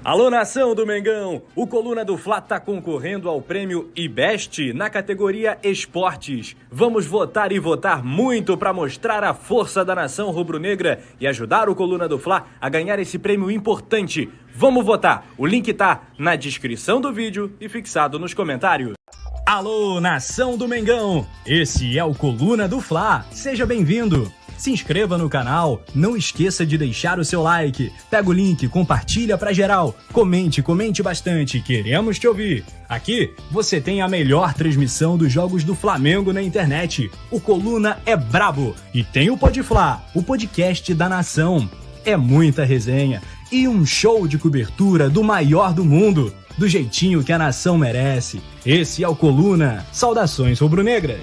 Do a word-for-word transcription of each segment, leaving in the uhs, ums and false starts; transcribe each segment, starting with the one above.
Alô, nação do Mengão! O Coluna do Fla tá concorrendo ao prêmio IBEST na categoria Esportes. Vamos votar e votar muito para mostrar a força da nação rubro-negra e ajudar o Coluna do Fla a ganhar esse prêmio importante. Vamos votar! O link tá na descrição do vídeo e fixado nos comentários. Alô, nação do Mengão! Esse é o Coluna do Fla. Seja bem-vindo! Se inscreva no canal, não esqueça de deixar o seu like, pega o link, compartilha pra geral, comente, comente bastante, queremos te ouvir. Aqui você tem a melhor transmissão dos jogos do Flamengo na internet. O Coluna é brabo e tem o Pode Fla, o podcast da nação. É muita resenha e um show de cobertura do maior do mundo, do jeitinho que a nação merece. Esse é o Coluna. Saudações rubro-negras.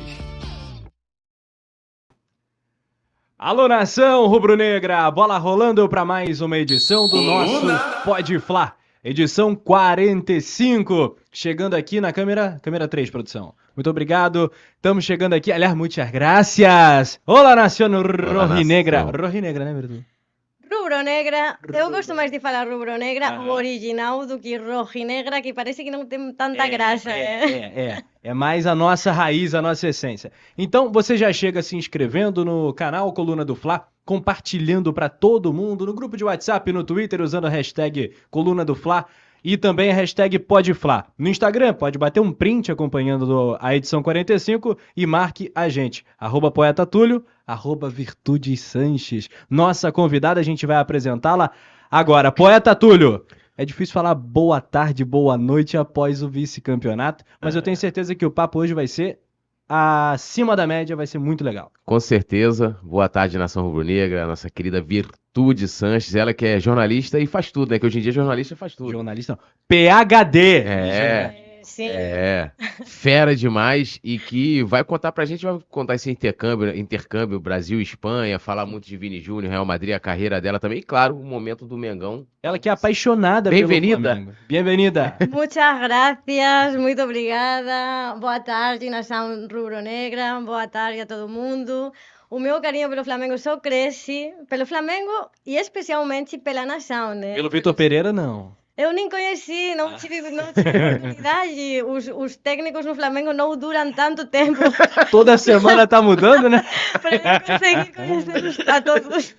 Alô, nação rubro-negra, bola rolando para mais uma edição do nosso Pode Fla, edição quarenta e cinco, chegando aqui na câmera, câmera três, produção. Muito obrigado, estamos chegando aqui, aliás, muitas graças. Olá, nação rojnegra, rojnegra, né, Virtu? Rubro-negra, eu gosto mais de falar rubro-negra, ah. o original, do que rojinegra, que parece que não tem tanta é, graça. É, é, é, é mais a nossa raiz, a nossa essência. Então, você já chega se inscrevendo no canal Coluna do Fla, compartilhando para todo mundo, no grupo de WhatsApp, no Twitter, usando a hashtag Coluna do Fla, e também a hashtag PodeFla. No Instagram, pode bater um print acompanhando a edição quarenta e cinco e marque a gente. Arroba Poeta Túlio, arroba Virtudes Sanches. Nossa convidada, a gente vai apresentá-la agora. Poeta Túlio, é difícil falar boa tarde, boa noite após o vice-campeonato, mas eu tenho certeza que o papo hoje vai ser acima da média, vai ser muito legal. Com certeza. Boa tarde, nação rubro-negra, nossa querida Virtudes Sanches, ela que é jornalista e faz tudo, né? Que hoje em dia jornalista faz tudo. Jornalista não. P H D! É. Sim. É, fera demais e que vai contar pra gente, vai contar esse intercâmbio, intercâmbio Brasil e Espanha, falar muito de Vini Júnior, Real Madrid, a carreira dela também, e claro, o momento do Mengão. Ela que é apaixonada pelo Flamengo. Bem-vinda. Muitas gracias, muito obrigada. Boa tarde, nação rubro-negra, boa tarde a todo mundo. O meu carinho pelo Flamengo só cresce, pelo Flamengo e especialmente pela nação, né? Pelo Vitor Pereira, não. Eu nem conheci, não tive, não tive oportunidade. Os, os técnicos no Flamengo não duram tanto tempo. Toda semana tá mudando, né? Pra eu conseguir conhecer a todos.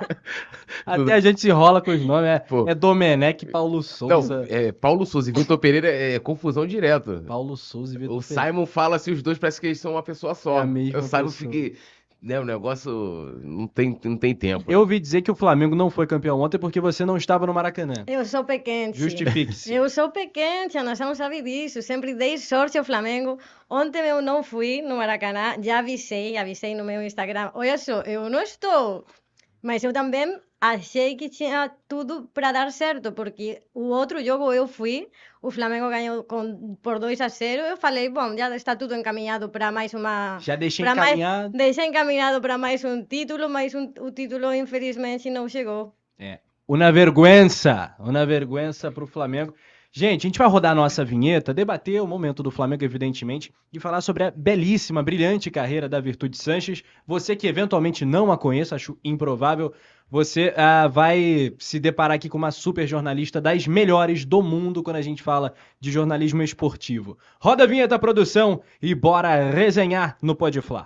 Até a gente se enrola com os nomes. É, é Domenech, Paulo Souza. Não, é Paulo Souza e Vitor Pereira é, é confusão direto. Paulo Souza e Vitor O Pereira. Simon fala assim, os dois parece que eles são uma pessoa só. É a mesma o Simon pessoa. fica... Né, o negócio não tem, não tem tempo. Eu ouvi dizer que o Flamengo não foi campeão ontem porque você não estava no Maracanã. Eu sou pequente. Justifique-se. Eu sou pequente, a nação sabe disso. Sempre dei sorte ao Flamengo. Ontem eu não fui no Maracanã, já avisei, avisei no meu Instagram. Olha só, eu não estou. Mas eu também achei que tinha tudo para dar certo, porque o outro jogo eu fui, o Flamengo ganhou com, por dois a zero, eu falei, bom, já está tudo encaminhado para mais uma... Já deixei pra encaminhado. Mais, deixei encaminhado para mais um título, mas um, o título infelizmente não chegou. É, uma vergüenza, uma vergüenza para o Flamengo. Gente, a gente vai rodar a nossa vinheta, debater o momento do Flamengo, evidentemente, e falar sobre a belíssima, brilhante carreira da Virtudes Sanches. Você que eventualmente não a conheça, acho improvável, você uh, vai se deparar aqui com uma super jornalista das melhores do mundo quando a gente fala de jornalismo esportivo. Roda a vinheta, produção, e bora resenhar no Pode Fla.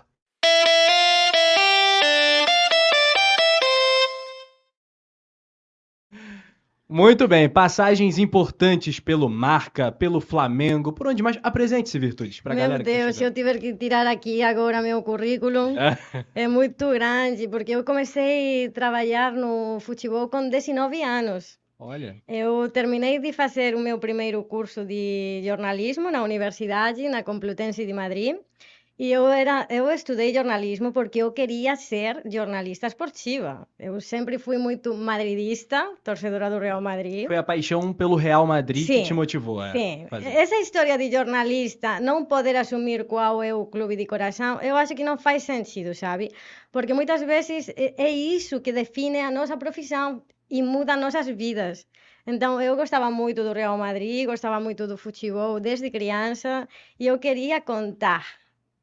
Muito bem, passagens importantes pelo Marca, pelo Flamengo, por onde mais? Apresente-se, Virtudes, pra meu galera. Meu Deus, se eu tiver que tirar aqui agora meu currículo, é muito grande, porque eu comecei a trabalhar no futebol com dezenove anos. Olha. Eu terminei de fazer o meu primeiro curso de jornalismo na universidade, na Complutense de Madrid. E eu, era, eu estudei jornalismo porque eu queria ser jornalista esportiva. Eu sempre fui muito madridista, torcedora do Real Madrid. Foi a paixão pelo Real Madrid sim, que te motivou a sim. fazer. Essa história de jornalista, não poder assumir qual é o clube de coração, eu acho que não faz sentido, sabe? Porque muitas vezes é isso que define a nossa profissão e muda nossas vidas. Então, eu gostava muito do Real Madrid, gostava muito do futebol desde criança e eu queria contar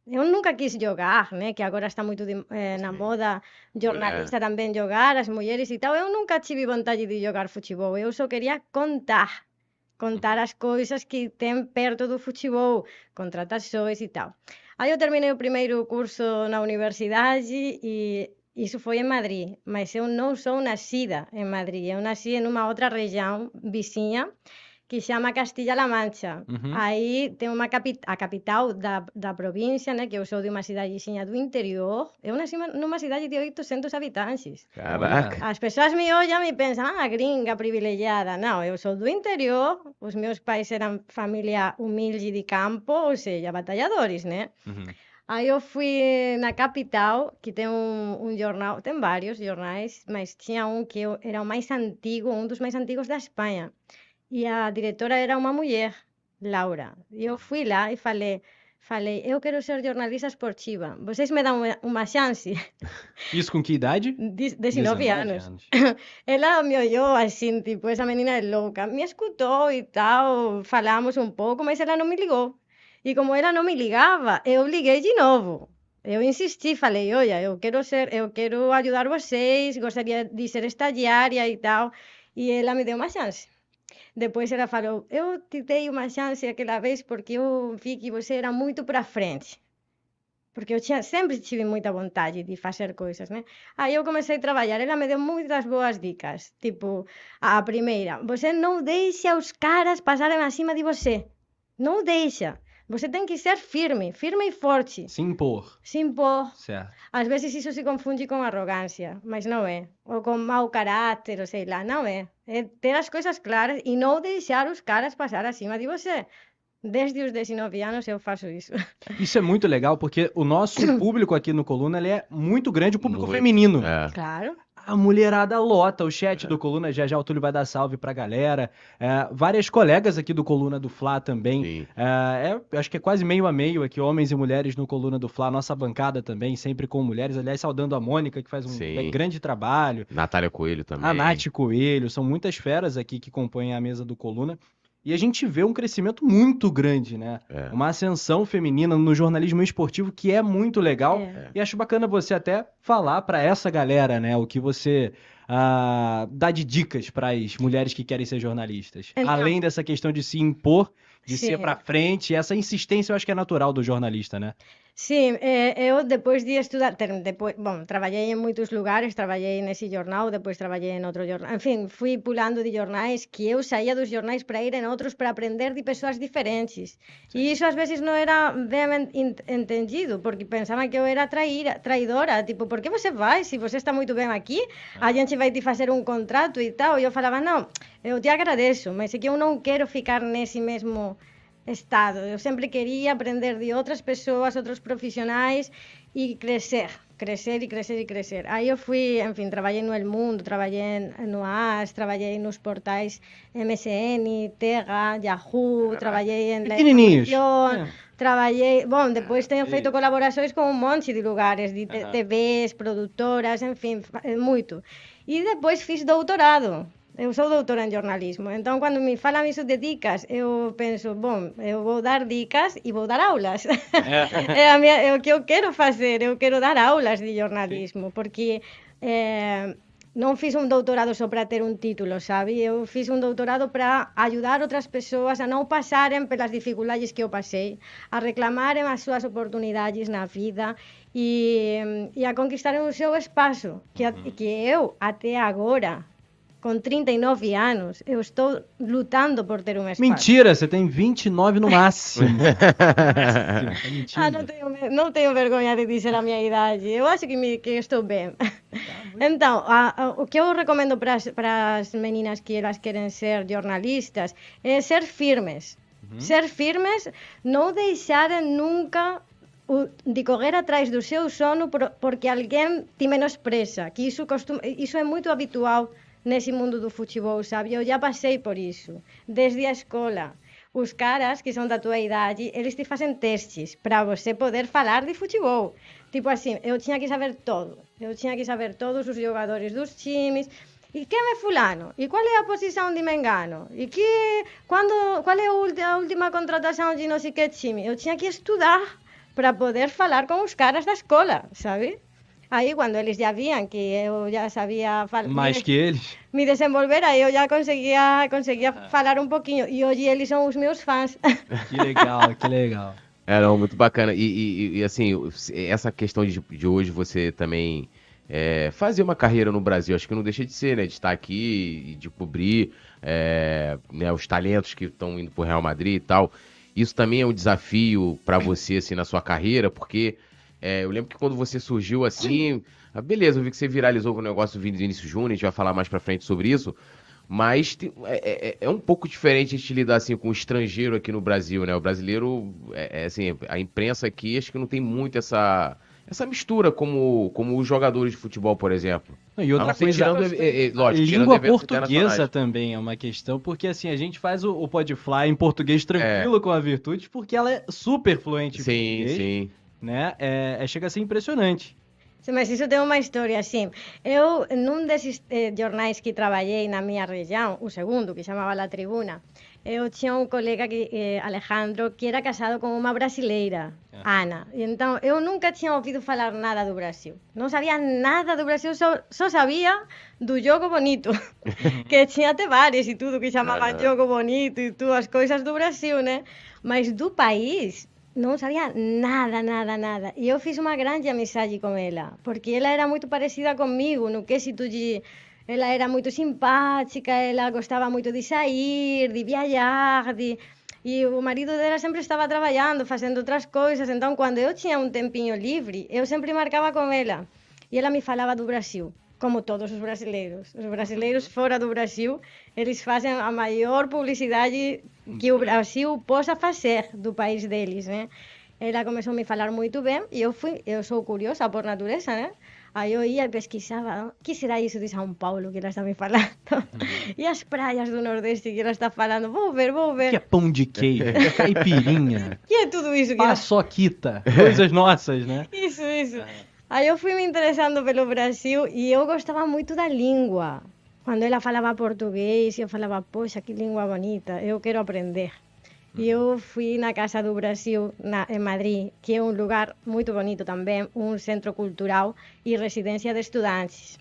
Eu nunca quis jogar, né? Que agora está muito de, eh, na moda jornalista também jogar, as mulheres e tal. Eu nunca tive vontade de jogar futebol. Eu só queria contar. Contar as coisas que tem perto do futebol, contratações e tal. Aí eu terminei o primeiro curso na universidade e isso foi em Madrid, mas eu não sou nascida em Madrid, eu nasci em uma outra região vizinha que chama Castilla-La Mancha. Uhum. Aí tem uma capi a capital da, da província, né, que eu sou de uma cidadezinha do interior. Eu nasci numa cidade de oitocentos habitantes. Caraca. As pessoas me olham e pensam, ah, gringa privilegiada. Não, eu sou do interior, os meus pais eram família humilde de campo, ou seja, batalhadores, né? Uhum. Aí eu fui na capital, que tem um, um jornal, tem vários jornais, mas tinha um que eu, era o mais antigo, um dos mais antigos da Espanha. E a diretora era uma mulher, Laura. E eu fui lá e falei, falei, eu quero ser jornalista esportiva. Vocês me dão uma, uma chance? Isso com que idade? De- dezenove anos. Ela me olhou assim, tipo, essa menina é louca. Me escutou e tal, falamos um pouco, mas ela não me ligou. E como ela não me ligava, eu liguei de novo. Eu insisti, falei, olha, eu quero ser, eu quero ajudar vocês, gostaria de ser estagiária e tal. E ela me deu uma chance. Depois ela falou, eu te dei uma chance aquela vez porque eu vi que você era muito para frente. Porque eu tinha, sempre tive muita vontade de fazer coisas, né? Aí eu comecei a trabalhar, ela me deu muitas boas dicas. Tipo, a primeira, você não deixa os caras passarem acima de você. Não deixa. Você tem que ser firme, firme e forte. Se impor. Se impor. Certo. Às vezes isso se confunde com arrogância, mas não é. Ou com mau caráter, ou sei lá, não é. É ter as coisas claras e não deixar os caras passar acima de você. Desde os dezenove anos eu faço isso. Isso é muito legal, porque o nosso público aqui no Coluna ele é muito grande, o público Muito. feminino. É. Claro. A mulherada lota o chat do Coluna, já já o Túlio vai dar salve pra galera. É, várias colegas aqui do Coluna do Fla também. Sim. É, é, acho que é quase meio a meio aqui, homens e mulheres no Coluna do Fla. Nossa bancada também, sempre com mulheres. Aliás, saudando a Mônica, que faz um Sim. grande trabalho. Natália Coelho também. A Nath Coelho, são muitas feras aqui que compõem a mesa do Coluna. E a gente vê um crescimento muito grande, né? É. Uma ascensão feminina no jornalismo esportivo que é muito legal. É. E acho bacana você até falar para essa galera, né? O que você ah, dá de dicas para as mulheres que querem ser jornalistas. Então- Além dessa questão de se impor, de Sim. ser para frente, essa insistência eu acho que é natural do jornalista, né? Sim, eh, eu depois de estudar, ter- depois, bom, trabalhei em muitos lugares, trabalhei nesse jornal, depois trabalhei em outro jornal, enfim, fui pulando de jornais, que eu saía dos jornais para ir em outros para aprender de pessoas diferentes. E isso às vezes não era bem en- entendido, porque pensavam que eu era traíra, traidora, tipo, por que você vai? Se você está muito bem aqui, a gente vai te fazer um contrato e tal. E eu falava, não, eu te agradeço, mas é que eu não quero ficar nesse mesmo estado. Eu sempre queria aprender de outras pessoas, outros profissionais e crescer, crescer e crescer e crescer. Aí eu fui, enfim, trabalhei no El Mundo, trabalhei no A S, trabalhei nos portais M S N, Tega, Yahoo, trabalhei em La Pequenininhos. Información, É. trabalhei, bom, depois tenho sim. feito colaborações com um monte de lugares, de Aham. T Vs, produtoras, enfim, fa- eh, muito. E depois fiz doutorado. Eu sou doutora em jornalismo, então quando me falam isso de dicas, eu penso, bom, eu vou dar dicas e vou dar aulas. É, a minha, é o que eu quero fazer, eu quero dar aulas de jornalismo, porque eh, não fiz um doutorado só para ter um título, sabe? Eu fiz um doutorado para ajudar outras pessoas a não passarem pelas dificuldades que eu passei, a reclamarem as suas oportunidades na vida e, e a conquistarem o seu espaço, que, a- que eu, até agora, com trinta e nove anos, eu estou lutando por ter um espaço. Mentira, você tem vinte e nove no máximo. Tá mentindo. Ah, não tenho, me- não tenho vergonha de dizer a minha idade. Eu acho que, me, que estou bem. Então, a- a- o que eu recomendo para as meninas que elas querem ser jornalistas é ser firmes. Ser firmes, não deixarem nunca o- de correr atrás do seu sono por- porque alguém te menospreza. Que isso, costuma, isso é muito habitual nesse mundo do futebol, sabe? Eu já passei por isso, desde a escola. Os caras que são da tua idade, eles te fazem testes para você poder falar de futebol. Tipo assim, eu tinha que saber todo. Eu tinha que saber todos os jogadores dos times. E quem é fulano? E qual é a posição de Mengano? E que, quando, qual é a ulti- a última contratação de não sei que time? Eu tinha que estudar para poder falar com os caras da escola, sabe? Aí, quando eles já viam que eu já sabia falar, Mais me, que eles? me desenvolver, aí eu já conseguia, conseguia falar um pouquinho. E hoje eles são os meus fãs. Que legal, que legal. É, não, muito bacana. E, e- e, assim, essa questão de, de hoje você também é, fazer uma carreira no Brasil, acho que não deixa de ser, né? De estar aqui e de cobrir é, né, os talentos que estão indo pro Real Madrid e tal. Isso também é um desafio para você, assim, na sua carreira, porque é, eu lembro que quando você surgiu assim, ah, beleza, eu vi que você viralizou com o negócio do Vinícius Júnior, a gente vai falar mais pra frente sobre isso. Mas tem- é, é- é um pouco diferente a gente lidar assim com o estrangeiro aqui no Brasil, né? O brasileiro, é, é, assim, a imprensa aqui acho que não tem muito essa, essa mistura como, como os jogadores de futebol, por exemplo. E A outra não ser coisa, tirando, é, é, lógico, tirando língua eventos portuguesa internacionais. também é uma questão, porque assim, a gente faz o, o Podfly em português tranquilo com a Virtudes, porque ela é super fluente em Sim, português, sim. né? É, é- chega a ser impressionante. Sim, mas isso tem uma história assim. Eu, num desses eh, jornais que trabalhei na minha região, o segundo, que chamava La Tribuna, eu tinha um colega, que, eh, Alejandro, que era casado com uma brasileira, Ana. E então, eu nunca tinha ouvido falar nada do Brasil. Não sabia nada do Brasil, só, só sabia do Jogo Bonito, que tinha até bares e tudo que chamavam Aham. Jogo Bonito e tudo, as coisas do Brasil, né? Mas do país, não sabia nada, nada, nada. E eu fiz uma grande amizade com ela, porque ela era muito parecida comigo, no quesito de... Ela era muito simpática, ela gostava muito de sair, de viajar, de... E o marido dela sempre estava trabalhando, fazendo outras coisas. Então, quando eu tinha um tempinho livre, eu sempre marcava com ela. E ela me falava do Brasil, como todos os brasileiros. Os brasileiros fora do Brasil, eles fazem a maior publicidade que o Brasil possa fazer do país deles, né? Ela começou a me falar muito bem e eu fui, eu sou curiosa por natureza, né? Aí eu ia e pesquisava, o que será isso de São Paulo que ela está me falando? E as praias do Nordeste que ela está falando? Vou ver, vou O que é ver. pão de queijo, caipirinha, O que é tudo isso que ela... paçoquita, coisas nossas, né? Isso, isso. Aí eu fui me interessando pelo Brasil e eu gostava muito da língua. Quando ela falava português, eu falava, poxa, que língua bonita, eu quero aprender. E eu fui na Casa do Brasil, na, em Madrid, que é um lugar muito bonito também, um centro cultural e residência de estudantes.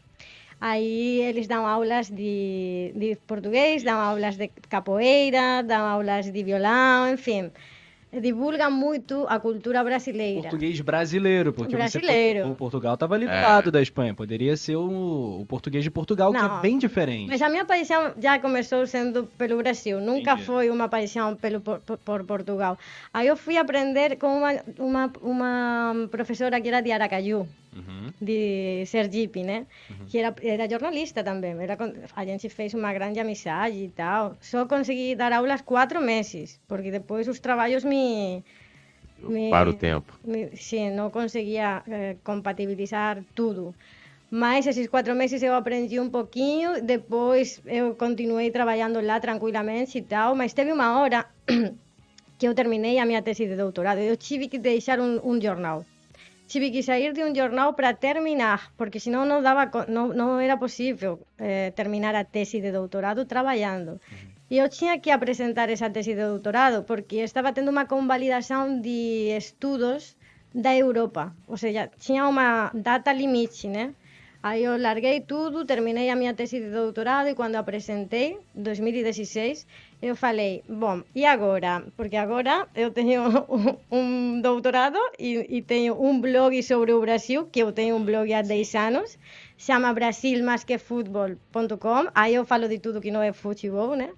Aí eles dão aulas de, de português, dão aulas de capoeira, dão aulas de violão, enfim. Divulgam muito a cultura brasileira. Português brasileiro, porque Brasileiro. Você, o Portugal estava limitado da Espanha. Poderia ser o, o português de Portugal, que Não. é bem diferente. Mas a minha paixão já começou sendo pelo Brasil, nunca Entendi. foi uma paixão pelo, por, por- por Portugal. Aí eu fui aprender com uma, uma, uma professora que era de Aracaju, Uhum. de Sergipe, né? Que era, era jornalista também. Era, con- a gente fez uma grande amizade e tal. Só consegui dar aulas quatro meses, porque depois os trabalhos me... me Para o tempo. me- sim, não conseguia eh, compatibilizar tudo. Mas esses quatro meses eu aprendi um pouquinho, depois eu continuei trabalhando lá tranquilamente e tal, mas teve uma hora que eu terminei a minha tese de doutorado. Eu tive que deixar um, um jornal. Tive que sair de um jornal para terminar, porque senão não dava, co- não, não era possível eh, terminar a tese de doutorado trabalhando. E eu tinha que apresentar essa tese de doutorado, porque estava tendo uma convalidação de estudos da Europa. Ou seja, tinha uma data limite, né? Aí eu larguei tudo, terminei a minha tese de doutorado e quando apresentei, em dois mil e dezesseis, eu falei, bom, e agora? Porque agora eu tenho um, um doutorado e, e tenho um blog sobre o Brasil, que eu tenho um blog há dez anos, chama brasil mais que futebol ponto com, aí eu falo de tudo que não é futebol, né?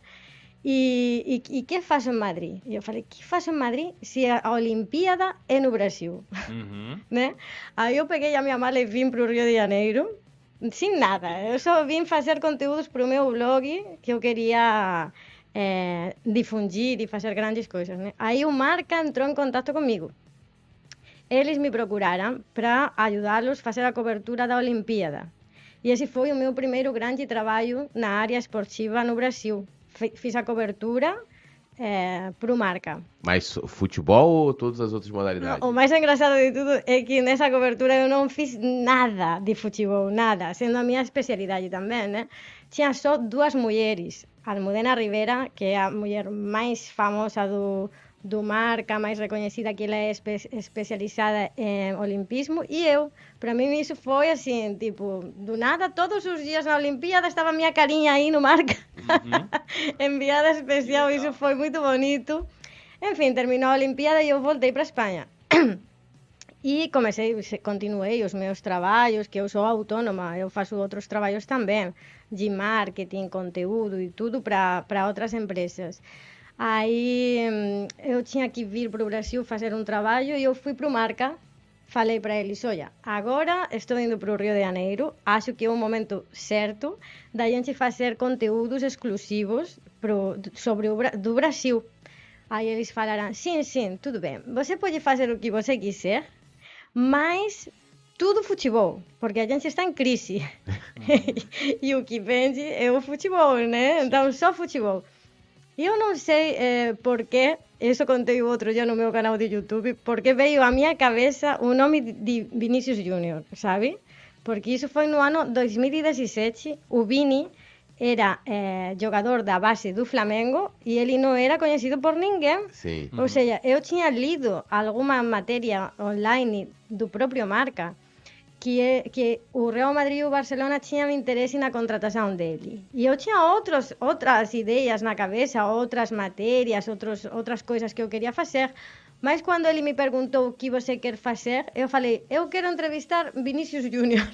E, e, e que faço em Madrid? E eu falei, que faço em Madrid se a Olimpíada é no Brasil? Uhum. Né? Aí eu peguei a minha mala e vim para o Rio de Janeiro, sem nada. Eu só vim fazer conteúdos para o meu blog, que eu queria eh, difundir e fazer grandes coisas. Né? Aí o Marca entrou em contato comigo. Eles me procuraram para ajudá-los a fazer a cobertura da Olimpíada. E esse foi o meu primeiro grande trabalho na área esportiva no Brasil. Fe- Fiz a cobertura eh, para o Marca. Mas futebol ou todas as outras Não, modalidades? o mais engraçado de tudo é que nessa cobertura eu não fiz nada de futebol, nada, sendo a minha especialidade também, né? Tinha só duas mulheres, a Almudena Rivera, que é a mulher mais famosa do, do Marca, mais reconhecida, que ela é espe especializada em olimpismo, e eu. Para mim isso foi assim, tipo, do nada, todos os dias na Olimpíada estava a minha carinha aí no Marca, uhum. enviada especial, isso foi muito bonito. Enfim, terminou a Olimpíada e eu voltei para a Espanha. E comecei, continuei os meus trabalhos, que eu sou autônoma, eu faço outros trabalhos também, de marketing, conteúdo e tudo para outras empresas. Aí eu tinha que vir para o Brasil fazer um trabalho e eu fui para o Marca, falei para eles, olha, agora estou indo para o Rio de Janeiro, acho que é o momento certo da gente fazer conteúdos exclusivos pro, sobre o do Brasil. Aí eles falaram, sim, sim, tudo bem, você pode fazer o que você quiser, mas tudo futebol, porque a gente está em crise. Uhum. E o que vende é o futebol, né? Então, só futebol. E eu não sei eh, porquê, isso contei outro dia no meu canal de YouTube, porque veio à minha cabeça o nome de Vinícius Júnior, sabe? Porque isso foi no ano dois mil e dezessete, o Vini era eh, jogador da base do Flamengo e ele não era conhecido por ninguém. Sim. Ou seja, eu tinha lido alguma matéria online do próprio Marca que, é, que o Real Madrid e o Barcelona tinham interesse na contratação dele. E eu tinha outros, outras ideias na cabeça, outras matérias, outros, outras coisas que eu queria fazer. Mas quando ele me perguntou o que você quer fazer, eu falei, eu quero entrevistar Vinícius Júnior.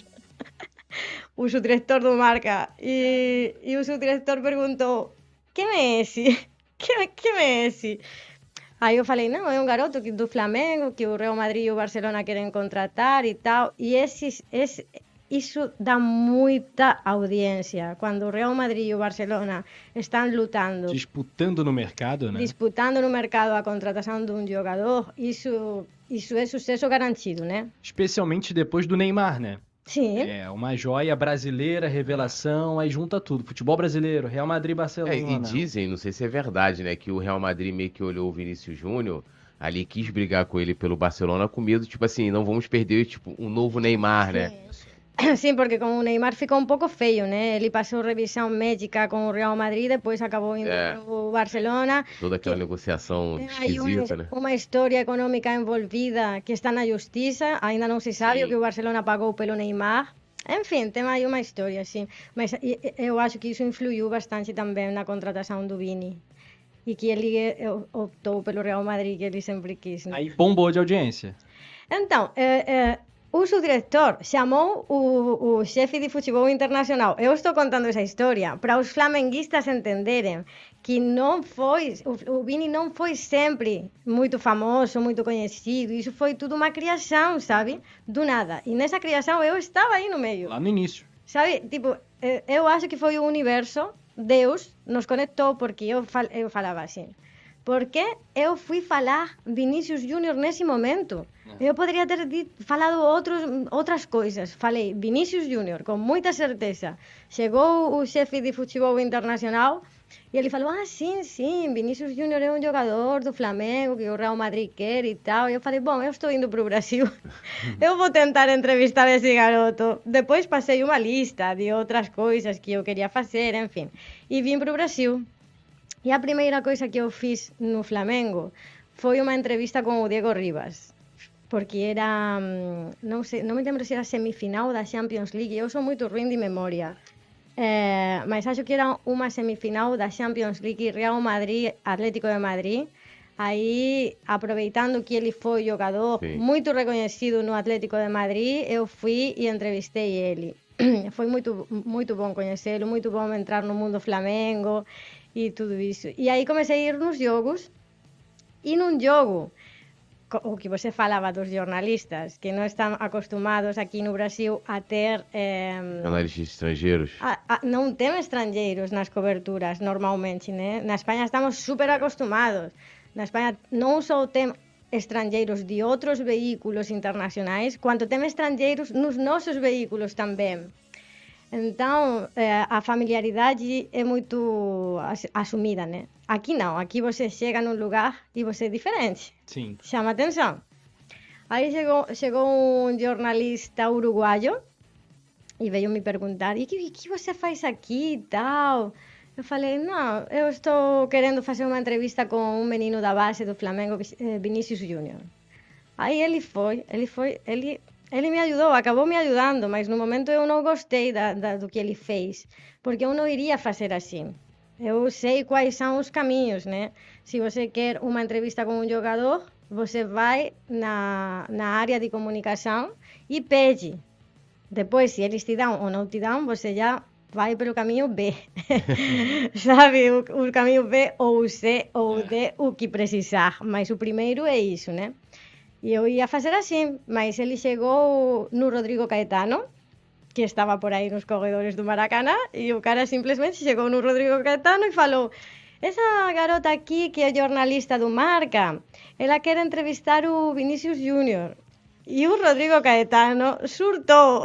O subdiretor do Marca, e, e o subdiretor perguntou, quem é esse? Quem, quem é esse? Aí eu falei, não, é um garoto do Flamengo, que o Real Madrid e o Barcelona querem contratar e tal, e esse, esse, isso dá muita audiência, quando o Real Madrid e o Barcelona estão lutando. Disputando no mercado, né? Disputando no mercado a contratação de um jogador, isso, isso é sucesso garantido, né? Especialmente depois do Neymar, né? Sim. É, uma joia brasileira, revelação, aí junta tudo. Futebol brasileiro, Real Madrid, Barcelona. É, e dizem, não sei se é verdade, né, que o Real Madrid meio que olhou o Vinícius Júnior, ali quis brigar com ele pelo Barcelona com medo, tipo assim, não vamos perder, tipo, um novo Neymar, né? Sim, porque com o Neymar ficou um pouco feio, né? Ele passou revisão médica com o Real Madrid, depois acabou indo é. para o Barcelona. Toda aquela que... negociação esquisita, uma, né? Uma história econômica envolvida que está na justiça, ainda não se sabe Sim. o que o Barcelona pagou pelo Neymar. Enfim, tem aí uma história, sim. Mas eu acho que isso influiu bastante também na contratação do Vini. E que ele optou pelo Real Madrid, que ele sempre quis. Né? Aí bombou de audiência. Então, é, é, o subdiretor chamou o, o chefe de futebol internacional. Eu estou contando essa história para os flamenguistas entenderem que não foi, o, o Vini não foi sempre muito famoso, muito conhecido. Isso foi tudo uma criação, sabe? Do nada. E nessa criação eu estava aí no meio. Lá no início. Sabe? Tipo, eu acho que foi o universo, Deus nos conectou, porque eu, fal, eu falava assim. Porque eu fui falar Vinícius Júnior nesse momento. Eu poderia ter dito, falado outros, outras coisas. Falei Vinícius Júnior, com muita certeza. Chegou o chefe de futebol internacional e ele falou, ah, sim, sim, Vinícius Júnior é um jogador do Flamengo, que o Real Madrid quer e tal. E eu falei, bom, eu estou indo para o Brasil. Eu vou tentar entrevistar esse garoto. Depois passei uma lista de outras coisas que eu queria fazer, enfim. E vim para o Brasil. E a primeira coisa que eu fiz no Flamengo foi uma entrevista com o Diego Ribas, porque era, não sei, não me lembro se era semifinal da Champions League, eu sou muito ruim de memória, é, mas acho que era uma semifinal da Champions League, Real Madrid, Atlético de Madrid. Aí, aproveitando que ele foi jogador Sim. muito reconhecido no Atlético de Madrid, eu fui e entrevistei ele. Foi muito, muito bom conhecê-lo, muito bom entrar no mundo Flamengo e tudo isso. E aí comecei a ir nos jogos, e num jogo, o que você falava dos jornalistas, que não estão acostumados aqui no Brasil a ter... Eh, jornalistas estrangeiros? A, a, não tem estrangeiros nas coberturas, normalmente, né? Na Espanha estamos super acostumados. Na Espanha não só tem estrangeiros de outros veículos internacionais, quanto tem estrangeiros nos nossos veículos também. Então, eh, a familiaridade é muito assumida, né? Aqui não, aqui você chega num lugar e você é diferente. Sim. Chama atenção. Aí chegou, chegou um jornalista uruguaio e veio me perguntar, e o que, que você faz aqui e tal? Eu falei, não, eu estou querendo fazer uma entrevista com um menino da base do Flamengo, Vinícius Júnior. Aí ele foi, ele foi, ele, ele me ajudou, acabou me ajudando, mas no momento eu não gostei da, da, do que ele fez, porque eu não iria fazer assim. Eu sei quais são os caminhos, né? Se você quer uma entrevista com um jogador, você vai na, na área de comunicação e pede. Depois, se eles te dão ou não te dão, você já vai pelo caminho B. Sabe? O, o caminho B ou o C ou o D, o que precisar. Mas o primeiro é isso, né? E eu ia fazer assim, mas ele chegou no Rodrigo Caetano, que estava por aí nos corredores do Maracanã, e o cara simplesmente chegou no Rodrigo Caetano e falou: essa garota aqui, que é jornalista do Marca, ela quer entrevistar o Vinícius Júnior. E o Rodrigo Caetano surtou.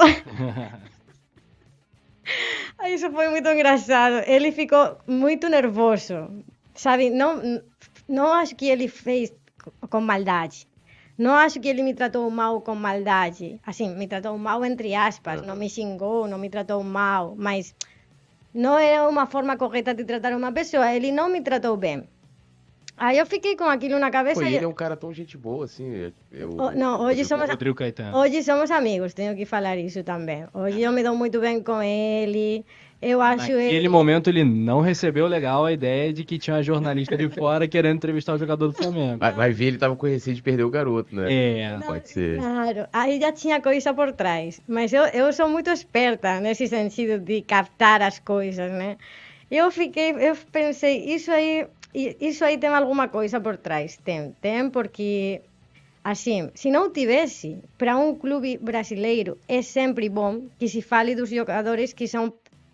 Isso foi muito engraçado. Ele ficou muito nervoso, sabe? Não, não acho que ele fez com maldade. Não acho que ele me tratou mal com maldade. Assim, me tratou mal entre aspas. Não me xingou, não me tratou mal. Mas não é uma forma correta de tratar uma pessoa. Ele não me tratou bem. Aí eu fiquei com aquilo na cabeça. Pô, e... ele é um cara tão gente boa, assim. Eu, oh, não, hoje somos, Rodrigo Caetano. Hoje somos amigos, tenho que falar isso também. Hoje eu me dou muito bem com ele. Eu acho Naquele ele... momento ele não recebeu legal a ideia de que tinha uma jornalista de fora querendo entrevistar o jogador do Flamengo. Vai, vai ver, ele tava com receio de perder o garoto, né? É. Não, Pode ser. Claro, aí já tinha coisa por trás. Mas eu, eu sou muito esperta nesse sentido de captar as coisas, né? Eu fiquei, eu pensei, isso aí, isso aí tem alguma coisa por trás. Tem, tem, porque, assim, se não tivesse, para um clube brasileiro é sempre bom que se fale dos jogadores que são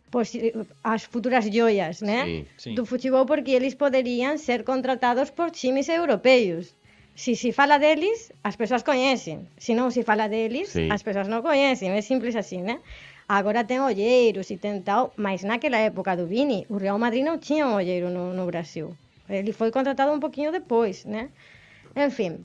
as futuras joias, né? Sim, sim. Do futebol, porque eles poderiam ser contratados por times europeus. Se se fala deles, as pessoas conhecem. Se não se fala deles, sim, as pessoas não conhecem. É simples assim, né? Agora tem olheiros e tem tal, mas naquela época do Vini, o Real Madrid não tinha um olheiro no, no Brasil. Ele foi contratado um pouquinho depois, né? Enfim,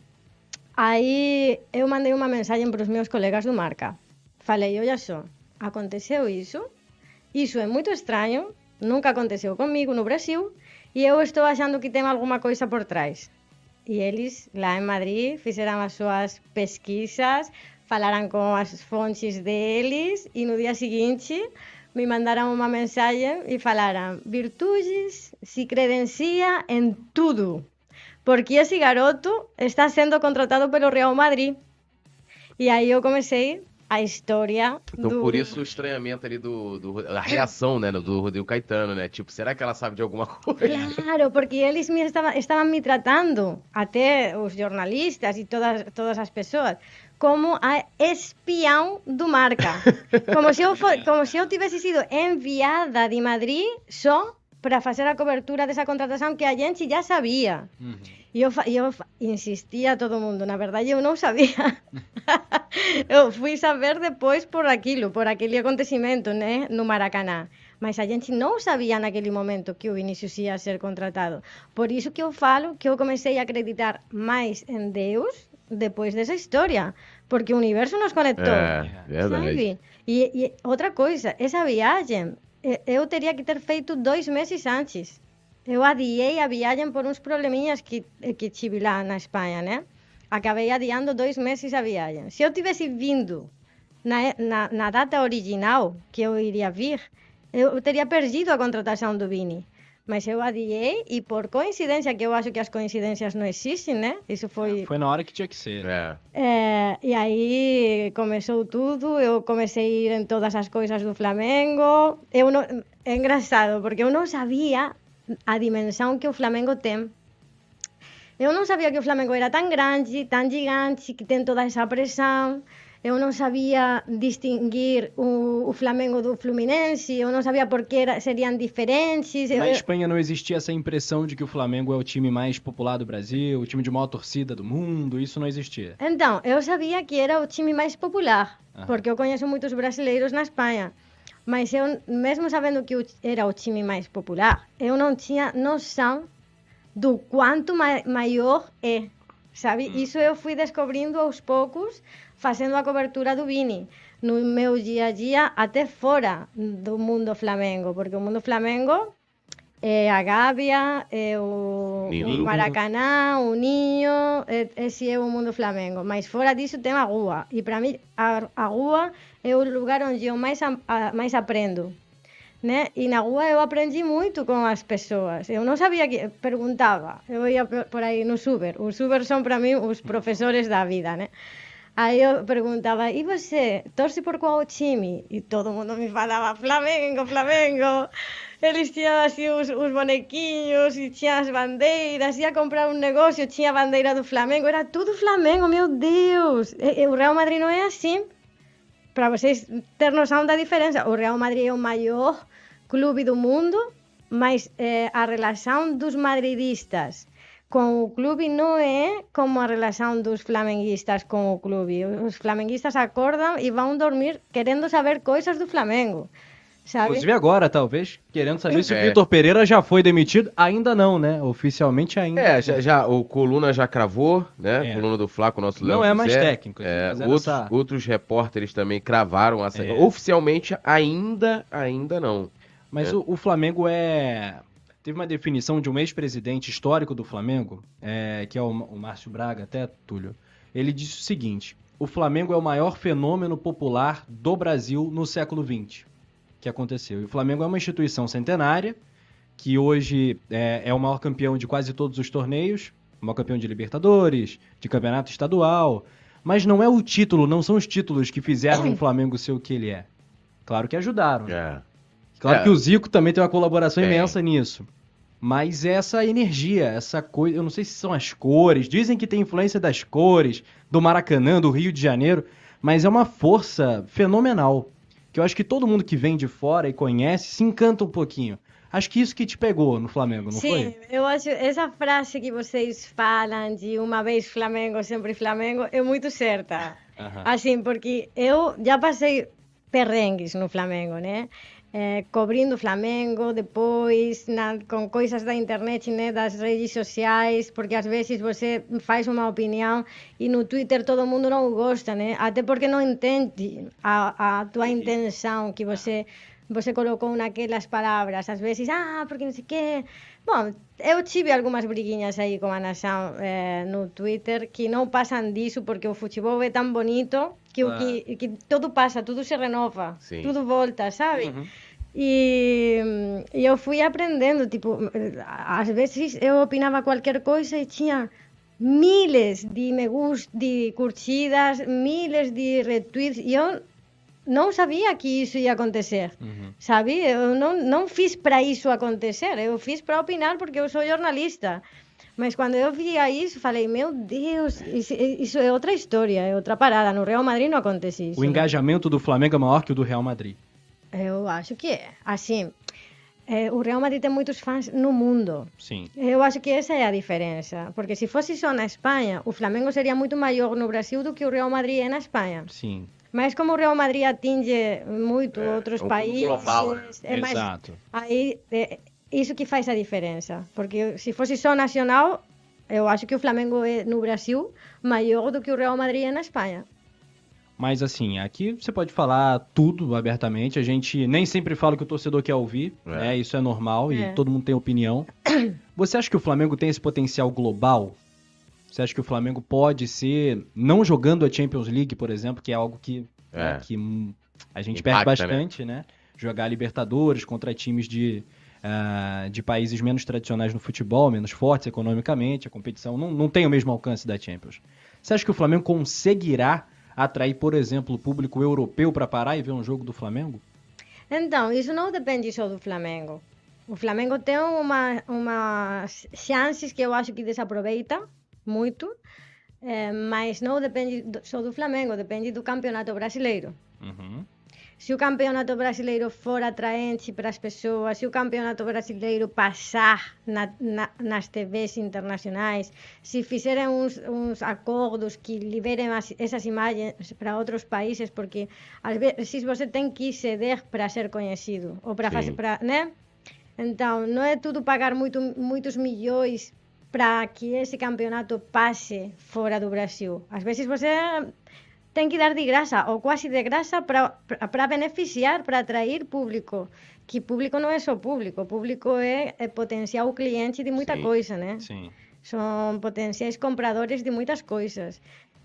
aí eu mandei uma mensagem para os meus colegas do Marca. Falei, olha só, aconteceu isso, isso é muito estranho, nunca aconteceu comigo no Brasil, e eu estou achando que tem alguma coisa por trás. E eles, lá em Madrid, fizeram as suas pesquisas, falaram com as fontes deles, e no dia seguinte me mandaram uma mensagem e falaram: Virtudes se credencia em tudo, porque esse garoto está sendo contratado pelo Real Madrid. E aí eu comecei a história então, do... por isso o estranhamento ali do, do a reação, né, do Rodrigo Caetano, né? Tipo, será que ela sabe de alguma coisa? Claro, porque eles me estavam, estavam me tratando, até os jornalistas e todas, todas as pessoas, como a espião do Marca. Como se eu, for, como se eu tivesse sido enviada de Madrid só para fazer a cobertura dessa contratação que a gente já sabia. Uhum. E eu, eu insistia a todo mundo, na verdade eu não sabia. Eu fui saber depois por aquilo, por aquele acontecimento, né, no Maracanã. Mas a gente não sabia naquele momento que o Vinícius ia ser contratado. Por isso que eu falo que eu comecei a acreditar mais em Deus depois dessa história, porque o universo nos conectou. É, verdade. Sabe? E, e outra coisa, essa viagem, eu teria que ter feito dois meses antes. Eu adiei a viagem por uns probleminhas que, que tive lá na Espanha, né? Acabei adiando dois meses a viagem. Se eu tivesse vindo na, na, na data original que eu iria vir, eu teria perdido a contratação do Vini. Mas eu adiei e por coincidência, que eu acho que as coincidências não existem, né? Isso foi... Foi na hora que tinha que ser. É. É, e aí começou tudo, eu comecei a ir em todas as coisas do Flamengo. Eu não, é engraçado, porque eu não sabia a dimensão que o Flamengo tem. Eu não sabia que o Flamengo era tão grande, tão gigante, que tem toda essa pressão. Eu não sabia distinguir o, o Flamengo do Fluminense, eu não sabia por que era, seriam diferentes. Na eu, Espanha não existia essa impressão de que o Flamengo é o time mais popular do Brasil, o time de maior torcida do mundo, isso não existia. Então, eu sabia que era o time mais popular, Aham. porque eu conheço muitos brasileiros na Espanha. Mas eu, mesmo sabendo que era o time mais popular, eu não tinha noção do quanto ma maior é, sabe? Isso eu fui descobrindo aos poucos, fazendo a cobertura do Vini, no meu dia a dia, até fora do mundo Flamengo, porque o mundo Flamengo é a Gávea, é o, Ninho. o Maracanã, o Ninho, é, esse é o mundo Flamengo. Mas fora disso tem a rua. E para mim, a, a rua é o lugar onde eu mais, a, a, mais aprendo. Né? E na rua eu aprendi muito com as pessoas. Eu não sabia que... Perguntava. Eu ia por aí nos Uber. Os Uber são para mim os professores da vida, né? Aí eu perguntava, e você, torce por qual time? E todo mundo me falava, Flamengo, Flamengo. Eles tinham assim os, os bonequinhos e tinham as bandeiras. Ia comprar um negócio, tinha a bandeira do Flamengo. Era tudo Flamengo, meu Deus. E, o Real Madrid não é assim. Para vocês terem noção da diferença. O Real Madrid é o maior clube do mundo, mas eh, a relação dos madridistas com o clube não é como a relação dos flamenguistas com o clube. Os flamenguistas acordam e vão dormir querendo saber coisas do Flamengo, sabe? Inclusive agora, talvez, querendo saber se o É. Vitor Pereira já foi demitido. Ainda não, né? Oficialmente ainda. É, já, já- o Coluna já cravou, né? É. Coluna do Flaco, nosso Léo Não é mais José. técnico. É, fazendo outros, essa- outros repórteres também cravaram essa. É. Oficialmente, ainda, ainda não. Mas É. o, o Flamengo é... Teve uma definição de um ex-presidente histórico do Flamengo, é, que é o, o Márcio Braga, até, Túlio. Ele disse o seguinte: o Flamengo é o maior fenômeno popular do Brasil no século vinte, que aconteceu. E o Flamengo é uma instituição centenária, que hoje é, é o maior campeão de quase todos os torneios, o maior campeão de Libertadores, de campeonato estadual, mas não é o título, não são os títulos que fizeram o Flamengo ser o que ele é. Claro que ajudaram. É. Claro É. que o Zico também tem uma colaboração Tem. imensa nisso. Mas essa energia, essa coisa, eu não sei se são as cores, dizem que tem influência das cores, do Maracanã, do Rio de Janeiro, mas é uma força fenomenal, que eu acho que todo mundo que vem de fora e conhece se encanta um pouquinho. Acho que isso que te pegou no Flamengo, não Sim, foi? eu acho essa frase que vocês falam de uma vez Flamengo, sempre Flamengo, é muito certa. Aham. Assim, porque eu já passei perrengues no Flamengo, né? É, cobrindo o Flamengo, depois na, com coisas da internet, né, das redes sociais, porque às vezes você faz uma opinião e no Twitter todo mundo não gosta, né? Até porque não entende a, a tua intenção que você você colocou naquelas palavras. Às vezes, ah, porque não sei o quê. Bom, eu tive algumas briguinhas aí com a nação eh, no Twitter que não passam disso, porque o futebol é tão bonito que, o Ah. que, que tudo passa, tudo se renova, Sim. tudo volta, sabe? Uhum. E, e eu fui aprendendo, tipo, às vezes eu opinava qualquer coisa e tinha miles de me gusta, de curtidas, miles de retweets, e eu não sabia que isso ia acontecer, Uhum. sabe? Eu não, não fiz para isso acontecer, eu fiz para opinar porque eu sou jornalista. Mas quando eu via isso, falei, meu Deus, isso, isso é outra história, é outra parada. No Real Madrid não acontece isso. O engajamento do Flamengo é maior que o do Real Madrid. Eu acho que é. Assim, é, o Real Madrid tem muitos fãs no mundo. Sim. Eu acho que essa é a diferença. Porque se fosse só na Espanha, o Flamengo seria muito maior no Brasil do que o Real Madrid é na Espanha. Sim. Mas como o Real Madrid atinge muito outros é um países, global, né? é mais, Exato. aí é isso que faz a diferença. Porque se fosse só nacional, eu acho que o Flamengo é no Brasil maior do que o Real Madrid é na Espanha. Mas assim, aqui você pode falar tudo abertamente. A gente nem sempre fala o que o torcedor quer ouvir, É. né? Isso é normal e É. todo mundo tem opinião. Você acha que o Flamengo tem esse potencial global? Você acha que o Flamengo pode ser, não jogando a Champions League, por exemplo, que é algo que, É. né, que hum, a gente Impacta, perde bastante, né? Jogar Libertadores contra times de, ah, de países menos tradicionais no futebol, menos fortes economicamente, a competição não, não tem o mesmo alcance da Champions. Você acha que o Flamengo conseguirá atrair, por exemplo, o público europeu para parar e ver um jogo do Flamengo? Então, isso não depende só do Flamengo. O Flamengo tem uma, umas chances que eu acho que desaproveita muito, eh, mas não depende do- só do Flamengo, depende do Campeonato Brasileiro. Uhum. Se o Campeonato Brasileiro for atraente para as pessoas, se o Campeonato Brasileiro passar na, na, nas T Vs internacionais, se fizerem uns, uns acordos que liberem as, essas imagens para outros países, porque às vezes você tem que ceder para ser conhecido, ou para Sim. fazer, para, né? Então, não é tudo pagar muito, muitos milhões para que esse campeonato passe fora do Brasil. Às vezes você tem que dar de graça, ou quase de graça, para beneficiar, para atrair público. Que público não é só público, o público é, é potencial cliente de muita Sim. coisa, né? Sim. São potenciais compradores de muitas coisas.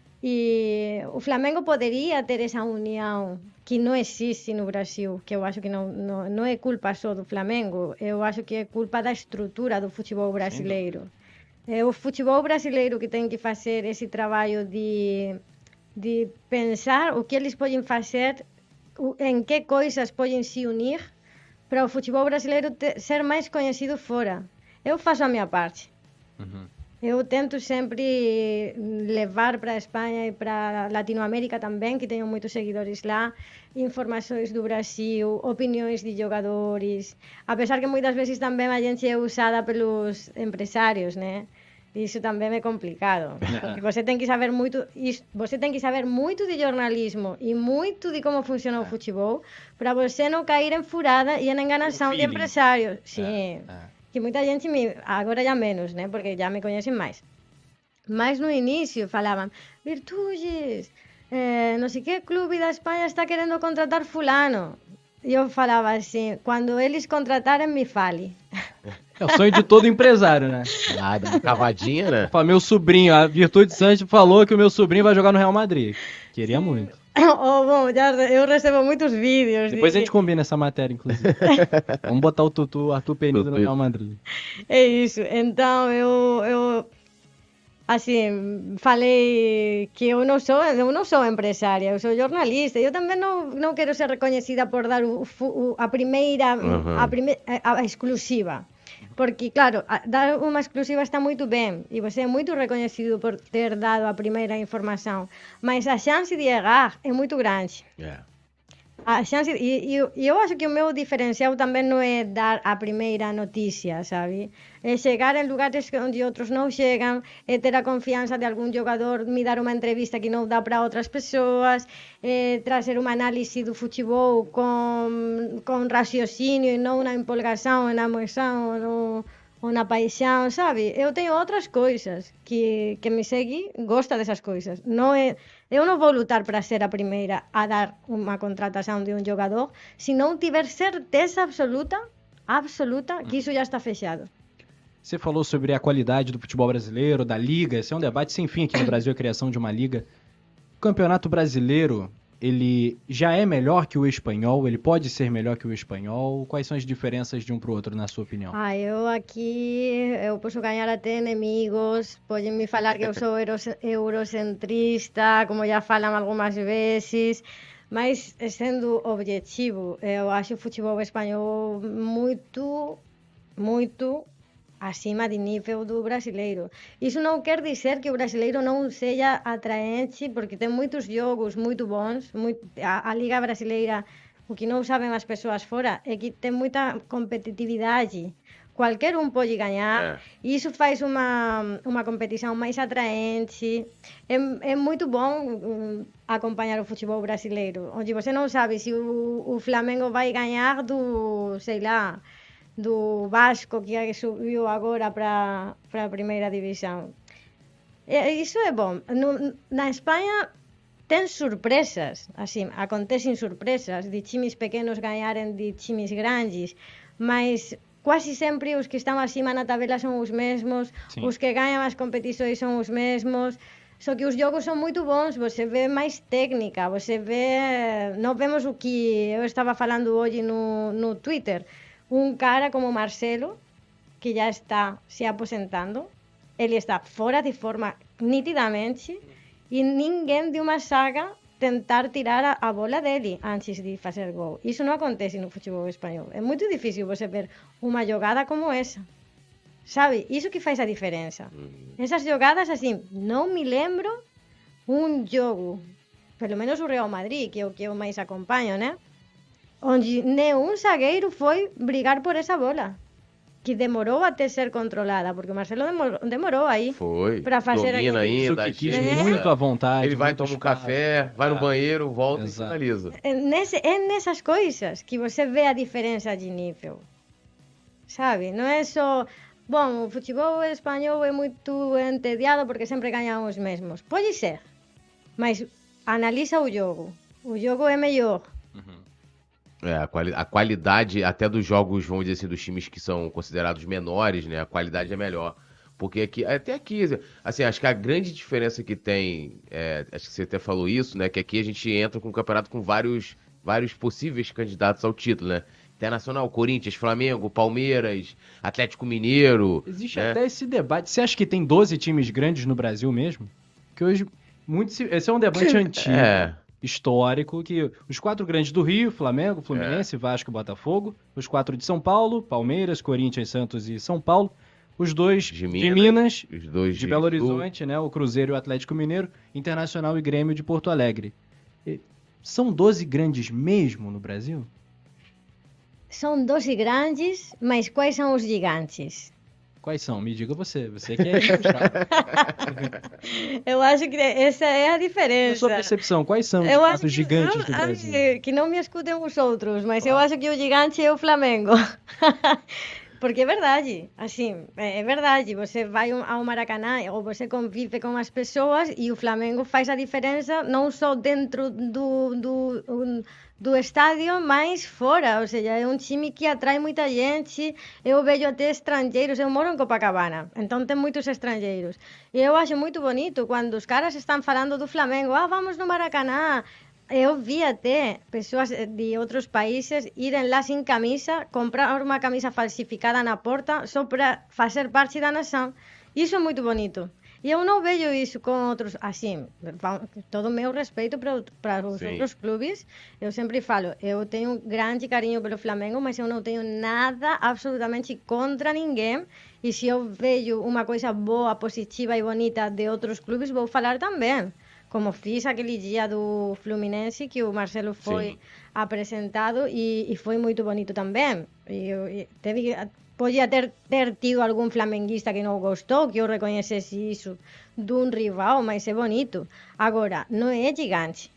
E o Flamengo poderia ter essa união que não existe no Brasil, que eu acho que não, não, não é culpa só do Flamengo, eu acho que é culpa da estrutura do futebol brasileiro. É o futebol brasileiro que tem que fazer esse trabalho de, de pensar o que eles podem fazer, em que coisas podem se unir para o futebol brasileiro ter, ser mais conhecido fora. Eu faço a minha parte. Uhum. Eu tento sempre levar para a Espanha e para a Latinoamérica também, que tenho muitos seguidores lá, informações do Brasil, opiniões de jogadores. Apesar que muitas vezes também a gente é usada pelos empresários, né? Isso também é complicado. Porque você tem que saber muito, você tem que saber muito de jornalismo e muito de como funciona o futebol para você não cair em furada e em enganação de empresários. Sim. É, é. Que muita gente, me, agora já menos, né? Porque já me conhecem mais. Mas no início falavam, Virtudes, eh, não sei que clube da Espanha está querendo contratar fulano. E eu falava assim, quando eles contratarem, me fale. É o sonho de todo empresário, né? Ah, dá uma cavadinha, né? Fala, meu sobrinho, a Virtude Santos falou que o meu sobrinho vai jogar no Real Madrid. Queria Sim. muito. Oh, bom, já, eu recebo muitos vídeos. Depois de... a gente combina essa matéria, inclusive. Vamos botar o Tutu, Arthur Penido no Real Madrid. É isso. Então, eu, eu assim, falei que eu não sou, eu não sou empresária, eu sou jornalista. Eu também não, não quero ser reconhecida por dar o, o, a primeira, uhum. a, prime, a, a exclusiva. Porque, claro, dar uma exclusiva está muito bem e você é muito reconhecido por ter dado a primeira informação, mas a chance de errar é muito grande. Yeah. A chance, e, e, e eu acho que o meu diferencial também não é dar a primeira notícia, sabe? É chegar em lugares onde outros não chegam, é ter a confiança de algum jogador, me dar uma entrevista que não dá para outras pessoas, é trazer uma análise do futebol com, com raciocínio e não na empolgação, na emoção ou, ou na paixão, sabe? Eu tenho outras coisas que, que me segue, gosta dessas coisas. Não é... Eu não vou lutar para ser a primeira a dar uma contratação de um jogador se não tiver certeza absoluta, absoluta, que isso já está fechado. Você falou sobre a qualidade do futebol brasileiro, da liga. Esse é um debate sem fim aqui no Brasil, a criação de uma liga. O Campeonato Brasileiro, ele já é melhor que o espanhol? Ele pode ser melhor que o espanhol? Quais são as diferenças de um para o outro, na sua opinião? Ah, eu aqui, eu posso ganhar até inimigos, podem me falar que eu sou eurocentrista, como já falam algumas vezes, mas sendo objetivo, eu acho o futebol espanhol muito, muito acima de nível do brasileiro. Isso não quer dizer que o brasileiro não seja atraente, porque tem muitos jogos muito bons. Muito, a, a Liga Brasileira, o que não sabem as pessoas fora, é que tem muita competitividade. Qualquer um pode ganhar. É. E isso faz uma, uma competição mais atraente. É, é muito bom um, acompanhar o futebol brasileiro, onde você não sabe se o, o Flamengo vai ganhar do, sei lá, do Vasco, que subiu agora para a primeira divisão. Isso é bom. No, na Espanha tem surpresas, assim, acontecem surpresas de times pequenos ganharem de times grandes, mas quase sempre os que estão acima na tabela são os mesmos, Sim. os que ganham as competições são os mesmos, só que os jogos são muito bons, você vê mais técnica, você vê... Não vemos o que eu estava falando hoje no, no Twitter. Um cara como Marcelo, que já está se aposentando, ele está fora de forma nitidamente e ninguém de uma saga tentar tirar a, a bola dele antes de fazer gol. Isso não acontece no futebol espanhol. É muito difícil você ver uma jogada como essa. Sabe? Isso que faz a diferença. Essas jogadas, assim, não me lembro um jogo, pelo menos o Real Madrid, que é o que eu mais acompanho, né? Onde nenhum zagueiro foi brigar por essa bola, que demorou até ser controlada, porque o Marcelo demorou, demorou aí para fazer domina aquele... ainda, Isso que quis é. muito à vontade. Ele vai tomar um café, vai no banheiro, volta Exato. E finaliza. É, nesse, é nessas coisas que você vê a diferença de nível, sabe? Não é só... Bom, o futebol espanhol é muito entediado porque sempre ganham os mesmos. Pode ser, mas analisa o jogo. O jogo é melhor. É, a, quali a qualidade até dos jogos, vamos dizer assim, dos times que são considerados menores, né? A qualidade é melhor. Porque aqui, até aqui, assim, acho que a grande diferença que tem, é, acho que você até falou isso, né? Que aqui a gente entra com um campeonato com vários, vários possíveis candidatos ao título, né? Internacional, Corinthians, Flamengo, Palmeiras, Atlético Mineiro. Existe né? até esse debate. Você acha que tem doze times grandes no Brasil mesmo? Porque hoje, muito se... esse é um debate antigo. É. Histórico, que os quatro grandes do Rio, Flamengo, Fluminense, é. Vasco, Botafogo, os quatro de São Paulo, Palmeiras, Corinthians, Santos e São Paulo, os dois de Minas, de, Minas, os dois de, de Belo Horizonte, né, o Cruzeiro e o Atlético Mineiro, Internacional e Grêmio de Porto Alegre. E são doze grandes mesmo no Brasil? São doze grandes, mas quais são os gigantes? Quais são? Me diga você, você que é Eu acho que essa é a diferença. Na sua percepção, quais são os eu quatro que, gigantes eu, do Brasil? Que não me escutem os outros, mas ah. eu acho que o gigante é o Flamengo. Porque é verdade, assim, é verdade, você vai ao Maracanã ou você convive com as pessoas e o Flamengo faz a diferença não só dentro do, do, um, do estádio, mas fora, ou seja, é um time que atrai muita gente, eu vejo até estrangeiros, eu moro em Copacabana, então tem muitos estrangeiros, e eu acho muito bonito quando os caras estão falando do Flamengo, ah, vamos no Maracanã. Eu vi até pessoas de outros países irem lá sem camisa, comprar uma camisa falsificada na porta só para fazer parte da nação. Isso é muito bonito. E eu não vejo isso com outros, assim, todo o meu respeito para, para os Sim. outros clubes. Eu sempre falo, eu tenho um grande carinho pelo Flamengo, mas eu não tenho nada absolutamente contra ninguém. E se eu vejo uma coisa boa, positiva e bonita de outros clubes, vou falar também. Como fiz aquele dia do Fluminense, que o Marcelo foi Sim. apresentado e, e foi muito bonito também. E, e teve, podia ter, ter tido algum flamenguista que não gostou, que eu reconhecesse isso de um rival, mas é bonito. Agora, não é gigante.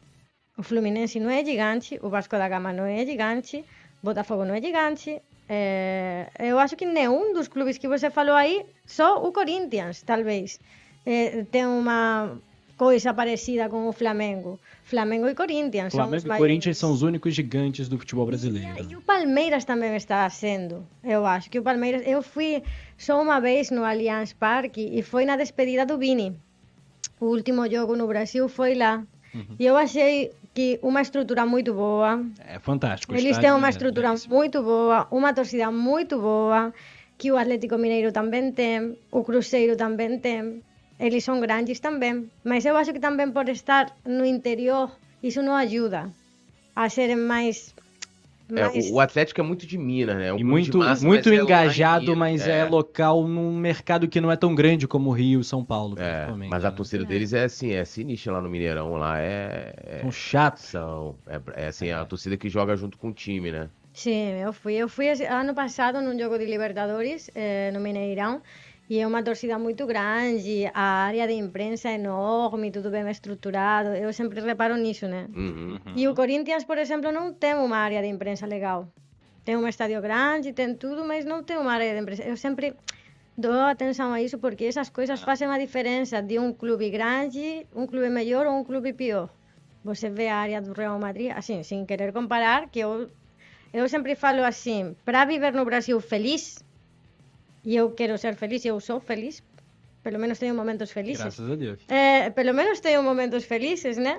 O Fluminense não é gigante, o Vasco da Gama não é gigante, Botafogo não é gigante. É, eu acho que nenhum dos clubes que você falou aí, só o Corinthians, talvez, é, tem uma coisa parecida com o Flamengo. Flamengo e Corinthians. Flamengo e Corinthians são os únicos gigantes do futebol brasileiro. E, e o Palmeiras também está sendo. Eu acho que o Palmeiras... Eu fui só uma vez no Allianz Parque e foi na despedida do Vini. O último jogo no Brasil foi lá. Uhum. E eu achei que uma estrutura muito boa. É fantástico. Eles têm uma estrutura é muito boa, uma torcida muito boa, que o Atlético Mineiro também tem, o Cruzeiro também tem. Eles são grandes também, mas eu acho que também por estar no interior, isso não ajuda a serem mais... mais... É, o Atlético é muito de Minas, né? Um e muito, massa, muito mas engajado, é mas é. é local num mercado que não é tão grande como o Rio e São Paulo. É, mas a torcida é. deles é assim, é sinistra lá no Mineirão, lá é... é são chatos. São, é, é assim, é a torcida que joga junto com o time, né? Sim, eu fui, eu fui ano passado num jogo de Libertadores, eh, no Mineirão, e é uma torcida muito grande, a área de imprensa é enorme, tudo bem estruturado, eu sempre reparo nisso, né? Uhum. E o Corinthians, por exemplo, não tem uma área de imprensa legal. Tem um estádio grande, tem tudo, mas não tem uma área de imprensa. Eu sempre dou atenção a isso porque essas coisas fazem a diferença de um clube grande, um clube melhor ou um clube pior. Você vê a área do Real Madrid, assim, sem querer comparar, que eu, eu sempre falo assim, para viver no Brasil feliz, e eu quero ser feliz, e eu sou feliz, pelo menos tenho momentos felizes. Graças a Deus. É, pelo menos tenho momentos felizes, né?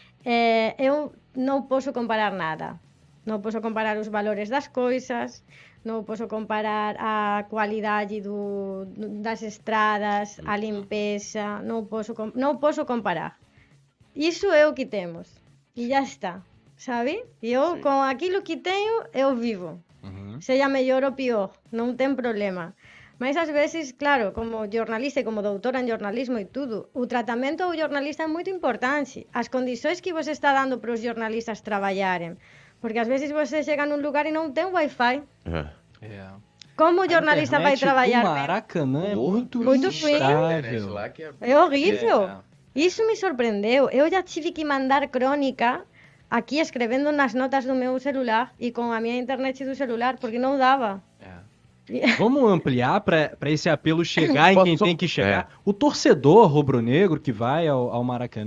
É, eu não posso comparar nada. Não posso comparar os valores das coisas, não posso comparar a qualidade do, das estradas, a limpeza, não posso, não posso comparar. Isso é o que temos, e já está, sabe? E eu, Sim. com aquilo que tenho, eu vivo. Uhum. Seja melhor ou pior, não tem problema. Mas às vezes, claro, como jornalista e como doutora em jornalismo e tudo, o tratamento ao jornalista é muito importante. As condições que você está dando para os jornalistas trabalharem. Porque às vezes você chega num lugar e não tem Wi-Fi. É. É. Como o jornalista vai trabalhar? O Maracanã é muito, muito instável. É horrível. É. Isso me surpreendeu. Eu já tive que mandar crônica aqui escrevendo nas notas do meu celular e com a minha internet do celular, porque não dava. É. Vamos ampliar para esse apelo chegar em quem tem que chegar. É. O torcedor rubro-negro que vai ao, ao Maracanã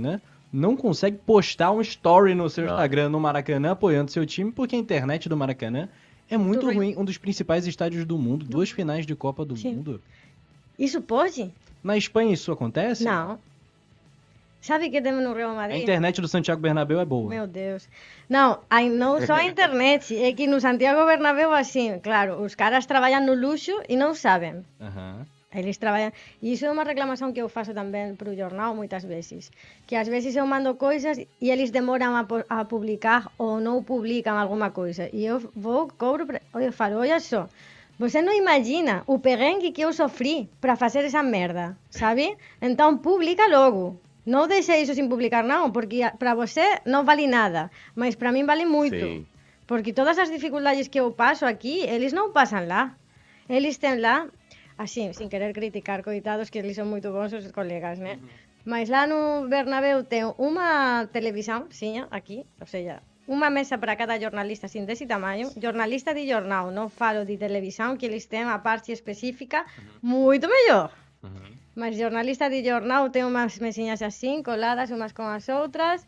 não consegue postar um story no seu Não. Instagram no Maracanã apoiando seu time, porque a internet do Maracanã é muito Tudo ruim. Um dos principais estádios do mundo, duas finais de Copa do Sim. Mundo. Isso pode? Na Espanha isso acontece? Não. Sabe que temos no Real A Madrid? internet do Santiago Bernabéu é boa. Meu Deus. Não, a, não só a internet, é que no Santiago Bernabéu, assim, claro, os caras trabalham no luxo e não sabem. Aham. Eles trabalham. E isso é uma reclamação que eu faço também para o jornal muitas vezes. Que às vezes eu mando coisas e eles demoram a, pu- a publicar ou não publicam alguma coisa. E eu vou, cobro, pra... eu falo, olha só, você não imagina o perrengue que eu sofri para fazer essa merda, sabe? Então publica logo. Não deixe isso sem publicar, não, porque para você não vale nada, mas para mim vale muito. Sim. Porque todas as dificuldades que eu passo aqui, eles não passam lá. Eles têm lá, assim, sem querer criticar, coitados, que eles são muito bons, os colegas, né? Mas lá no Bernabéu tem uma televisão, sim, aqui, ou seja, uma mesa para cada jornalista, assim, desse tamanho. Jornalista de jornal, não falo de televisão, que eles têm a parte específica muito melhor. Uhum. Mas jornalista de jornal tem umas mesinhas assim, coladas umas com as outras,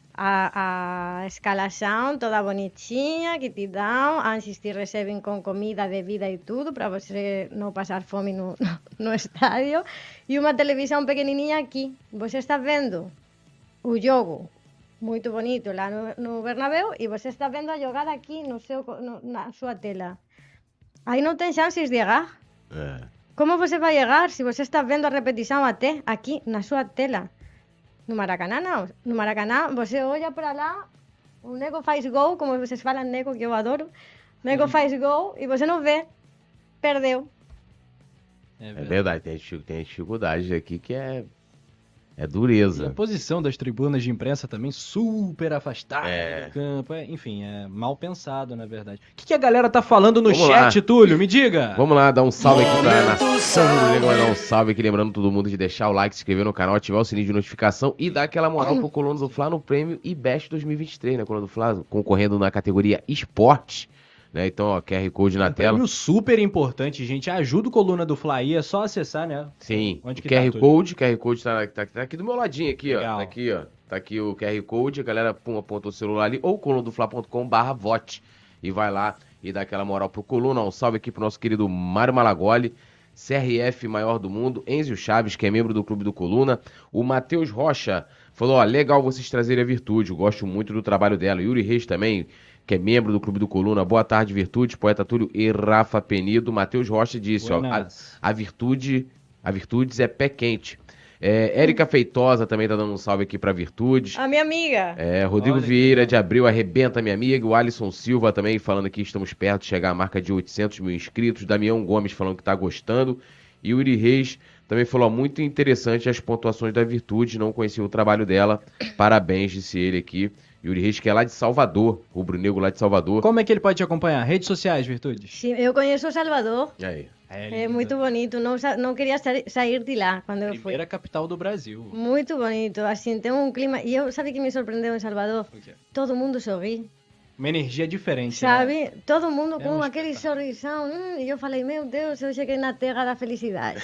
a, a escalação toda bonitinha que te dão, antes te recebem com comida, bebida e tudo, para você não passar fome no, no, no estádio, e uma televisão pequenininha aqui. Você está vendo o jogo muito bonito lá no, no Bernabéu e você está vendo a jogada aqui no seu, no, na sua tela. Aí não tem chances de errar. É. Como você vai chegar se você está vendo a repetição até aqui na sua tela? No Maracanã, não. No Maracanã, você olha para lá, o nego faz gol, como vocês falam nego, que eu adoro. O nego faz gol e você não vê. Perdeu. É É verdade. verdade, tem, dificu- tem dificuldade aqui que é, é E a dureza. posição das tribunas de imprensa também super afastada É. do campo. É, enfim, é mal pensado, na verdade. O que, que a galera tá falando no Vamos chat, lá. Túlio? Me diga! Vamos lá, dar um salve aqui pra nação rubro-negra, vai dar um salve aqui, lembrando todo mundo de deixar o like, se inscrever no canal, ativar o sininho de notificação e dar aquela moral pro Coluna do Fla no Prêmio IBEST dois mil e vinte e três, né? Coluna do Fla concorrendo na categoria Esporte, né? Então, ó, Q R Code na Um tela. prêmio super importante, gente. Ajuda o Coluna do Fla aí, é só acessar, né? Sim, Onde que Q R tá, Túlio? Code, Q R Code tá, tá, tá aqui do meu ladinho aqui, ó. Legal. Tá aqui, ó. Tá aqui o Q R Code, a galera pum, aponta o celular ali, ou colunadofla ponto com barra vote. E vai lá e dá aquela moral pro Coluna. Um salve aqui pro nosso querido Mário Malagoli, C R F maior do mundo, Enzio Chaves, que é membro do Clube do Coluna. O Matheus Rocha falou, ó, legal vocês trazerem a Virtude, eu gosto muito do trabalho dela. Yuri Reis também, que é membro do Clube do Coluna. Boa tarde, Virtude, Poeta Túlio e Rafa Penido. Matheus Rocha disse, ó, a, Buenas. a Virtude, a Virtudes é pé quente. É, Érica Feitosa também tá dando um salve aqui pra Virtudes. A minha amiga. É, Rodrigo Olha que Vieira legal. de Abril, arrebenta minha amiga. O Alisson Silva também falando que estamos perto de chegar à marca de oitocentos mil inscritos. Damião Gomes falando que tá gostando. E Yuri Reis também falou, muito interessante as pontuações da Virtude, não conhecia o trabalho dela. Parabéns, disse ele aqui. Yuri Reis, que é lá de Salvador, rubro-negro lá de Salvador. Como é que ele pode te acompanhar? Redes sociais, Virtudes? Sim, eu conheço o Salvador. E aí? É muito bonito. Não, sa- não queria sa- sair de lá quando eu fui. Primeira capital do Brasil. Muito bonito. Assim, tem um clima. E eu, sabe o que me surpreendeu em Salvador? O quê? Todo mundo sorri. Uma energia diferente, né? Sabe? Todo mundo É com um aquele espetáculo. sorrisão. Hum, e eu falei, meu Deus, eu cheguei na terra da felicidade.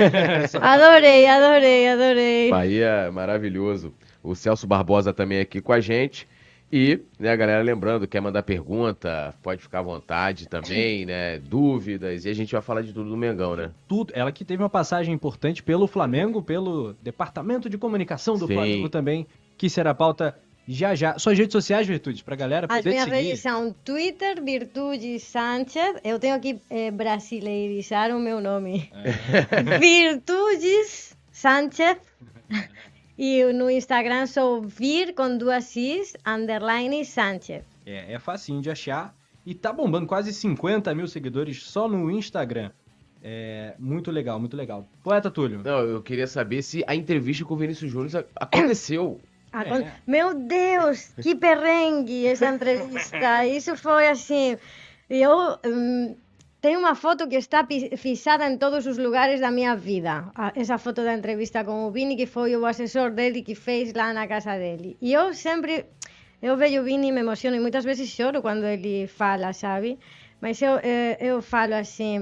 Adorei, adorei, adorei. Bahia maravilhoso. O Celso Barbosa também aqui com a gente. E, né, a galera lembrando, quer mandar pergunta, pode ficar à vontade também, né? Dúvidas. E a gente vai falar de tudo do Mengão, né? Tudo. Ela que teve uma passagem importante pelo Flamengo, pelo Departamento de Comunicação do Sim. Flamengo também, que será pauta já já. Suas redes sociais, Virtudes, pra galera As poder te minhas seguir. redes são Twitter, Virtude Sánchez. Eu tenho que eh, brasileirizar o meu nome. Virtudes Sánchez. E no Instagram sou vir com duas Cis, underline Sánchez. É, é facinho de achar. E tá bombando quase cinquenta mil seguidores só no Instagram. É muito legal, muito legal. Poeta Túlio. Não, eu queria saber se a entrevista com o Vinícius Júnior a- aconteceu. Acon- É. Meu Deus, que perrengue essa entrevista. Isso foi assim. Eu hum, tenho uma foto que está pi- fixada em todos os lugares da minha vida. A- Essa foto da entrevista com o Vini, que foi o assessor dele que fez lá na casa dele. E eu sempre, eu vejo o Vini e me emociono e muitas vezes choro quando ele fala, sabe? Mas eu, eh, eu falo assim,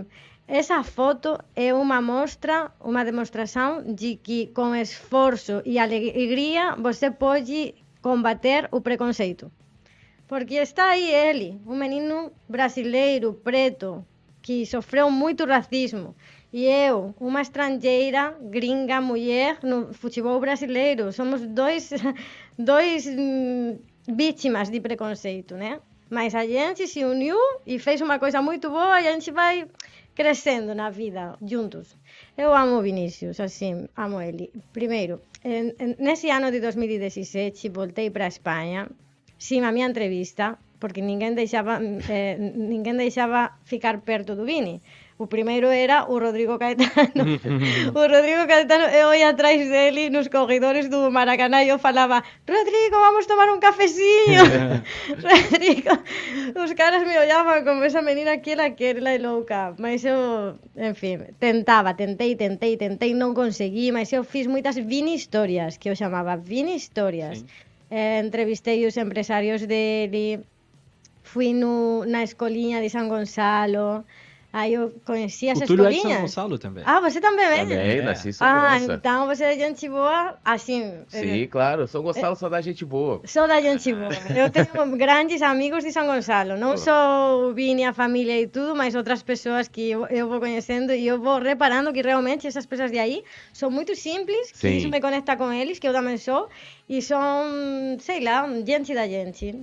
Essa foto é uma mostra, uma demonstração de que com esforço e alegria você pode combater o preconceito. Porque está aí ele, um menino brasileiro, preto, que sofreu muito racismo. E eu, uma estrangeira, gringa, mulher, no futebol brasileiro. Somos dois, dois hum, vítimas de preconceito, né? Mas a gente se uniu e fez uma coisa muito boa e a gente vai crescendo na vida juntos. Eu amo o Vinícius, assim, amo ele. Primeiro, en, en, nesse ano de dois mil e dezessete, voltei para a Espanha, sim, a minha entrevista, porque ninguém deixava, eh, ninguém deixava ficar perto do Vini. O primeiro era o Rodrigo Caetano. O Rodrigo Caetano, eu ia atrás dele nos corredores do Maracanã e eu falava: Rodrigo, vamos tomar um cafezinho. Rodrigo, os caras me olhavam como essa menina que ela quer, ela é louca. Mas eu, enfim, tentava, tentei, tentei, tentei, não consegui, mas eu fiz muitas Vini histórias, que eu chamava Vini histórias. Eh, entrevistei os empresários dele, fui no, na escolinha de São Gonçalo. Aí eu conheci as o Túlio escolinhas. é de São Gonçalo também. Ah, você também é? Também, É. nasci em São Ah, Gonçalo. então você é gente boa, assim. Sim, claro. São Gonçalo só dá gente boa. Sou da gente boa. Eu tenho grandes amigos de São Gonçalo. Não só o Vini, a família e tudo, mas outras pessoas que eu, eu vou conhecendo e eu vou reparando que realmente essas pessoas de aí são muito simples, que Sim. isso me conecta com eles, que eu também sou, e são, sei lá, gente da gente.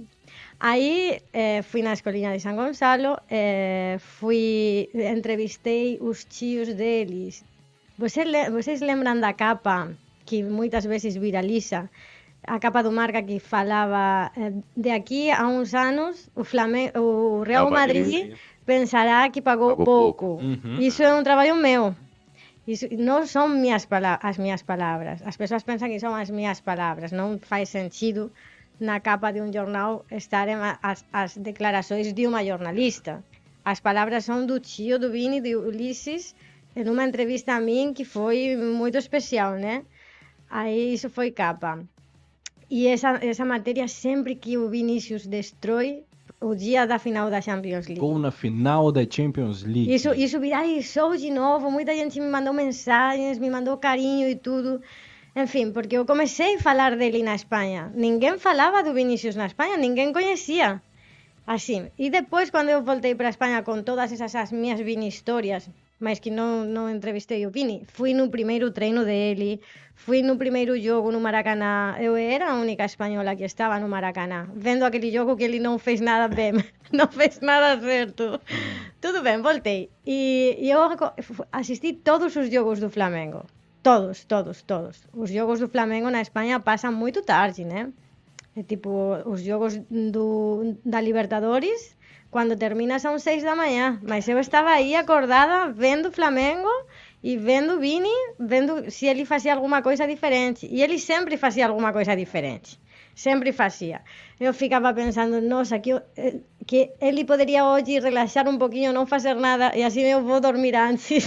Aí eh, fui na escolinha de São Gonçalo, eh, fui, entrevistei os tios deles. Você, vocês lembram da capa que muitas vezes viraliza? A capa do Marca que falava eh, de aqui a uns anos o, Flamengo, o Real Madrid. Madrid pensará que pagou, Pagou pouco. pouco. Uhum. Isso é um trabalho meu. Isso não são minhas as minhas palavras. As pessoas pensam que são as minhas palavras. Não faz sentido na capa de um jornal estarem as, as declarações de uma jornalista. As palavras são do tio do Vini, de Ulisses, em uma entrevista a mim que foi muito especial, né? Aí isso foi capa. E essa, essa matéria, sempre que o Vinícius destrói o dia da final da Champions League. Gol na final da Champions League. Isso, isso viralizou de novo, muita gente me mandou mensagens, me mandou carinho e tudo. Enfim, porque eu comecei a falar dele na Espanha. Ninguém falava do Vinícius na Espanha, ninguém conhecia. Assim. E depois, quando eu voltei para a Espanha com todas essas as minhas Vini histórias, mas que não, não entrevistei o Vini, fui no primeiro treino dele, fui no primeiro jogo no Maracanã. Eu era a única espanhola que estava no Maracanã, vendo aquele jogo que ele não fez nada bem, não fez nada certo. Tudo bem, voltei. E, e eu assisti todos os jogos do Flamengo. Todos, todos, todos. Os jogos do Flamengo na Espanha passam muito tarde, né? É tipo, os jogos do, da Libertadores, quando termina são seis da manhã. Mas eu estava aí acordada, vendo o Flamengo e vendo o Vini, vendo se ele fazia alguma coisa diferente. E ele sempre fazia alguma coisa diferente. Sempre fazia. Eu ficava pensando, nossa, que, eu, que ele poderia hoje relaxar um pouquinho, não fazer nada, e assim eu vou dormir antes.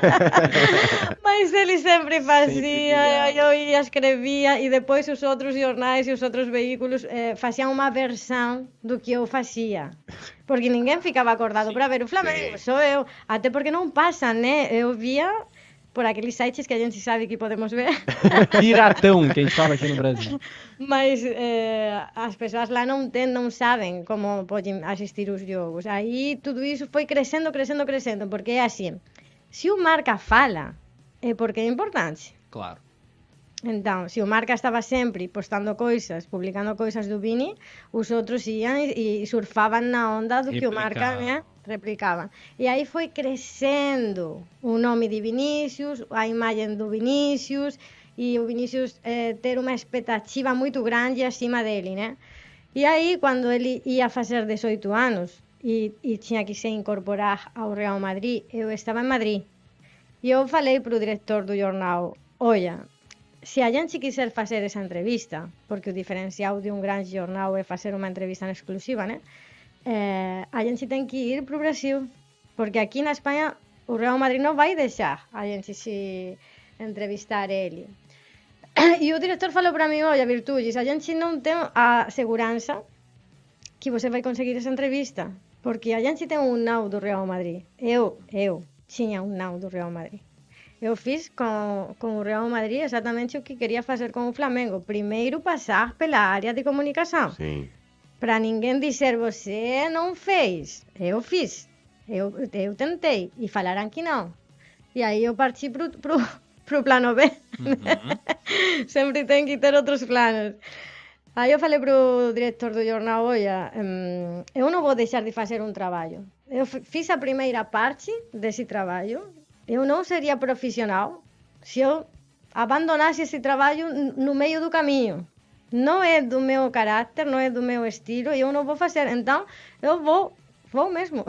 Mas ele sempre fazia, sempre eu ia, escrevia, e depois os outros jornais e os outros veículos eh, faziam uma versão do que eu fazia. Porque ninguém ficava acordado para ver o Flamengo, só eu. Até porque não passa, né? Eu via por aqueles sites que a gente sabe que podemos ver. Piratão, que a gente fala aqui no Brasil. Mas eh, as pessoas lá não, tem, não sabem como podem assistir os jogos. Aí tudo isso foi crescendo, crescendo, crescendo, porque é assim, se o Marca fala, é porque é importante. Claro. Então, se o Marca estava sempre postando coisas, publicando coisas do Vini, os outros iam e, e surfavam na onda do que o Marca, né, replicava. E aí foi crescendo o nome de Vinícius, a imagem do Vinícius, e o Vinícius eh, ter uma expectativa muito grande acima dele, né? E aí, quando ele ia fazer dezoito anos e, e tinha que se incorporar ao Real Madrid, eu estava em Madrid. E eu falei para o diretor do jornal, olha, se a gente quiser fazer essa entrevista, porque o diferencial de um grande jornal é fazer uma entrevista em exclusiva, né? É, a gente tem que ir para o Brasil, porque aqui na Espanha o Real Madrid não vai deixar a gente se entrevistar ele. E o diretor falou para mim, olha, Virtudes, a gente não tem a segurança que você vai conseguir essa entrevista, porque a gente tem um now do Real Madrid. Eu, eu, tinha um não do Real Madrid. Eu fiz com, com o Real Madrid exatamente o que queria fazer com o Flamengo. Primeiro passar pela área de comunicação. Sim. Para ninguém dizer, você não fez. Eu fiz. Eu, eu tentei. E falaram que não. E aí eu parti pro, pro, pro plano B. Uhum. Sempre tem que ter outros planos. Aí eu falei pro diretor do jornal, olha, hum, eu não vou deixar de fazer um trabalho. Eu fiz a primeira parte desse trabalho. Eu não seria profissional se eu abandonasse esse trabalho no meio do caminho. Não é do meu caráter, não é do meu estilo, e eu não vou fazer. Então, eu vou, vou mesmo.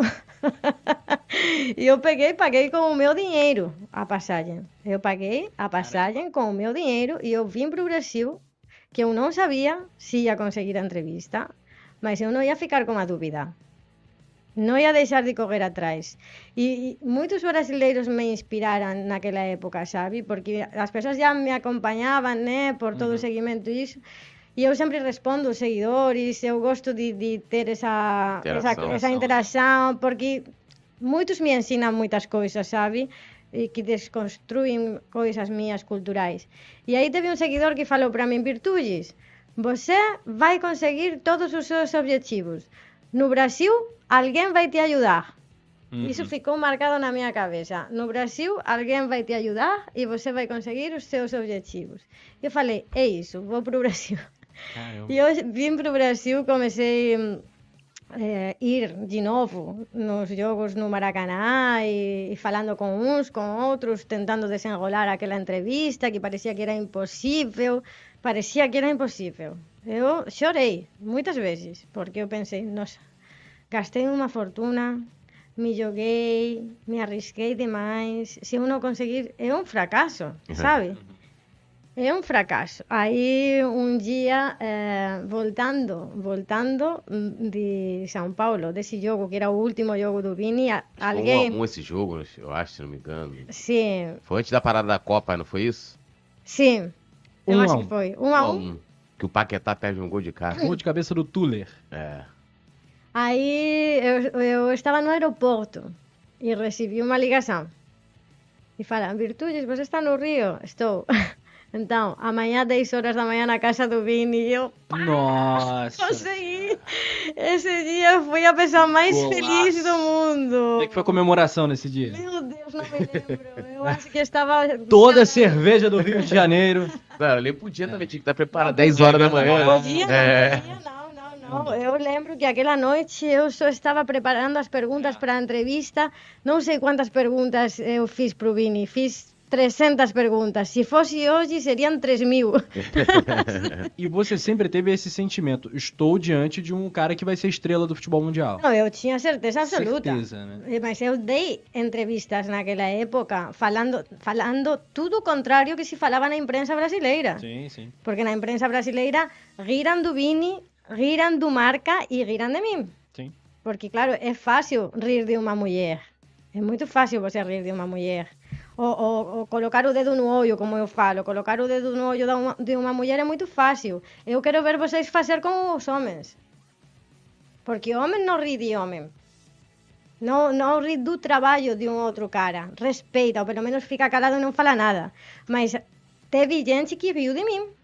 E eu peguei e paguei com o meu dinheiro a passagem. Eu paguei a passagem com o meu dinheiro e eu vim para o Brasil, que eu não sabia se ia conseguir a entrevista, mas eu não ia ficar com a dúvida. Não ia deixar de correr atrás. E, e muitos brasileiros me inspiraram naquela época, sabe? Porque as pessoas já me acompanhavam, né? Por todo uhum. o seguimento disso. E eu sempre respondo aos seguidores, eu gosto de, de ter essa interação. Essa, essa interação, porque muitos me ensinam muitas coisas, sabe? E que desconstruem coisas minhas culturais. E aí teve um seguidor que falou para mim, Virtudes, você vai conseguir todos os seus objetivos. No Brasil, alguém vai te ajudar. Uhum. Isso ficou marcado na minha cabeça. No Brasil, alguém vai te ajudar e você vai conseguir os seus objetivos. Eu falei, é isso, vou para o Brasil. Caramba. E eu vim para o Brasil, comecei a é, ir de novo nos jogos no Maracanã e, e falando com uns, com outros, tentando desenrolar aquela entrevista que parecia que era impossível. Parecia que era impossível. Eu chorei muitas vezes, porque eu pensei, nossa, gastei uma fortuna, me joguei, me arrisquei demais. Se eu não conseguir, é um fracasso, sabe? É um fracasso. Aí, um dia, eh, voltando, voltando de São Paulo, desse jogo, que era o último jogo do Vini, alguém... Um, um esse jogo, eu acho, se não me engano. Sim. Foi antes da parada da Copa, não foi isso? Sim. Eu um acho um. que foi. Um a um. um. Que o Paquetá perde um gol de cara. Gol de cabeça do Tuller. É. Aí, eu, eu estava no aeroporto e recebi uma ligação. E falaram, Virtudes, você está no Rio? Estou. Então, amanhã, dez horas da manhã, na casa do Vini, e eu... Pá, nossa! Consegui! Esse dia fui a pessoa mais Golaço. feliz do mundo. Como é que foi a comemoração nesse dia? Meu Deus, não me lembro. Eu acho que estava... Toda a cerveja do Rio de Janeiro. Não, eu nem podia também, tinha que estar preparado dez horas da manhã. Não podia, não podia, não. Não, eu lembro que aquela noite eu só estava preparando as perguntas para a entrevista. Não sei quantas perguntas eu fiz para o Vini. Fiz trezentas perguntas. Se fosse hoje, seriam três mil. E você sempre teve esse sentimento. Estou diante de um cara que vai ser estrela do futebol mundial. Não, eu tinha certeza absoluta. Certeza, né? Mas eu dei entrevistas naquela época falando, falando tudo o contrário que se falava na imprensa brasileira. Sim, sim. Porque na imprensa brasileira riram do Vini, riram do Marca e riram de mim. Sim. Porque, claro, é fácil rir de uma mulher. É muito fácil você rir de uma mulher. Ou, ou, ou colocar o dedo no olho, como eu falo. Colocar o dedo no olho de uma, de uma mulher é muito fácil. Eu quero ver vocês fazer com os homens. Porque homem não ri de homem. Não, não ri do trabalho de um outro cara. Respeita, ou pelo menos fica calado e não fala nada. Mas teve gente que riu de mim.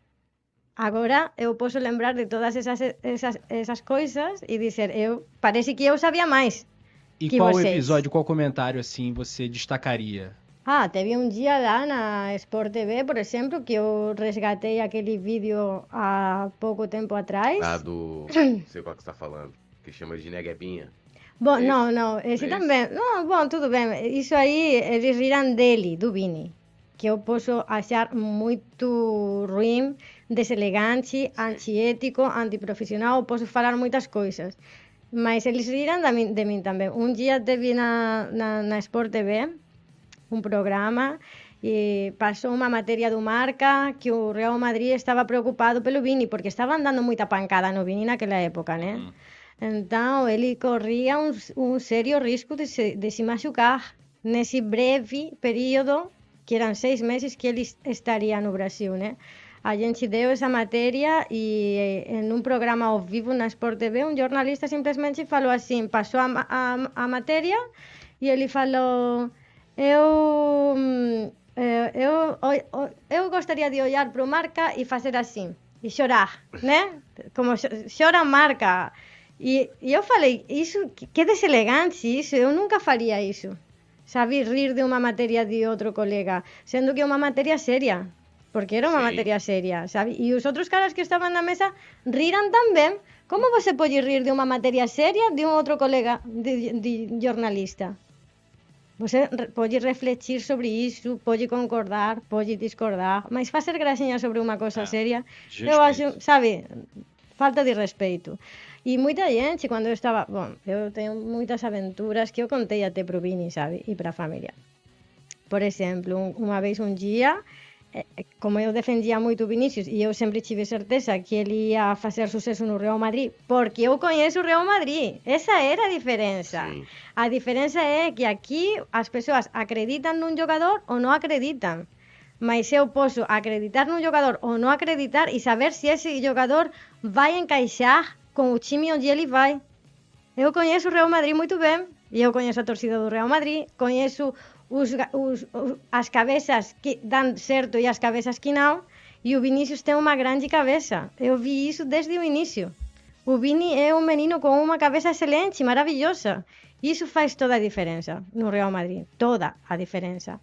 Agora eu posso lembrar de todas essas, essas, essas coisas e dizer, eu, parece que eu sabia mais. E que qual vocês. episódio, qual comentário, assim, você destacaria? Ah, teve um dia lá na Sport T V, por exemplo, que eu resgatei aquele vídeo há pouco tempo atrás. Ah, do... não sei qual que você está falando, que chama de Neguebinha. Bom, é não, não, esse é também. Não, bom, tudo bem. Isso aí, eles riram dele, do Vini, que eu posso achar muito ruim, deselegante, antiético, antiprofissional, posso falar muitas coisas. Mas eles riram de mim, de mim também. Um dia teve na, na, na Sport T V um programa e passou uma matéria do Marca que o Real Madrid estava preocupado pelo Vini, porque estavam dando muita pancada no Vini naquela época, né? Uhum. Então ele corria um, um sério risco de se, de se machucar nesse breve período, que eram seis meses que ele estaria no Brasil, né? A gente deu essa matéria e em um programa ao vivo na Sport T V, um jornalista simplesmente falou assim, passou a, a, a matéria e ele falou, eu, eh, eu, eu, eu gostaria de olhar para o Marca e fazer assim, e chorar, né? Como chora Marca. E, e eu falei, isso, que deselegante isso, eu nunca faria isso. Sabe, rir de uma matéria de outro colega, sendo que é uma matéria séria. Porque era uma Sim. matéria séria, sabe? E os outros caras que estavam na mesa riram também. Como você pode rir de uma matéria séria de um outro colega de, de jornalista? Você pode refletir sobre isso, pode concordar, pode discordar, mas fazer gracinha sobre uma coisa Ah, séria, respeito. eu acho, sabe, falta de respeito. E muita gente, quando eu estava... Bom, eu tenho muitas aventuras que eu contei até pro Vini, sabe? E para a família. Por exemplo, um, uma vez, um dia, eh, como eu defendia muito o Vinícius, e eu sempre tive certeza que ele ia fazer sucesso no Real Madrid, porque eu conheço o Real Madrid. Essa era a diferença. Sim. A diferença é que aqui as pessoas acreditam num jogador ou não acreditam. Mas eu posso acreditar num jogador ou não acreditar e saber se esse jogador vai encaixar com o time onde ele vai. Eu conheço o Real Madrid muito bem, e eu conheço a torcida do Real Madrid, conheço os, os, os, as cabeças que dão certo e as cabeças que não, e o Vinícius tem uma grande cabeça. Eu vi isso desde o início. O Vini é um menino com uma cabeça excelente, maravilhosa. Isso faz toda a diferença no Real Madrid, toda a diferença.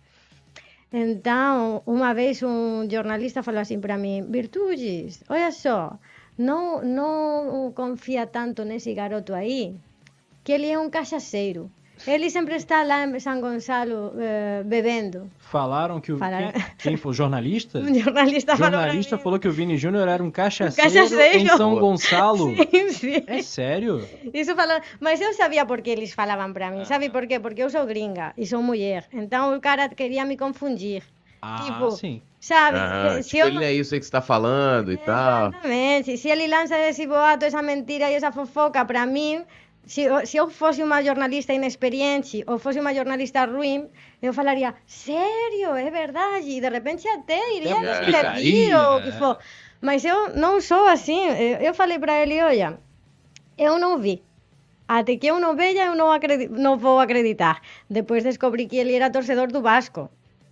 Então, uma vez um jornalista falou assim para mim, Virtudes, olha só, não, não confia tanto nesse garoto aí, que ele é um cachaceiro. Ele sempre está lá em São Gonçalo eh, bebendo. Falaram que o... Falaram. Quem, quem foi? Jornalista? Um jornalista, Jornalista falou, falou que o Vini Júnior era um cachaceiro, cachaceiro. em São Gonçalo. Sim, sim. É sério? Isso falou, mas eu sabia por que eles falavam para mim. Sabe por quê? Porque eu sou gringa e sou mulher. Então o cara queria me confundir. Ah, Tipo, sim. Sabe? Aham, Se tipo, eu ele não- não é isso aí que você tá falando e tal. Exatamente. Se ele lança esse boato, essa mentira e essa fofoca para mim, se eu, se eu fosse uma jornalista inexperiente ou fosse uma jornalista ruim, eu falaria, sério, é verdade. E de repente até iria Até me despedir explicaria, ou o que né? for. Mas eu não sou assim. Eu, eu falei para ele, olha, eu não vi. Até que eu não veja, eu não, acredi- não vou acreditar. Depois descobri que ele era torcedor do Vasco.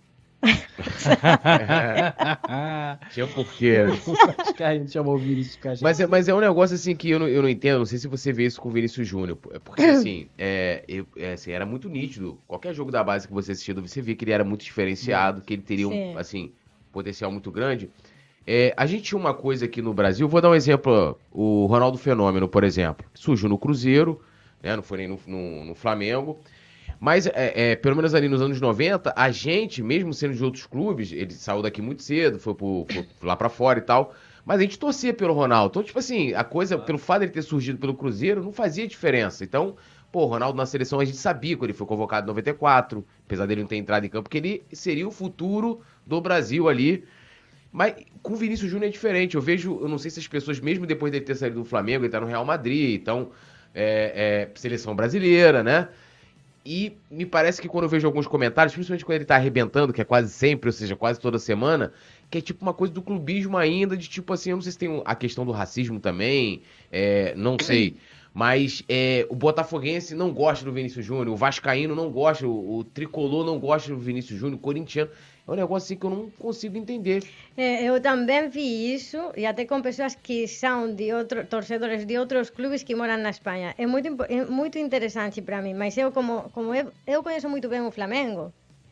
Tinha porquê. Os caras não chamam o Vinícius de cachaceiro. Mas é, mas é um negócio assim que eu não, eu não entendo, não sei se você vê isso com o Vinícius Júnior, é porque assim, é, eu- é, assim, era muito nítido, qualquer jogo da base que você assistia, você via que ele era muito diferenciado, que ele teria um, Sim. assim, potencial muito grande. É, a gente tinha uma coisa aqui no Brasil, vou dar um exemplo, o Ronaldo Fenômeno, por exemplo, que surgiu no Cruzeiro, né, não foi nem no, no, no Flamengo, mas é, é, pelo menos ali nos anos noventa, a gente, mesmo sendo de outros clubes, ele saiu daqui muito cedo, foi, pro, foi lá pra fora e tal, mas a gente torcia pelo Ronaldo. Então, tipo assim, a coisa, pelo fato dele ter surgido pelo Cruzeiro, não fazia diferença. Então, pô, o Ronaldo na seleção a gente sabia quando ele foi convocado em noventa e quatro, apesar dele não ter entrado em campo, que ele seria o futuro do Brasil ali. Mas com o Vinícius Júnior é diferente. Eu vejo, eu não sei se as pessoas, mesmo depois dele ter saído do Flamengo, ele tá no Real Madrid, então, é, é, seleção brasileira, né? E me parece que quando eu vejo alguns comentários, principalmente quando ele tá arrebentando, que é quase sempre, ou seja, quase toda semana, que é tipo uma coisa do clubismo ainda, de tipo assim, eu não sei se tem a questão do racismo também, é, não sei. Mas é, o botafoguense não gosta do Vinícius Júnior, o vascaíno não gosta, o, o tricolor não gosta do Vinícius Júnior, o corintiano. É um negócio assim que eu não consigo entender. É, eu também vi isso, e até com pessoas que são de outros torcedores de outros clubes que moram na Espanha. É muito, impo- é muito interessante para mim, mas eu, como, como eu, eu conheço muito bem o Flamengo,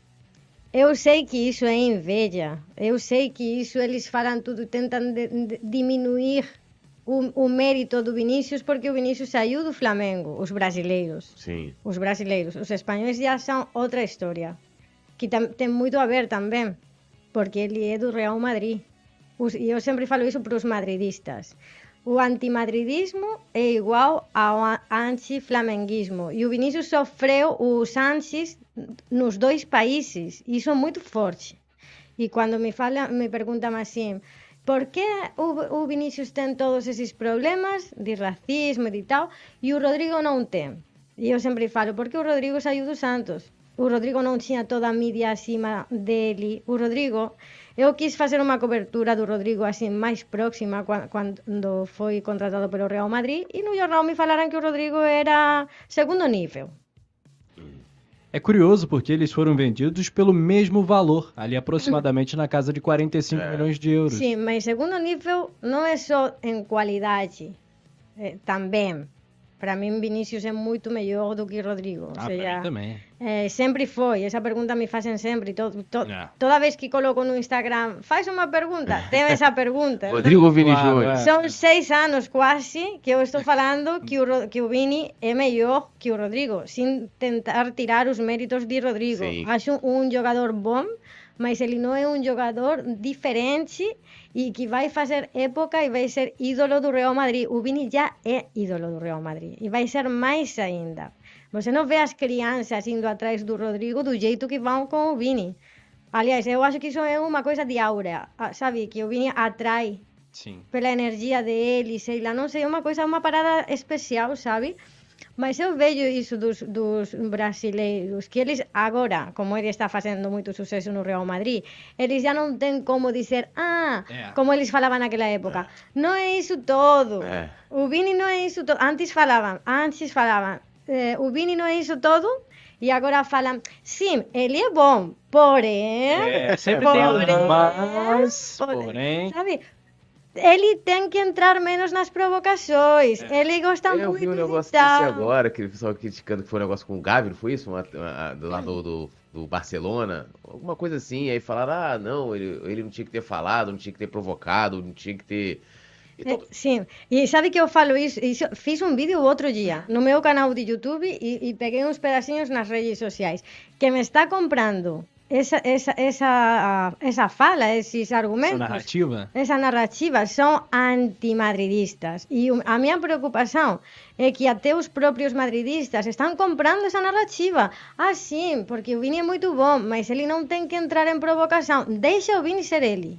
eu sei que isso é inveja, eu sei que isso eles falam tudo, tentam de- de- diminuir o, o mérito do Vinícius, porque o Vinícius saiu do Flamengo, os brasileiros. Sim. Os brasileiros. Os espanhóis já são outra história, que tam, tem muito a ver também, porque ele é do Real Madrid. Os, e eu sempre falo isso para os madridistas. O antimadridismo é igual ao a- anti-flamenguismo. E o Vinícius sofreu os ansis nos dois países. Isso é muito forte. E quando me, fala, me perguntam assim, por que o, o Vinícius tem todos esses problemas de racismo e de tal, e o Rodrigo não tem? E eu sempre falo, porque o Rodrigo saiu do Santos. O Rodrigo não tinha toda a mídia acima dele. O Rodrigo, eu quis fazer uma cobertura do Rodrigo assim mais próxima quan- quando foi contratado pelo Real Madrid, e no jornal me falaram que o Rodrigo era segundo nível. É curioso porque eles foram vendidos pelo mesmo valor, ali aproximadamente na casa de quarenta e cinco É. milhões de euros. Sim, mas segundo nível não é só em qualidade, eh, também. Para mim, Vinícius é muito melhor do que Rodrigo. Ou Ah, seja, pra mim também. eh, sempre foi. Essa pergunta me fazem sempre. To, to, É. Toda vez que coloco no Instagram, faz uma pergunta, tem essa pergunta. Rodrigo ou Vini Claro, Júnior? é. São seis anos quase que eu estou falando que o, Ro- que o Vini é melhor que o Rodrigo, sem tentar tirar os méritos de Rodrigo. Sim. Acho um jogador bom, mas ele não é um jogador diferente e que vai fazer época e vai ser ídolo do Real Madrid. O Vini já é ídolo do Real Madrid e vai ser mais ainda. Você não vê as crianças indo atrás do Rodrigo do jeito que vão com o Vini. Aliás, eu acho que isso é uma coisa de aura, ah, sabe? Que o Vini atrai Sim. pela energia dele, sei lá, não sei, é uma coisa, uma parada especial, sabe? Mas eu vejo isso dos, dos brasileiros, que eles agora, como ele está fazendo muito sucesso no Real Madrid, eles já não têm como dizer, ah, É. como eles falavam naquela época, não é isso todo. É. O Vini não é isso todo. Antes falavam, antes falavam, eh, o Vini não é isso todo, e agora falam, sim, ele é bom, porém... É, sempre tem um porém, mas, porém, porém... sabe? Ele tem que entrar menos nas provocações. Ele gosta Eu muito vi um de negócio tal. desse agora, que o pessoal criticando que foi um negócio com o Gavi, não foi isso? Uma, uma, do lado do, do Barcelona? Alguma coisa assim. Aí falaram, ah, não, ele, ele não tinha que ter falado, não tinha que ter provocado, não tinha que ter... Então, É, sim, e sabe que eu falo isso, isso? Fiz um vídeo outro dia no meu canal de YouTube e, e peguei uns pedacinhos nas redes sociais. Que me está comprando essa, essa, essa, essa fala, esses Essa argumentos. narrativa? Essa narrativa são antimadridistas. E o- a minha preocupação é que até os próprios madridistas estão comprando essa narrativa. Ah, sim, porque o Vini é muito bom, mas ele não tem que entrar em provocação. Deixa o Vini ser ele.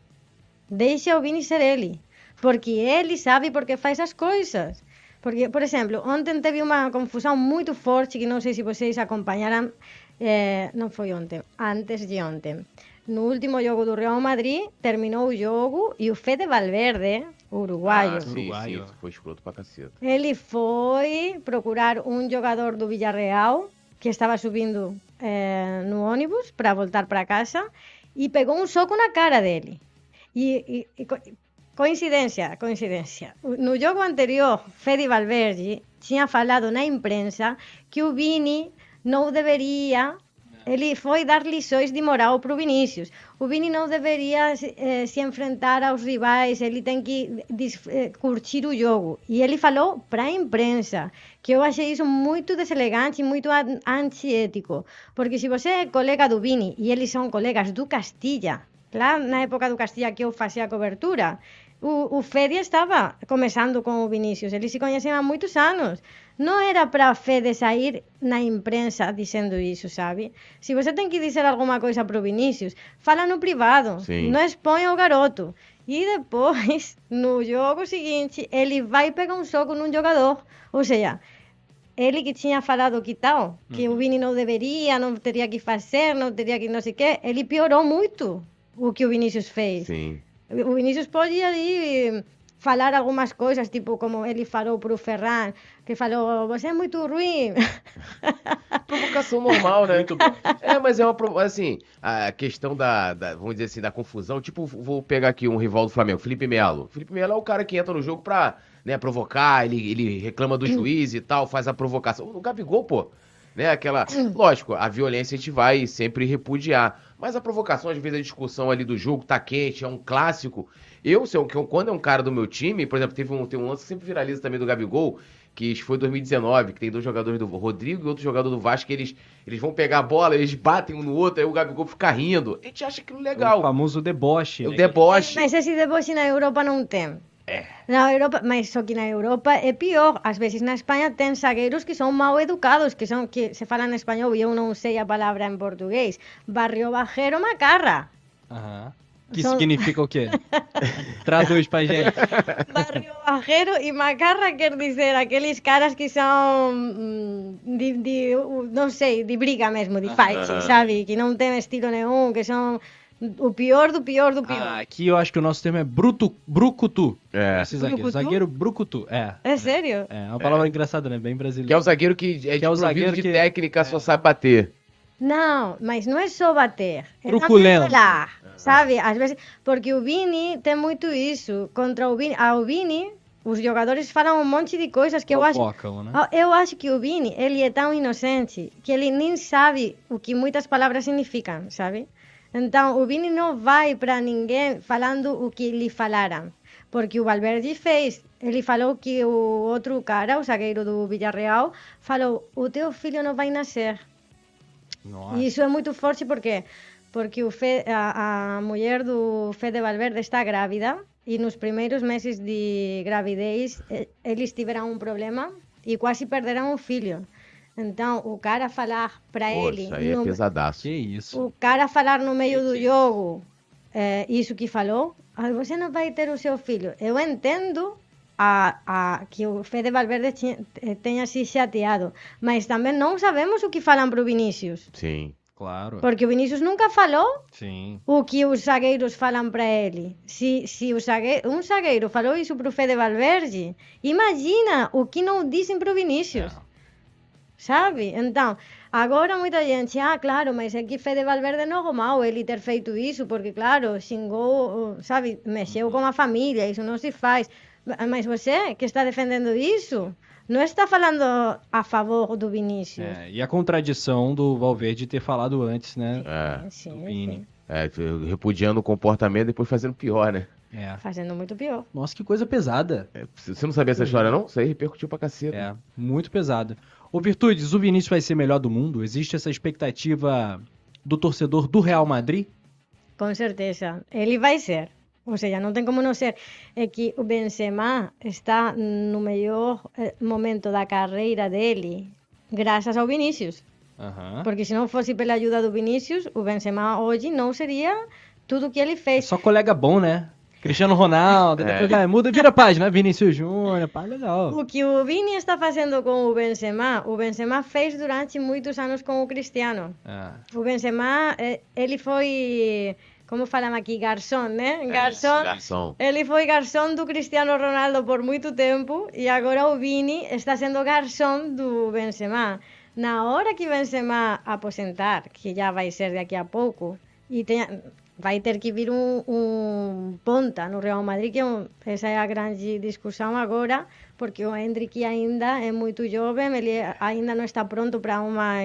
Deixa o Vini ser ele. Porque ele sabe porque faz as coisas. Porque, por exemplo, ontem teve uma confusão muito forte que não sei se vocês acompanharam. Eh, não foi ontem, antes de ontem. No último jogo do Real Madrid, terminou o jogo e o Fede Valverde, o uruguaio, ah, sim, Uruguaio. sim, foi escroto pra caceta. ele foi procurar um jogador do Villarreal que estava subindo eh, no ônibus para voltar para casa e pegou um soco na cara dele. E, e- e co- coincidência, coincidência. No jogo anterior, Fede Valverde tinha falado na imprensa que o Vini não deveria... Ele foi dar lições de moral para o Vinícius. O Vini não deveria eh, se enfrentar aos rivais, ele tem que dis- eh, curtir o jogo. E ele falou para a imprensa, que eu achei isso muito deselegante e muito an- antiético. Porque se você é colega do Vini e eles são colegas do Castilla, lá na época do Castilla que eu fazia a cobertura, o, o Fede estava começando com o Vinícius, eles se conheciam há muitos anos. Não era para Fede sair na imprensa dizendo isso, sabe? Se você tem que dizer alguma coisa para o Vinícius, fala no privado, Sim. não expõe o garoto. E depois, no jogo seguinte, ele vai pegar um soco num jogador. Ou seja, ele que tinha falado que tal, que o Vini não deveria, não teria que fazer, não teria que não sei o quê, ele piorou muito o que o Vinícius fez. Sim. O Vinícius pode ali falar algumas coisas, tipo como ele falou para o Ferran, que falou, você é muito ruim. Provocação normal, né? É, mas é uma provo- assim, a questão da, da, vamos dizer assim, da confusão, tipo, vou pegar aqui um rival do Flamengo, Felipe Melo. Felipe Melo é o cara que entra no jogo pra, né, provocar, ele, ele reclama do juiz e tal, faz a provocação. O Gabigol, pô, né, aquela... Lógico, a violência a gente vai sempre repudiar, mas a provocação, às vezes a discussão ali do jogo tá quente, é um clássico. Eu, se eu, quando é um cara do meu time, por exemplo, teve um, tem um lance que sempre viraliza também do Gabigol, que foi em dois mil e dezenove, que tem dois jogadores do Rodrigo e outro jogador do Vasco, que eles, eles vão pegar a bola, eles batem um no outro, aí o Gabigol fica rindo. A gente acha aquilo O legal. famoso deboche. O né? deboche. Mas esse deboche na Europa não tem. Na Europa, mas só que na Europa é pior. Às vezes na Espanha tem zagueiros que são mal educados, que são que se falam em espanhol e eu não sei a palavra em português. Barrio bajero macarra. Aham. Que São- significa o quê? Traduz pra gente. Barrio bajero e macarra quer dizer aqueles caras que são hum, de, de, não sei, de briga mesmo, de fight, sabe? Que não tem estilo nenhum, que são O pior do pior do pior. Ah, aqui eu acho que o nosso termo é bruto, brucutu. É. Esse zagueiro. Brucutu? Zagueiro brucutu. É. É sério? É uma palavra engraçada, né? Bem brasileira. Que é o zagueiro que é, Que é o desprovido zagueiro de que- técnica, só sabe bater. Não, mas não é só bater. É Truculento. também falar, sabe? Às vezes, porque o Vini tem muito isso. Contra o Vini, ao Vini, os jogadores falam um monte de coisas que eu acho... Provocam, né? Ah, Eu acho que o Vini, ele é tão inocente que ele nem sabe o que muitas palavras significam, sabe? Então, o Vini não vai para ninguém falando o que lhe falaram. Porque o Valverde fez. Ele falou que o outro cara, o zagueiro do Villarreal, falou: o teu filho não vai nascer. Nossa. E isso é muito forte porque porque o Fe, a, a mulher do Fede Valverde está grávida e nos primeiros meses de gravidez eh, eles tiveram um problema e quase perderam o filho. Então, o cara falar para Pô, ele... isso aí é no- pesadaço. Que isso. o cara falar no meio do jogo é, isso que falou, "Ah, você não vai ter o seu filho." Eu entendo a, a, que o Fede Valverde tinha- tenha se chateado, mas também não sabemos o que falam para o Vinícius. Sim. Claro. Porque o Vinícius nunca falou Sim. o que os zagueiros falam para ele. Se, se o zague, um zagueiro falou isso para o Fede Valverde, imagina o que não dizem para o Vinícius. É. Sabe? Então, agora muita gente, ah, claro, mas é que Fede Valverde não é normal ele ter feito isso, porque, claro, xingou, sabe, mexeu com a família, isso não se faz. Mas você, que está defendendo isso, não está falando a favor do Vinícius. É, e a contradição do Valverde ter falado antes, né? É, Sim, do Vini. sim. é, repudiando o comportamento e depois fazendo pior, né? É. Fazendo muito pior. Nossa, que coisa pesada. É, você não sabia essa história, não? Isso aí repercutiu pra caceta. É, muito pesada. Ô, Virtudes, o Vinícius vai ser melhor do mundo? Existe essa expectativa do torcedor do Real Madrid? Com certeza. Ele vai ser. Ou seja, não tem como não ser. É que o Benzema está no melhor eh, momento da carreira dele graças ao Vinícius. Aham. Porque se não fosse pela ajuda do Vinícius, o Benzema hoje não seria tudo o que ele É fez. só colega bom, né? Cristiano Ronaldo, É. depois vai, muda, vira a página. Vinícius Júnior, pá, legal. O que o Vini está fazendo com o Benzema, o Benzema fez durante muitos anos com o Cristiano. É. O Benzema, eh, ele foi, como falam aqui, garçom, né? Garçom. Garçom. Ele foi garçom do Cristiano Ronaldo por muito tempo e agora o Vini está sendo garçom do Benzema. Na hora que Benzema aposentar, que já vai ser daqui a pouco, e tenha, vai ter que vir um, um ponta no Real Madrid, que é um, essa é a grande discussão agora, porque o Endrick ainda é muito jovem, ele ainda não está pronto para uma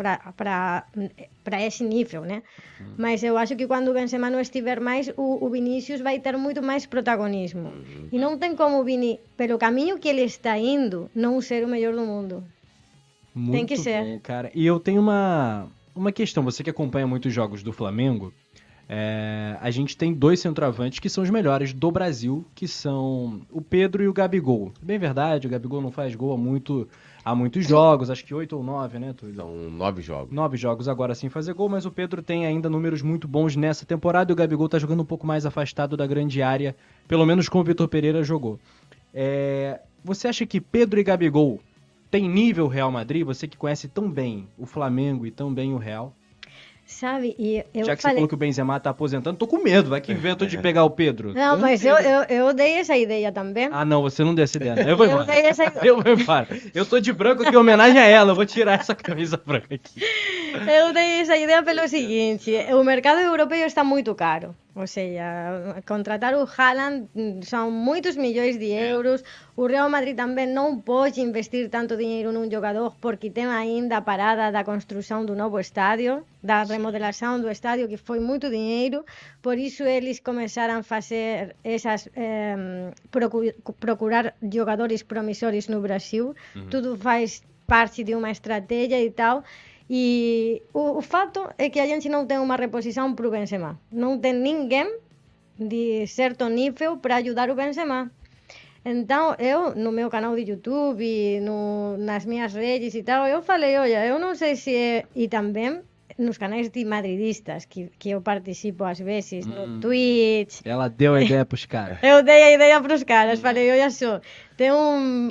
para esse nível, né? Uhum. Mas eu acho que quando o Benzema não estiver mais, o, o Vinícius vai ter muito mais protagonismo. Uhum. E não tem como o Vini, pelo caminho que ele está indo, não ser o melhor do mundo. Muito Tem que ser. bom, cara. E eu tenho uma, uma questão. Você que acompanha muitos jogos do Flamengo, é, a gente tem dois centroavantes que são os melhores do Brasil, que são o Pedro e o Gabigol. Bem verdade, o Gabigol não faz gol há, muito, há muitos jogos, acho que oito ou nove, né, Túlio? São nove jogos. Nove jogos agora sem fazer gol, mas o Pedro tem ainda números muito bons nessa temporada e o Gabigol tá jogando um pouco mais afastado da grande área, pelo menos com o Vitor Pereira jogou. É, você acha que Pedro e Gabigol tem nível Real Madrid? Você que conhece tão bem o Flamengo e tão bem o Real. Sabe? E eu Já que falei... você falou que o Benzema tá aposentando, tô com medo, vai que invento de pegar o Pedro. Não, mas eu, eu, eu dei essa ideia também. Ah, não, você não deu essa ideia. Eu vou Eu embora. dei essa ideia. Eu vou embora. Eu tô de branco aqui em homenagem a ela, eu vou tirar essa camisa branca aqui. Eu dei essa ideia pelo seguinte, o mercado europeu está muito caro, ou seja, contratar o Haaland são muitos milhões de euros, o Real Madrid também não pode investir tanto dinheiro num jogador porque tem ainda a parada da construção do novo estádio, da remodelação do estádio, que foi muito dinheiro, por isso eles começaram a fazer essas, eh, procu- procurar jogadores promissores no Brasil, tudo faz parte de uma estratégia e tal. E o, o fato é que a gente não tem uma reposição para o Benzema. Não tem ninguém de certo nível para ajudar o Benzema. Então, eu, no meu canal de YouTube, no, nas minhas redes e tal, eu falei, olha, eu não sei se é... E também, nos canais de madridistas, que, que eu participo às vezes, Hum. no Twitch. Ela deu a ideia pros caras. Eu dei a ideia para os caras, falei, olha só, tem um,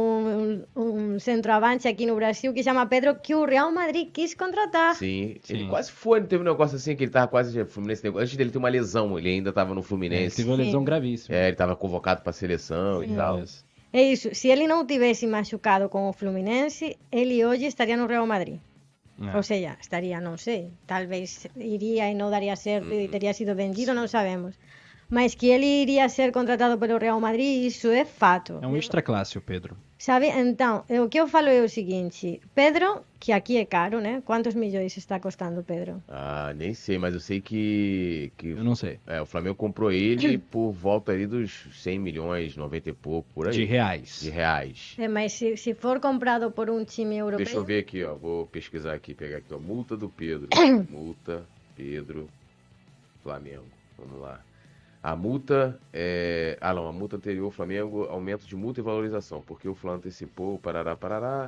um, um centroavante aqui no Brasil que chama Pedro, que o Real Madrid quis contratar. Sim, Sim. ele quase foi, não teve um negócio assim que ele tava quase Fluminense. Antes dele ter uma lesão, ele ainda tava no É, Fluminense. teve uma lesão Sim. gravíssima. É, ele tava convocado pra seleção e tal. Isso. É isso, se ele não tivesse machucado com o Fluminense, ele hoje estaria no Real Madrid. É. Ou seja, estaria, não sei, talvez iria e não daria certo e teria sido vendido, não sabemos. Mas que ele iria ser contratado pelo Real Madrid, isso é fato. É um extra classe, o Pedro. Sabe? Então, o que eu falo é o seguinte, Pedro, que aqui é caro, né? Quantos milhões está custando Pedro? Ah, nem sei, mas eu sei que, que Eu não sei. é, o Flamengo comprou ele por volta ali dos cem milhões, noventa e pouco, por aí. De reais. De reais. É, mas se, se for comprado por um time europeu... Deixa eu ver aqui, ó. Vou pesquisar aqui, pegar aqui, ó. Multa do Pedro. Multa, Pedro, Flamengo. Vamos lá. A multa é. Ah, não. A multa anterior, Flamengo, aumento de multa e valorização. Porque o Flamengo antecipou, parará, parará.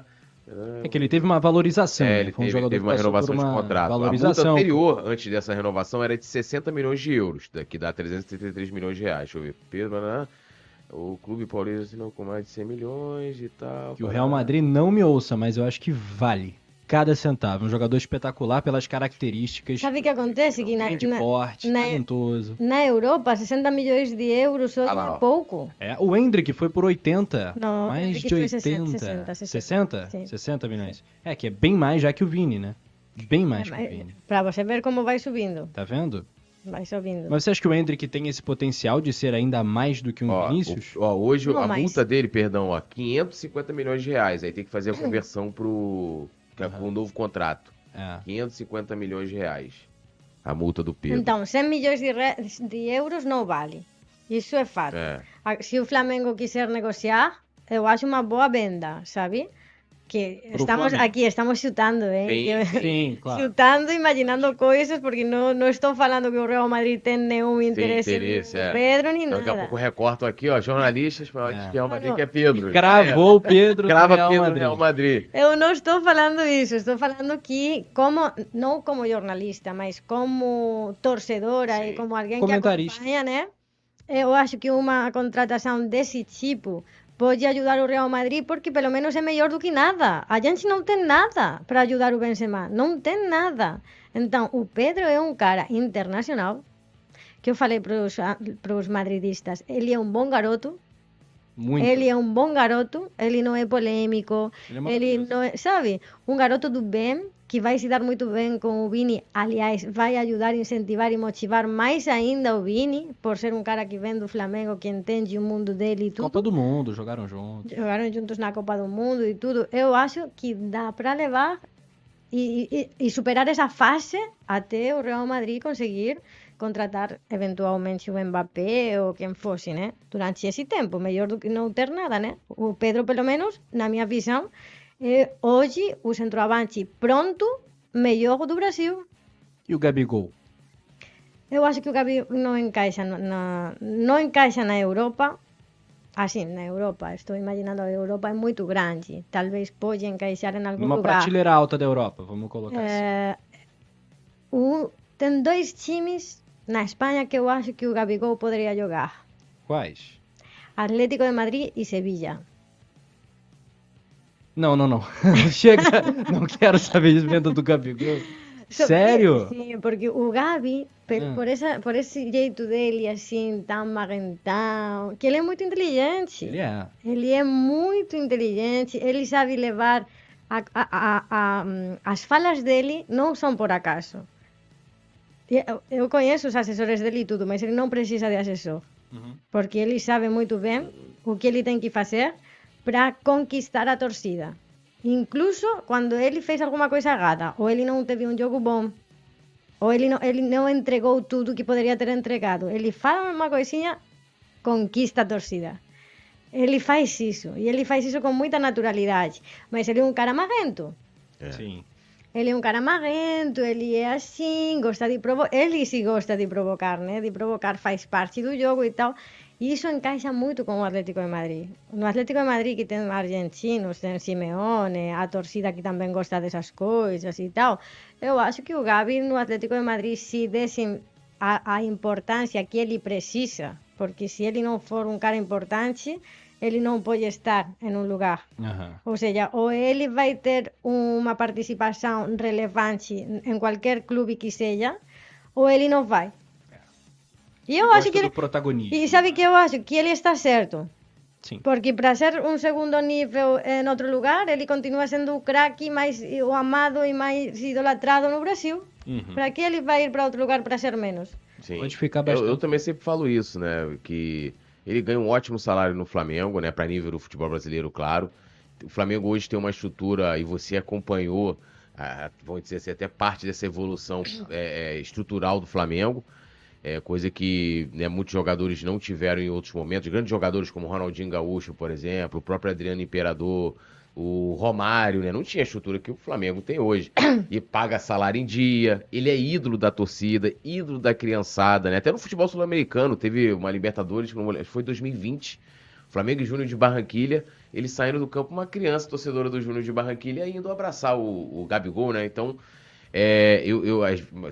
É que ele teve uma valorização. É, né? ele Foi um teve, jogador teve que uma passou por renovação de uma contrato. A multa Valorização. anterior, antes dessa renovação, era de sessenta milhões de euros, que dá trezentos e trinta e três milhões de reais. Deixa eu ver. Pedro, né? O Clube Paulista assinou com mais de cem milhões e tal. Que o Real Madrid não me ouça, mas eu acho que vale cada centavo. Um jogador espetacular pelas características. Sabe o que acontece? Que na, Grande na, porte, na- talentoso. na Europa, sessenta milhões de euros hoje Ah lá, ó. é pouco. É, o Endrick foi por oitenta. Não, o mais Endrick de foi oitenta. sessenta, sessenta. sessenta? Sim. sessenta milhões. É, que é bem mais já que o Vini, né? Bem mais que o Mas, Vini. para você ver como vai subindo. Tá vendo? Vai subindo. Mas você acha que o Endrick tem esse potencial de ser ainda mais do que um Ó, Vinícius? o- ó, hoje Não, a mas- multa dele, perdão, ó, quinhentos e cinquenta milhões de reais. Aí tem que fazer a conversão pro, que é pro novo contrato. É. quinhentos e cinquenta milhões de reais. A multa do Pedro. Então, cem milhões de, re- de euros não vale. Isso é fato. É. A- Se o Flamengo quiser negociar, eu acho uma boa venda, sabe? Que Pro estamos Flamengo. aqui, estamos chutando, hein? Sim, Que- Sim, claro. Chutando, imaginando coisas, porque não, não estou falando que o Real Madrid tem nenhum interesse, interesse, em é. Pedro nem Então, daqui a nada. pouco eu recorto aqui, ó, jornalistas, para É. é. Real Madrid Não, que é Pedro. Cravou o Pedro É. Crava no Real Pedro no Madrid. Real Madrid. Eu não estou falando isso, estou falando que, como, não como jornalista, mas como torcedora Sim. e como alguém que Comentarista. acompanha, né? Eu acho que uma contratação desse tipo pode ajudar o Real Madrid porque pelo menos é melhor do que nada. A gente não tem nada para ajudar o Benzema, não tem nada. Então, o Pedro é um cara internacional, que eu falei para os madridistas, ele é um bom garoto, Muito. ele é um bom garoto, ele não é polêmico, Ele é ele maravilhoso. não é, sabe, um garoto do bem, que vai se dar muito bem com o Vini, aliás, vai ajudar, incentivar e motivar mais ainda o Vini, por ser um cara que vem do Flamengo, que entende o mundo dele e tudo. Copa do Mundo, jogaram juntos. Jogaram juntos na Copa do Mundo e tudo. Eu acho que dá para levar e, e, e superar essa fase até o Real Madrid conseguir contratar eventualmente o Mbappé ou quem fosse, né? Durante esse tempo, melhor do que não ter nada, né? O Pedro, pelo menos, na minha visão, é hoje o centroavante pronto, melhor do Brasil. E o Gabigol? Eu acho que o Gabi não encaixa na, na- não encaixa na Europa. Assim, na Europa, estou imaginando a Europa é muito grande. Talvez pode encaixar em algum Numa lugar. prateleira alta da Europa, vamos colocar assim. É, o- tem dois times na Espanha que eu acho que o Gabigol poderia jogar. Quais? Atlético de Madrid e Sevilla. Não, não, não. Chega. Não quero saber de venda do Gabigol. Só- Sério? Sim, porque o Gabi, pe- Ah. por, essa, por esse jeito dele, assim, tão marrentão, que ele é muito inteligente. Ele é. Ele é muito inteligente, ele sabe levar. A, a, a, a, hum, as falas dele não são por acaso. E Eu, eu conheço os assessores dele e tudo, mas ele não precisa de assessor. Uhum. Porque ele sabe muito bem o que ele tem que fazer para conquistar a torcida. Incluso quando ele fez alguma coisa errada, ou ele não teve um jogo bom, ou ele não, ele não entregou tudo que poderia ter entregado. Ele fala uma coisinha, conquista a torcida. Ele faz isso, e ele faz isso com muita naturalidade. Mas ele é um cara marrento. É. Sim. ele é um cara marrento, ele é assim, gosta de provocar, ele se gosta de provocar, né? De provocar faz parte do jogo e tal. E isso encaixa muito com o Atlético de Madrid. No Atlético de Madrid, que tem argentinos, tem Simeone, a torcida que também gosta dessas coisas e tal, eu acho que o Gavi no Atlético de Madrid se desse a, a importância que ele precisa, porque se ele não for um cara importante, ele não pode estar em um lugar. Uhum. Ou seja, ou ele vai ter uma participação relevante em qualquer clube que seja, ou ele não vai. E eu Gosta acho que do ele... protagonismo. E sabe que eu acho que ele está certo. Sim. Porque para ser um segundo nível em outro lugar, ele continua sendo o craque mais o amado e mais idolatrado no Brasil. Uhum. Para que ele vai ir para outro lugar para ser menos? Sim. Pode ficar Eu, bastante. eu também sempre falo isso, né? Que ele ganha um ótimo salário no Flamengo, né? Para nível do futebol brasileiro, claro. O Flamengo hoje tem uma estrutura, e você acompanhou, ah, vamos dizer assim, até parte dessa evolução é, é, estrutural do Flamengo. É, coisa que, né, muitos jogadores não tiveram em outros momentos. Grandes jogadores como Ronaldinho Gaúcho, por exemplo, o próprio Adriano Imperador, o Romário, né, não tinha a estrutura que o Flamengo tem hoje. E paga salário em dia, ele é ídolo da torcida, ídolo da criançada, né? Até no futebol sul-americano teve uma Libertadores, foi em dois mil e vinte, Flamengo e Júnior de Barranquilha, eles saíram do campo, uma criança torcedora do Júnior de Barranquilha indo abraçar o, o Gabigol, né? Então... É, eu, eu,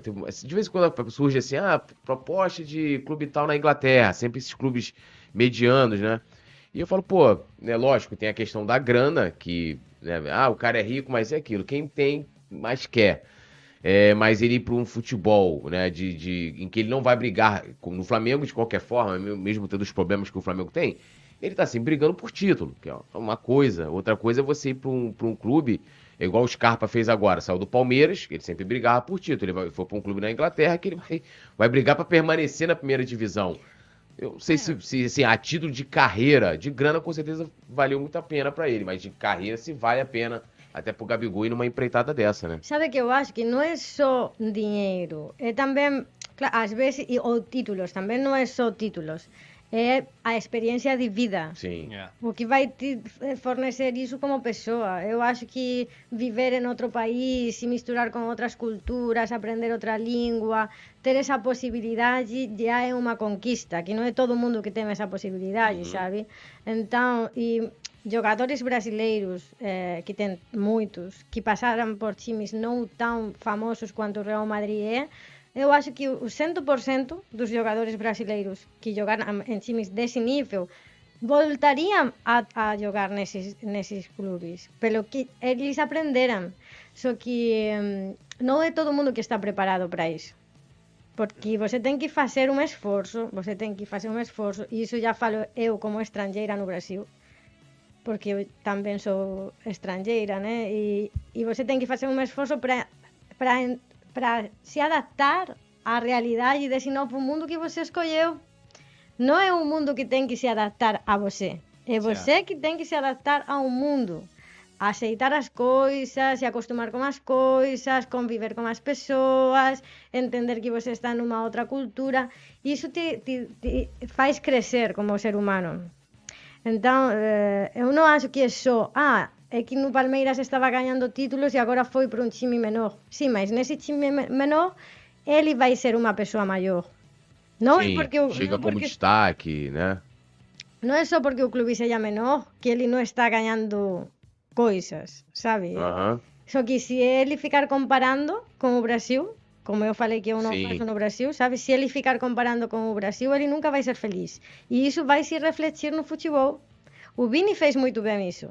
de vez em quando surge assim, ah, proposta de clube tal na Inglaterra, sempre esses clubes medianos, né? E eu falo, pô, né, lógico, tem a questão da grana, que, né, ah, o cara é rico, mas é aquilo, quem tem, mais quer. É, mas ele ir para um futebol, né, de, de, em que ele não vai brigar, no Flamengo, de qualquer forma, mesmo tendo os problemas que o Flamengo tem, ele tá sempre brigando por título, que é uma coisa. Outra coisa é você ir para um, para um clube... É igual o Scarpa fez agora, saiu do Palmeiras, que ele sempre brigava por título. Ele vai, foi para um clube na Inglaterra que ele vai, vai brigar para permanecer na primeira divisão. Eu não sei é. se, se assim, a título de carreira, de grana com certeza valeu muito a pena para ele, mas de carreira se vale a pena até pro Gabigol ir numa empreitada dessa, né? Sabe que eu acho que não é só dinheiro, é também, claro, às vezes, ou títulos, também não é só títulos. É a experiência de vida. Sim. Yeah. O que vai te fornecer isso como pessoa. Eu acho que viver em outro país, se misturar com outras culturas, aprender outra língua, ter essa possibilidade já é uma conquista, que não é todo mundo que tem essa possibilidade, uhum. sabe? Então, e jogadores brasileiros, eh, que tem muitos, que passaram por times não tão famosos quanto o Real Madrid é, eu acho que o cem por cento dos jogadores brasileiros que jogaram em times desse nível voltariam a, a jogar nesses, nesses clubes, pelo que eles aprenderam. Só que hum, não é todo mundo que está preparado para isso. Porque você tem que fazer um esforço, você tem que fazer um esforço, e isso já falo eu como estrangeira no Brasil, porque eu também sou estrangeira, né? E, e você tem que fazer um esforço para para para se adaptar à realidade desse novo mundo que você escolheu. Não é um mundo que tem que se adaptar a você. É você certo. Que tem que se adaptar ao mundo. Aceitar as coisas, se acostumar com as coisas, conviver com as pessoas, entender que você está numa outra cultura. Isso te, te, te faz crescer como ser humano. Então, eh, eu não acho que é só... Ah, é que no Palmeiras estava ganhando títulos e agora foi para um time menor. Sim, mas nesse time menor ele vai ser uma pessoa maior. Não Sim, é porque o, chega não como porque, destaque, né? Não é só porque o clube seja menor que ele não está ganhando coisas, sabe? Uhum. Só que se ele ficar comparando com o Brasil, como eu falei que eu não Sim. faço no Brasil, sabe? Se ele ficar comparando com o Brasil, ele nunca vai ser feliz. E isso vai se refletir no futebol. O Vini fez muito bem isso.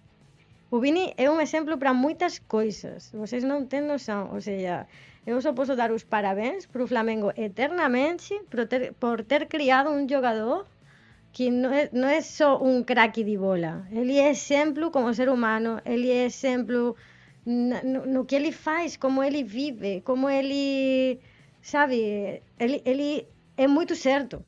O Vini é um exemplo para muitas coisas. Vocês não têm noção. Ou seja, eu só posso dar os parabéns para o Flamengo eternamente por ter, por ter criado um jogador que não é, não é só um craque de bola. Ele é exemplo como ser humano. Ele é exemplo no, no que ele faz, como ele vive, como ele... Sabe? Ele, ele é muito certo.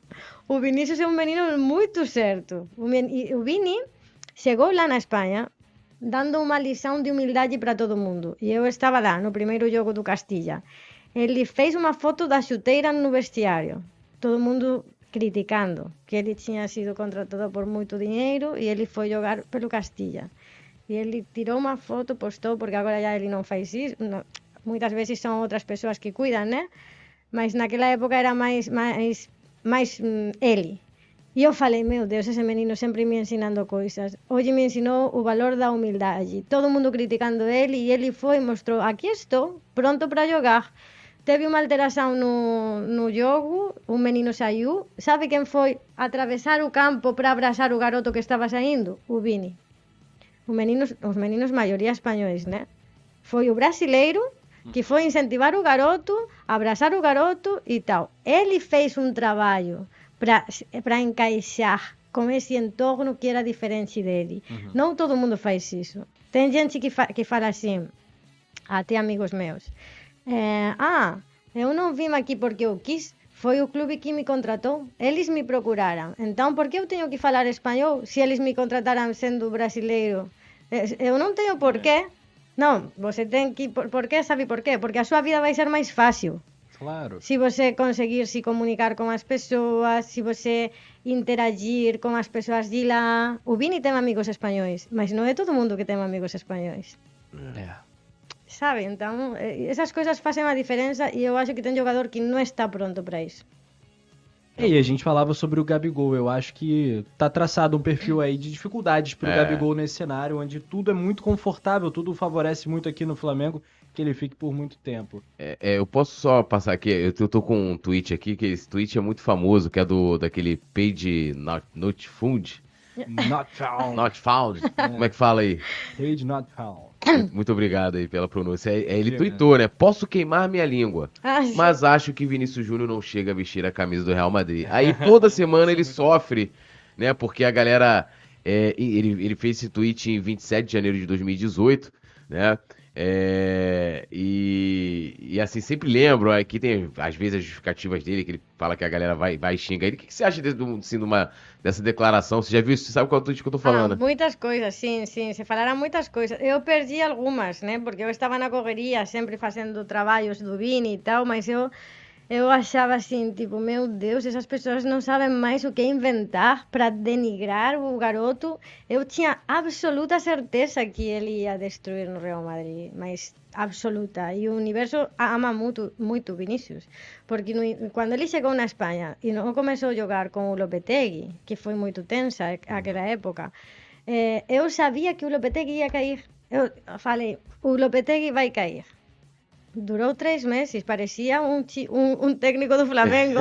O Vinícius é um menino muito certo. O, men, o Vini chegou lá na Espanha dando uma lição de humildade para todo mundo. E eu estava lá no primeiro jogo do Castilla. Ele fez uma foto da chuteira no vestiário. Todo mundo criticando que ele tinha sido contratado por muito dinheiro e ele foi jogar pelo Castilla. E ele tirou uma foto, postou, porque agora já ele não faz isso. Não, muitas vezes são outras pessoas que cuidam, né? Mas naquela época era mais, mais, mais hum, ele. E eu falei, meu Deus, esse menino sempre me ensinando coisas. Hoje me ensinou o valor da humildade. Todo mundo criticando ele e ele foi e mostrou, aqui estou, pronto para jogar. Teve uma alteração no, no jogo, um menino saiu. Sabe quem foi atravessar o campo para abraçar o garoto que estava saindo? O Vini. O meninos, os meninos maioria espanhóis, né? Foi o brasileiro que foi incentivar o garoto, abraçar o garoto e tal. Ele fez um trabalho para encaixar com esse entorno que era diferente dele. Uhum. Não todo mundo faz isso. Tem gente que, fa que fala assim, até amigos meus, é, ah, eu não vim aqui porque eu quis, foi o clube que me contratou, eles me procuraram. Então, por que eu tenho que falar espanhol se eles me contrataram sendo brasileiro? Eu não tenho porquê. Não, você tem que... Por, por quê? Sabe por quê? Porque a sua vida vai ser mais fácil. Claro. Se você conseguir se comunicar com as pessoas, se você interagir com as pessoas de lá. O Vini tem amigos espanhóis, mas não é todo mundo que tem amigos espanhóis. É. Sabe? Então, essas coisas fazem a diferença e eu acho que tem jogador que não está pronto para isso. E a gente falava sobre o Gabigol, eu acho que tá traçado um perfil aí de dificuldades pro é. Gabigol nesse cenário, onde tudo é muito confortável, tudo favorece muito aqui no Flamengo, que ele fique por muito tempo. É, é, eu posso só passar aqui, eu tô, eu tô com um tweet aqui, que esse tweet é muito famoso, que é do daquele page not, not found. Not found. Not found. É. Como é que fala aí? Page not found. Muito, muito obrigado aí pela pronúncia. É, é, ele tweetou, né? Posso queimar minha língua, Ai, mas acho que Vinícius Júnior não chega a vestir a camisa do Real Madrid. Aí toda semana ele sofre, né? Porque a galera... É, ele, ele fez esse tweet em vinte e sete de janeiro de dois mil e dezoito, né? É, e, e assim, sempre lembro, aqui tem às vezes as justificativas dele, que ele fala que a galera vai, vai xingar ele. O que, que você acha de, assim, de uma, dessa declaração? Você já viu isso? Você sabe qual é o tweet que eu tô falando? Ah, muitas coisas, sim, sim, se falaram muitas coisas. Eu perdi algumas, né, porque eu estava na correria, sempre fazendo trabalhos do Vini e tal, mas eu... Eu achava assim, tipo, meu Deus, essas pessoas não sabem mais o que inventar para denigrar o garoto. Eu tinha absoluta certeza que ele ia destruir no Real Madrid, mas absoluta. E o universo ama muito, muito Vinícius, porque no, quando ele chegou na Espanha e não começou a jogar com o Lopetegui, que foi muito tensa aquela época, eh, eu sabia que o Lopetegui ia cair. Eu falei, o Lopetegui vai cair. Durou três meses, parecia um, um, um técnico do Flamengo.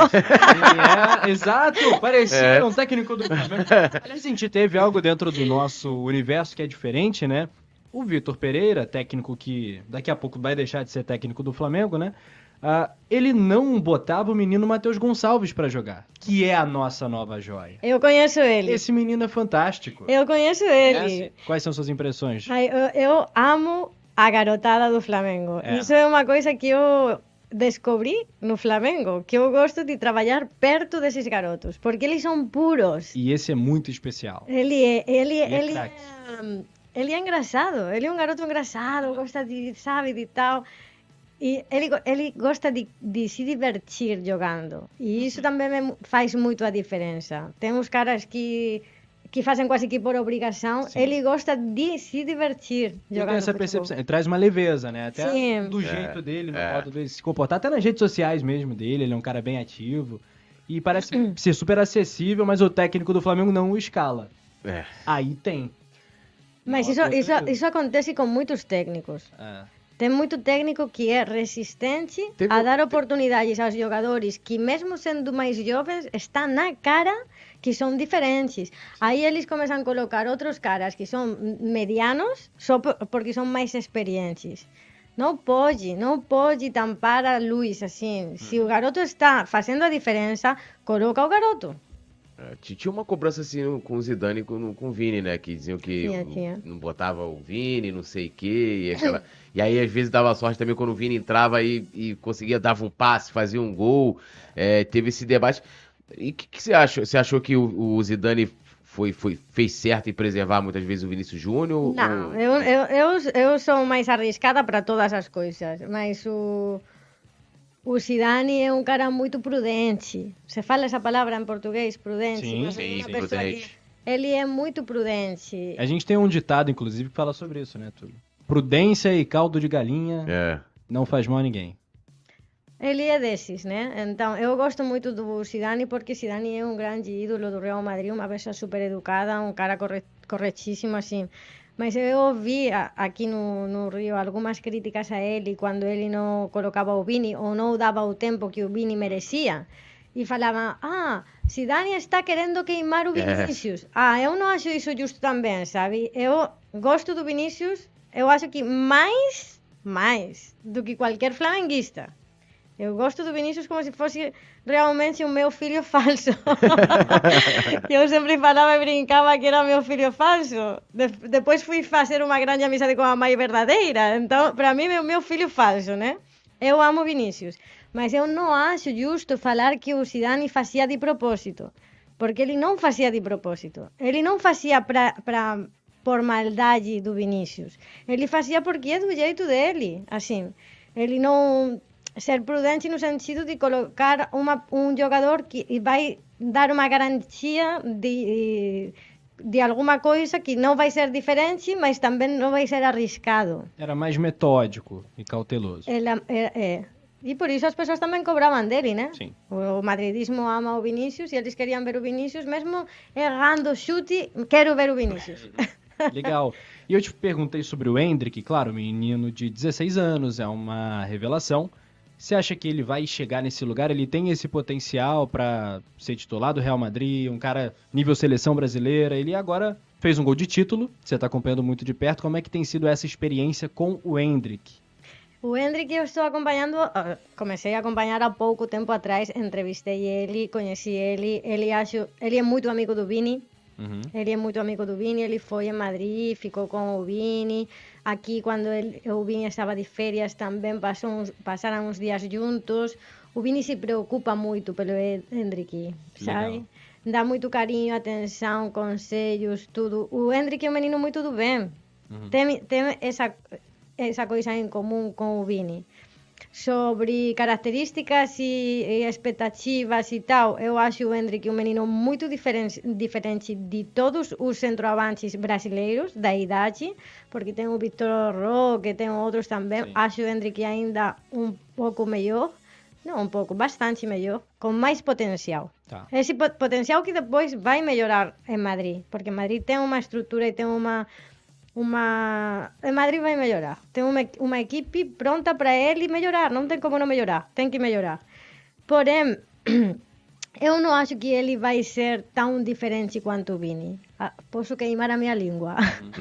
É, exato, parecia é. um técnico do Flamengo. Aliás, a gente teve algo dentro do nosso universo que é diferente, né? O Vitor Pereira, técnico que daqui a pouco vai deixar de ser técnico do Flamengo, né? Uh, ele não botava o menino Matheus Gonçalves para jogar, que é a nossa nova joia. Eu conheço ele. Esse menino é fantástico. Eu conheço ele. Conhece? Quais são suas impressões? Ai, eu, eu amo... a garotada do Flamengo. É. Isso é uma coisa que eu descobri no Flamengo, que eu gosto de trabalhar perto desses garotos, porque eles são puros. E esse é muito especial. Ele é, ele, ele, ele, é, ele é engraçado, ele é um garoto engraçado, gosta de, sabe, de tal. E ele, ele gosta de, de se divertir jogando. E isso também me faz muito a diferença. Tem uns caras que... que fazem quase que por obrigação, Sim. ele gosta de se divertir jogando tem essa futebol. Percepção, ele traz uma leveza, né? Até Sim. do jeito é, dele, no é. modo dele se comportar, até nas redes sociais mesmo dele, ele é um cara bem ativo e parece ser super acessível, mas o técnico do Flamengo não o escala. É. Aí tem. Mas isso, isso, isso acontece com muitos técnicos. É. Tem muito técnico que é resistente Teve... a dar oportunidades aos jogadores que, mesmo sendo mais jovens, está na cara que são diferentes. Aí eles começam a colocar outros caras que são medianos só porque são mais experientes. Não pode, não pode tampar a luz assim. Se o garoto está fazendo a diferença, coloca o garoto. É, tinha uma cobrança assim com o Zidane e com, com o Vini, né? Que diziam que tinha, tinha. não botava o Vini, não sei o quê. E, aquela... e aí, às vezes, dava sorte também quando o Vini entrava e, e conseguia, dava um passe, fazia um gol. É, teve esse debate. E o que, que você acha? Você achou que o, o Zidane foi, foi, fez certo em preservar muitas vezes o Vinícius Júnior? Não, ou... eu, eu, eu, eu sou mais arriscada para todas as coisas, mas o... O Zidane é um cara muito prudente. Você fala essa palavra em português, prudente? Sim, sim, uma pessoa prudente. Ele é muito prudente. A gente tem um ditado, inclusive, que fala sobre isso, né, Túlio? Prudência e caldo de galinha É. não faz mal a ninguém. Ele é desses, né? Então, eu gosto muito do Zidane porque Zidane é um grande ídolo do Real Madrid, uma pessoa super educada, um cara corre corretíssimo, assim. Mas eu ouvi a, aqui no, no Rio algumas críticas a ele quando ele não colocava o Vini ou não dava o tempo que o Vini merecia. E falavam, ah, Zidane está querendo queimar o Vinícius. É. Ah, eu não acho isso justo também, sabe? Eu gosto do Vinícius, eu acho que mais, mais do que qualquer flamenguista. Eu gosto do Vinícius como se fosse realmente o meu filho falso. Eu sempre falava e brincava que era meu filho falso. De depois fui fazer uma grande amizade com a mãe verdadeira. Então, para mim, é o meu filho falso, né? Eu amo Vinícius. Mas eu não acho justo falar que o Zidane fazia de propósito. Porque ele não fazia de propósito. Ele não fazia pra, pra, por maldade do Vinícius. Ele fazia porque é do jeito dele. Assim, ele não... ser prudente no sentido de colocar uma, um jogador que vai dar uma garantia de, de alguma coisa que não vai ser diferente, mas também não vai ser arriscado. Era mais metódico e cauteloso. Ele, é, é. E por isso as pessoas também cobravam dele, né? Sim. O madridismo ama o Vinícius e eles queriam ver o Vinícius, mesmo errando o chute, quero ver o Vinícius. Legal. E eu te perguntei sobre o Endrick, claro, menino de dezesseis anos, é uma revelação. Você acha que ele vai chegar nesse lugar? Ele tem esse potencial para ser titular do Real Madrid, um cara nível seleção brasileira. Ele agora fez um gol de título, você está acompanhando muito de perto. Como é que tem sido essa experiência com o Endrick? O Endrick eu estou acompanhando, comecei a acompanhar há pouco tempo atrás, entrevistei ele, conheci ele, ele, acho, ele é muito amigo do Vini. Uhum. Ele é muito amigo do Vini, ele foi em Madrid, ficou com o Vini. Aqui, quando ele, o Vini estava de férias, também passou uns, passaram uns dias juntos. O Vini se preocupa muito pelo Endrick, sabe? Legal. Dá muito carinho, atenção, conselhos, tudo. O Endrick é um menino muito do bem. Uhum. Tem, tem essa, essa coisa em comum com o Vini. Sobre características e, e expectativas e tal, eu acho o Endrick um menino muito diferente, diferente de todos os centroavantes brasileiros da idade, porque tem o Vitor Roque, tem outros também. Sim. Acho o Endrick ainda um pouco melhor, não um pouco, bastante melhor, com mais potencial. Tá. Esse potencial que depois vai melhorar em Madrid, porque Madrid tem uma estrutura e tem uma... Uma... Em Madrid vai melhorar. Tem uma, uma equipe pronta para ele melhorar. Não tem como não melhorar. Tem que melhorar. Porém, eu não acho que ele vai ser tão diferente quanto o Vini. Ah, posso queimar a minha língua.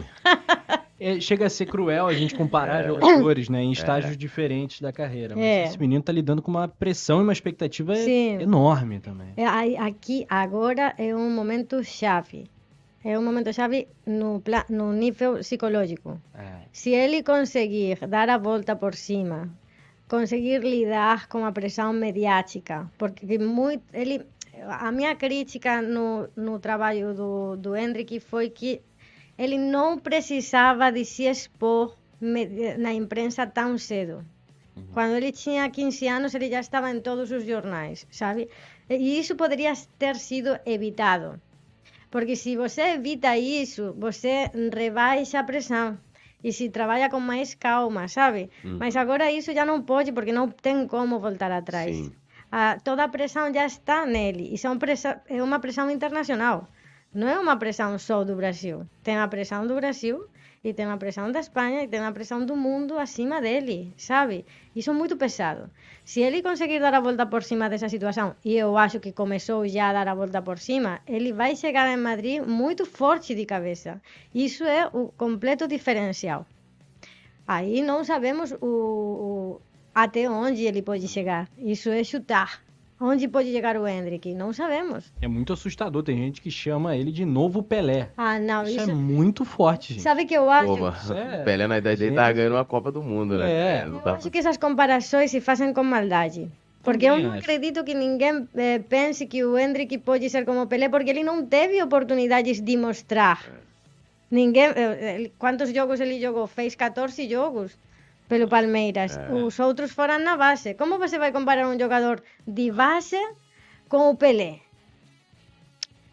É, chega a ser cruel a gente comparar é. jogadores, né, em estágios é. diferentes da carreira. Mas é. esse menino está lidando com uma pressão e uma expectativa Sim. enorme também. É, aqui, agora, é um momento chave. É um momento-chave no, no nível psicológico. É. Se ele conseguir dar a volta por cima, conseguir lidar com a pressão mediática, porque muito, ele, a minha crítica no, no trabalho do, do Endrick foi que ele não precisava de se expor na imprensa tão cedo. Uhum. Quando ele tinha quinze anos, ele já estava em todos os jornais, sabe? E isso poderia ter sido evitado. Porque se você evita isso, você rebaixa a pressão e se trabalha com mais calma, sabe? Uhum. Mas agora isso já não pode, porque não tem como voltar atrás. Ah, toda a pressão já está nele. E são pressa... é uma pressão internacional. Não é uma pressão só do Brasil. Tem a pressão do Brasil e tem a pressão da Espanha e tem a pressão do mundo acima dele, sabe? Isso é muito pesado. Se ele conseguir dar a volta por cima dessa situação, e eu acho que começou já a dar a volta por cima, ele vai chegar em Madrid muito forte de cabeça. Isso é o completo diferencial. Aí não sabemos o, o, até onde ele pode chegar. Isso é chutar. Onde pode chegar o Endrick? Não sabemos. É muito assustador. Tem gente que chama ele de novo Pelé. Ah, não. Isso, isso... é muito forte, gente. Sabe que eu acho... Pô, é... Pelé na idade dele tava ganhando uma Copa do Mundo, né? É. é eu tá... acho que essas comparações se fazem com maldade. Porque eu não acredito que ninguém eh, pense que o Endrick pode ser como o Pelé, porque ele não teve oportunidades de mostrar. É. Ninguém... Eh, quantos jogos ele jogou? Fez catorze jogos pelo Palmeiras. É. Os outros foram na base. Como você vai comparar um jogador de base com o Pelé?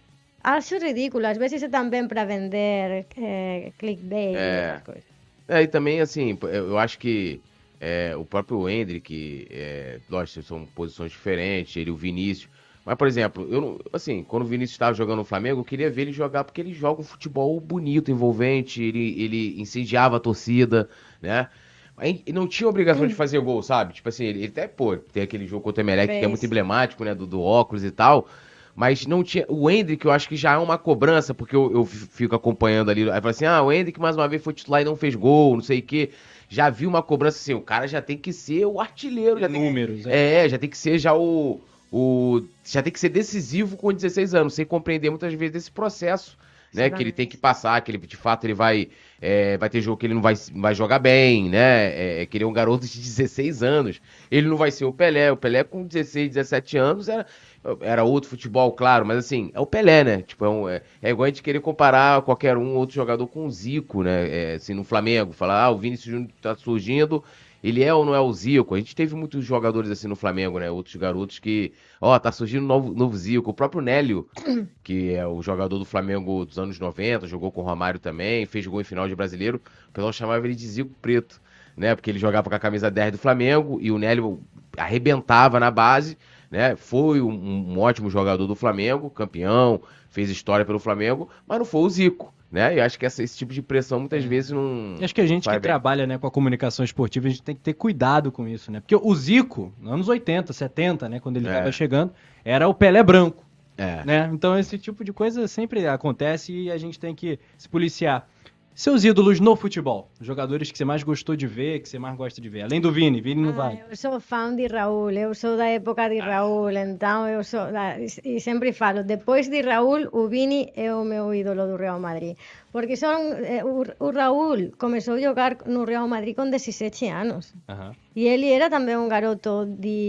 Acho ridículo. Às vezes é também para vender é, clickbait É. e essas coisas. É, e também, assim, eu, eu acho que é, o próprio Endrick, é, lógico, são posições diferentes, ele e o Vinícius. Mas, por exemplo, eu não- assim, quando o Vinícius estava jogando no Flamengo, eu queria ver ele jogar porque ele joga um futebol bonito, envolvente, ele, ele incendiava a torcida, né? Aí, e não tinha obrigação de fazer gol, sabe? Tipo assim, ele, ele até, pô, tem aquele jogo contra o Emelec que é Fez. muito emblemático, né? Do, do óculos e tal. Mas não tinha. O Endrick, eu acho que já é uma cobrança, porque eu, eu fico acompanhando ali. Aí fala assim: ah, o Endrick mais uma vez foi titular e não fez gol, não sei o quê. Já vi uma cobrança assim: o cara já tem que ser o artilheiro. Já tem que- Números, é. é, já tem que ser já o, o. Já tem que ser decisivo com dezesseis anos, sem compreender muitas vezes esse processo, né? Que ele tem que passar, que ele, de fato, ele vai. é, vai ter jogo que ele não vai, vai jogar bem, né? É, que ele é um garoto de dezesseis anos. Ele não vai ser o Pelé. O Pelé com dezesseis, dezessete anos era. Era outro futebol, claro, mas assim, é o Pelé, né? Tipo, é, um- é- é igual a gente querer comparar qualquer um outro jogador com o Zico, né? É, assim, no Flamengo, falar, ah, o Vinícius Júnior tá surgindo, ele é ou não é o Zico? A gente teve muitos jogadores assim no Flamengo, né? Outros garotos que, ó, tá surgindo um novo, novo Zico. O próprio Nélio, que é o jogador do Flamengo dos anos noventa, jogou com o Romário também, fez gol em final de brasileiro, o pessoal chamava ele de Zico Preto, né? Porque ele jogava com a camisa dez do Flamengo e o Nélio arrebentava na base, né? Foi um, um ótimo jogador do Flamengo, campeão, fez história pelo Flamengo, mas não foi o Zico, né? E acho que essa- esse tipo de pressão muitas vezes não. E acho que a gente vai que bem. trabalha, né, com a comunicação esportiva, a gente tem que ter cuidado com isso, né? Porque o Zico, nos anos oitenta, setenta, né, quando ele É. estava chegando, era o Pelé branco, É. né? Então esse tipo de coisa sempre acontece e a gente tem que se policiar. Seus ídolos no futebol, jogadores que você mais gostou de ver, que você mais gosta de ver, além do Vini, Vini não Ah, vai. eu sou fã de Raul, eu sou da época de Raul, então eu sou da, e e sempre falo, depois de Raul, o Vini é o meu ídolo do Real Madrid, porque são, eh, o, o Raul começou a jogar no Real Madrid com dezessete anos, Aham. e ele era também um garoto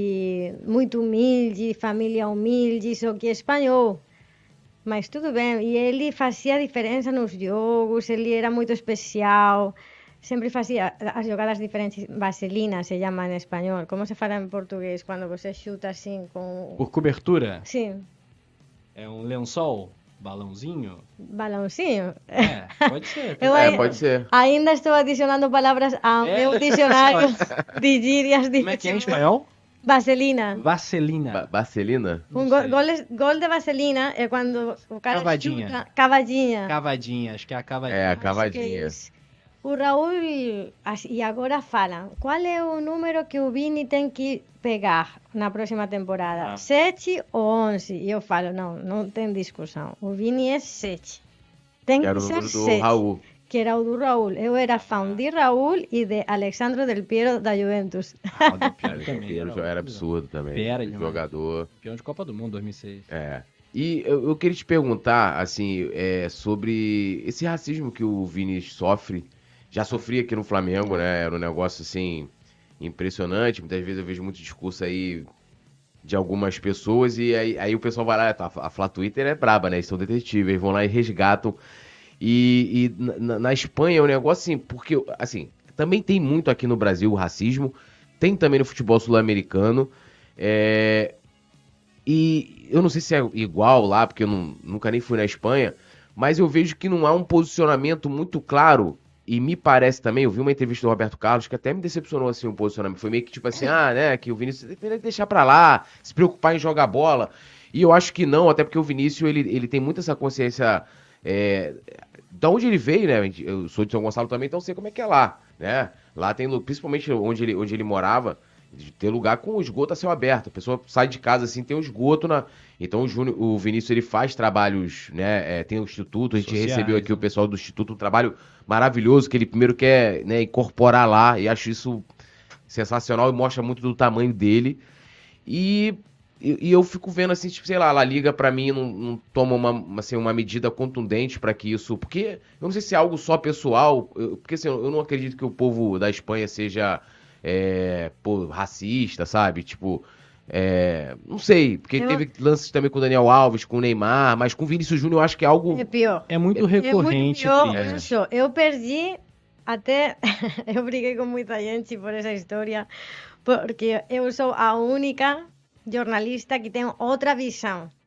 de muito humilde, família humilde, só que espanhol. Mas tudo bem, e ele fazia diferença nos jogos, ele era muito especial, sempre fazia as jogadas diferentes, vaselina se chama em espanhol. Como se fala em português quando você chuta assim com... Por cobertura, Sim, é um lençol, balãozinho? balãozinho. É, pode ser. Eu É, ai- pode ser. Ainda estou adicionando palavras ao É? meu dicionário de gírias de Como é que é em espanhol? vaselina. Vaselina. Ba- Barcelina? Não Um gol, sei. gol, gol de vaselina é quando o cara Cavadinha. chuta... Cavadinha. Cavadinha, acho que é a cavadinha. É, a Acho que é cavadinha. isso. O Raul, as- e agora fala, qual é o número que o Vini tem que pegar na próxima temporada? Ah. Sete ou onze? E eu falo, não, não tem discussão. O Vini é sete. Tem Que que era o ser número do sete. Raul. Que era o do Raul. Eu era fã de Raul e de Alexandre Del Piero da Juventus. Ah, o Del Piero Ele também era, era absurdo também. Fera demais. Jogador. Campeão de Copa do Mundo dois mil e seis. É. E eu, eu queria te perguntar, assim, é, sobre esse racismo que o Vini sofre. Já sofria aqui no Flamengo, né? Era um negócio, assim, impressionante. Muitas vezes eu vejo muito discurso aí de algumas pessoas e aí, aí o pessoal vai lá, tá, a Flá Twitter é braba, né? Eles são detetives, eles vão lá e resgatam. E, e na, na Espanha é um negócio assim, porque, assim, também tem muito aqui no Brasil o racismo, tem também no futebol sul-americano, é, e eu não sei se é igual lá, porque eu não- nunca nem fui na Espanha, mas eu vejo que não há um posicionamento muito claro, e me parece também, eu vi uma entrevista do Roberto Carlos, que até me decepcionou assim o posicionamento, foi meio que tipo assim, ah, né, que o Vinícius tem que deixar pra lá, se preocupar em jogar bola, e eu acho que não, até porque o Vinícius, ele, ele tem muito essa consciência, é, da onde ele veio, né, eu sou de São Gonçalo também, então sei como é que é lá, né, lá tem, principalmente onde ele, onde ele morava, de ter lugar com o esgoto a céu aberto. A pessoa sai de casa assim, tem um esgoto na. Então o, Júnior, o Vinícius ele faz trabalhos, né? É, tem o Instituto, a gente Sociais, recebeu aqui né? o pessoal do Instituto, um trabalho maravilhoso que ele primeiro quer, né, incorporar lá, e acho isso sensacional e mostra muito do tamanho dele. E, e, e eu fico vendo assim, tipo, sei lá, a La Liga pra mim não, não toma uma, assim, uma medida contundente pra que isso. Porque eu não sei se é algo só pessoal, eu- porque assim, eu não acredito que o povo da Espanha seja. É, pô, racista, sabe? Tipo, é, não sei, porque Eu- teve lances também com o Daniel Alves, com o Neymar, mas com o Vinícius Júnior eu acho que é algo. É pior. É muito É muito recorrente. pior. Pri. Olha só, eu perdi até. Eu briguei com muita gente por essa história, porque eu sou a única jornalista que tem outra visão.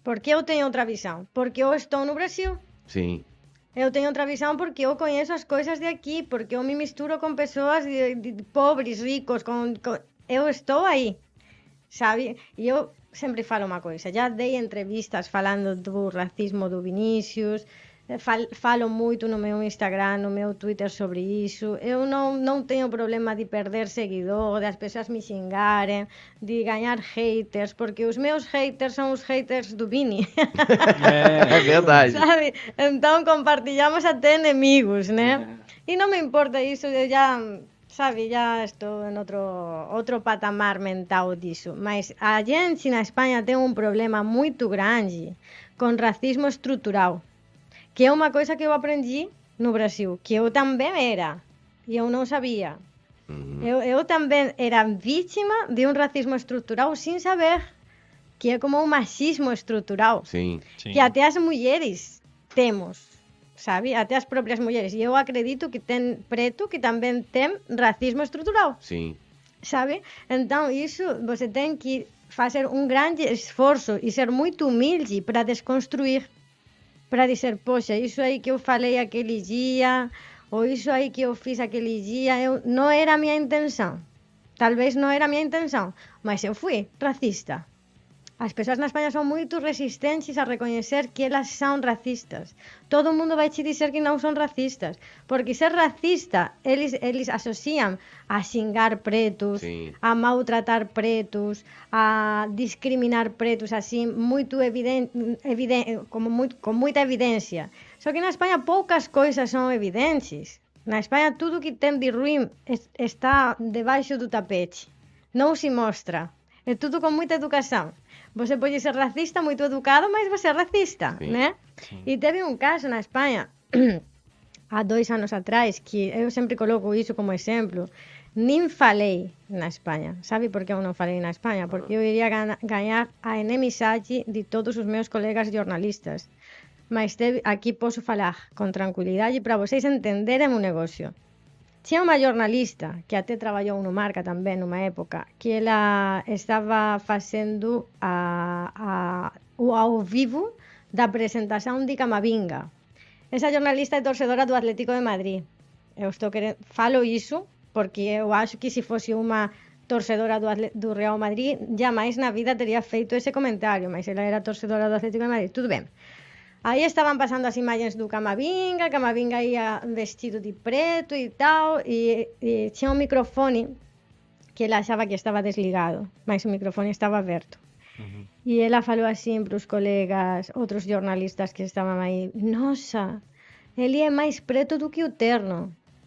Por que eu tenho outra visão? Porque eu estou no Brasil. Sim. Eu tenho outra visão porque eu conheço as coisas de aqui, porque eu me misturo com pessoas de, de, de pobres, ricos, com, com... eu estou aí, sabe? E eu sempre falo uma coisa, já dei entrevistas falando do racismo do Vinícius, fal, falo muito no meu Instagram, no meu Twitter sobre isso, eu não, não tenho problema de perder seguidor, das pessoas me xingarem, de ganhar haters, porque os meus haters são os haters do Vini. É, é verdade. Sabe? Então compartilhamos até inimigos, né? E não me importa isso, eu já, sabe, já estou em outro, outro patamar mental disso. Mas a gente na Espanha tem um problema muito grande com racismo estrutural, que é uma coisa que eu aprendi no Brasil, que eu também era, e eu não sabia. Uhum. Eu, eu também era vítima de um racismo estrutural sem saber, que é como um machismo estrutural, Sim. que até as mulheres temos, sabe? Até as próprias mulheres. E eu acredito que tem preto que também tem racismo estrutural. Sim. Sabe? Então, isso você tem que fazer um grande esforço e ser muito humilde para desconstruir. Para dizer, poxa, isso aí que eu falei aquele dia, ou isso aí que eu fiz aquele dia, eu, não era a minha intenção. Talvez não era a minha intenção, mas eu fui racista. As pessoas na Espanha são muito resistentes a reconhecer que elas são racistas. Todo mundo vai te dizer que não são racistas, porque ser racista, eles, eles associam a xingar pretos, Sim. a maltratar pretos, a discriminar pretos assim, muito evidente, evidente, como muito, com muita evidência. Só que na Espanha poucas coisas são evidentes. Na Espanha tudo que tem de ruim está debaixo do tapete. Não se mostra. É tudo com muita educação. Você pode ser racista, muito educado, mas você é racista, Sim. né? Sim. E teve um caso na Espanha, há dois anos atrás, que eu sempre coloco isso como exemplo, nem falei na Espanha. Sabe por que eu não falei na Espanha? Porque eu iria ganhar a inimizade de todos os meus colegas jornalistas. Mas teve, aqui posso falar com tranquilidade para vocês entenderem o negócio. Tinha uma jornalista que até trabalhou no Marca também, numa época, que ela estava fazendo a, a, o ao vivo da apresentação de Camavinga. Essa jornalista é torcedora do Atlético de Madrid. Eu estou querendo, falo isso porque eu acho que se fosse uma torcedora do, do Real Madrid, jamais na vida teria feito esse comentário, mas ela era torcedora do Atlético de Madrid. Tudo bem. Aí estavam passando as imagens do Camavinga, Camavinga ia vestido de preto e tal, e, e tinha um microfone que ela achava que estava desligado, mas o microfone estava aberto. Uhum. E ela falou assim para os colegas, outros jornalistas que estavam aí, nossa, ele é mais preto do que o terno.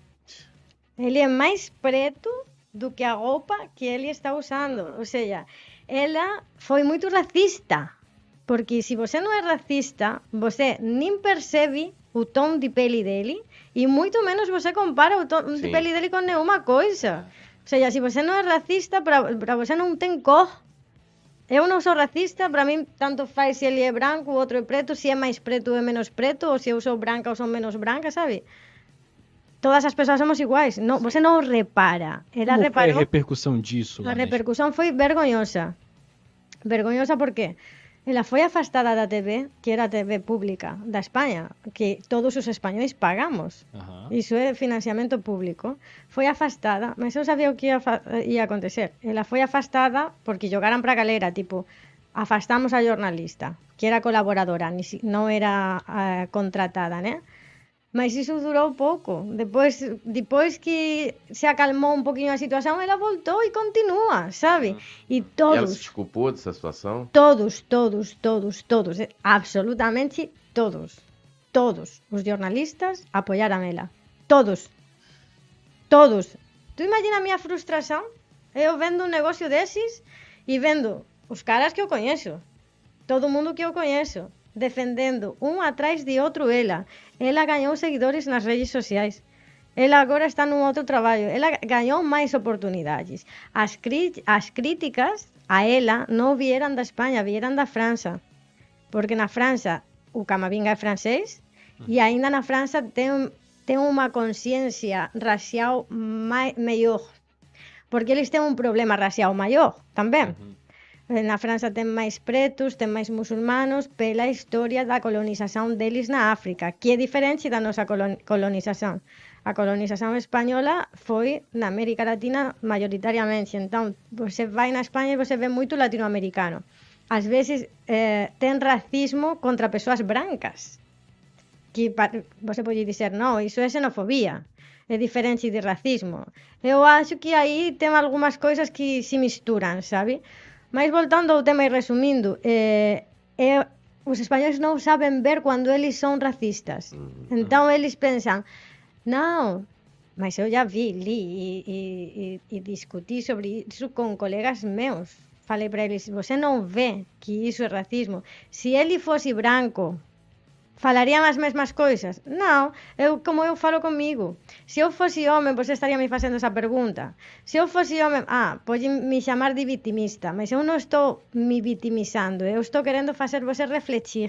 Ele é mais preto do que a roupa que ele está usando. Ou seja, ela foi muito racista. Porque se você não é racista, você nem percebe o tom de pele dele e muito menos você compara o tom Sim. de pele dele com nenhuma coisa. Ou seja, se você não é racista, para você não tem cor. Eu não sou racista, para mim tanto faz se ele é branco, o outro é preto, se é mais preto ou é menos preto, ou se eu sou branca ou sou menos branca, sabe? Todas as pessoas somos iguais. Não, você não repara. Ela Como reparou, foi a repercussão disso? A repercussão foi vergonhosa. Vergonhosa por quê? Ela foi afastada da T V, que era a T V pública da Espanha, que todos os espanhóis pagamos. Uh-huh. Isso é financiamento público. Foi afastada, mas eu sabia o que ia, ia acontecer. Ela foi afastada porque jogaram para a galera, tipo, afastamos a jornalista, que era colaboradora, não era uh, contratada, né? Mas isso durou pouco. Depois, depois que se acalmou um pouquinho a situação, ela voltou e continua, sabe? E todos... E ela se desculpou dessa situação? Todos, todos, todos, todos, absolutamente todos, todos os jornalistas apoiaram ela. Todos. Todos. Tu imagina a minha frustração? Eu vendo um negócio desses e vendo os caras que eu conheço, todo mundo que eu conheço, defendendo um atrás de outro ela. Ela ganhou seguidores nas redes sociais. Ela agora está num outro trabalho. Ela ganhou mais oportunidades. As, cri- as críticas a ela não vieram da Espanha, vieram da França. Porque na França o Camavinga é francês e ainda na França tem, tem uma consciência racial mai- melhor. Porque eles têm um problema racial maior também. Uhum. Na França ten máis pretos, ten máis musulmanos pela historia da colonización deles na África, que é diferente da nosa colonización. A colonización española foi na América Latina mayoritariamente, entón você vai na España e você ve moito latinoamericano. Ás veces eh, ten racismo contra persoas brancas, que você pode dizer, non, iso é xenofobia, é diferente de racismo. Eu acho que aí ten algunhas coisas que se misturan, sabe? Mas voltando ao tema e resumindo, eh, eh, os españoles non saben ver cando eles son racistas. Entón eles pensan, non, mas eu já vi, li e, e, e, e discuti sobre iso con colegas meus. Falei para eles, você non vê que iso é racismo. Se ele fosse branco, falarían as mesmas coisas? Non, eu, como eu falo comigo. Se eu fosse home, você estaría me facendo esa pergunta. Se eu fosse home, ah, pode me chamar de vitimista, mas eu non estou me vitimizando, eu estou querendo facer você refletir.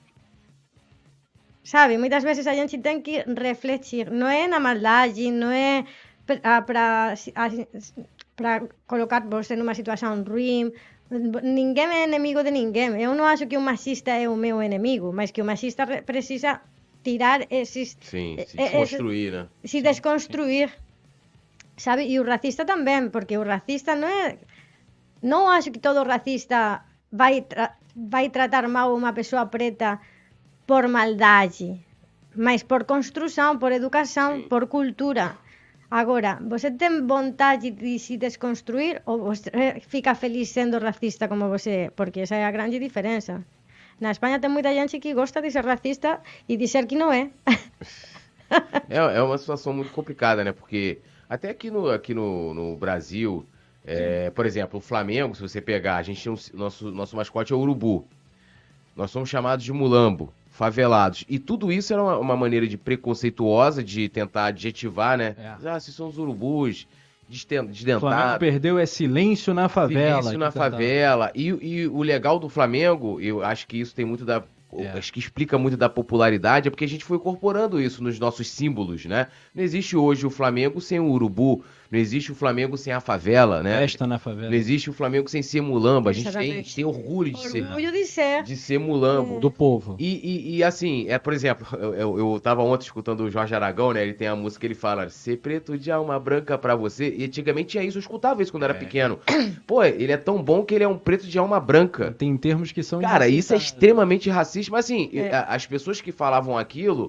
Sabe, moitas veces a gente ten que refletir, non é na maldade, non é para para colocar você numa situação ruim. Ninguém é inimigo de ninguém. Eu não acho que o machista é o meu inimigo, mas que o machista precisa tirar esses... Sim, se desconstruir, né? Se desconstruir, sabe? E o racista também, porque o racista não é... Não acho que todo racista vai, tra... vai tratar mal uma pessoa preta por maldade, mas por construção, por educação, sim, por cultura. Agora, você tem vontade de se desconstruir ou você fica feliz sendo racista como você é? Porque essa é a grande diferença. Na Espanha tem muita gente que gosta de ser racista e dizer que não é. É, é uma situação muito complicada, né? Porque até aqui no, aqui no, no Brasil, é, por exemplo, o Flamengo, se você pegar, a gente tem um, nosso, nosso mascote é o urubu. Nós somos chamados de mulambo, favelados. E tudo isso era uma, uma maneira de preconceituosa de tentar adjetivar, né? É. Ah, se são os urubus, desdentados. O Flamengo perdeu é silêncio na favela. Silêncio na favela. E, e o legal do Flamengo, eu acho que isso tem muito da... É. Acho que explica muito da popularidade, é porque a gente foi incorporando isso nos nossos símbolos, né? Não existe hoje o Flamengo sem o urubu, não existe o Flamengo sem a favela, né? Festa na favela. Não existe o Flamengo sem ser mulambo. A gente tem, a gente tem orgulho de ser, orgulho de ser, de ser mulambo. É. Do povo. E, e, e assim, é, por exemplo, eu, eu, eu tava ontem escutando o Jorge Aragão, né? Ele tem a música que ele fala, ser preto de alma branca pra você. E antigamente tinha isso, eu escutava isso quando era é. pequeno. Pô, ele é tão bom que ele é um preto de alma branca. Tem termos que são... Cara, isso é extremamente racista. Mas assim, é. as pessoas que falavam aquilo...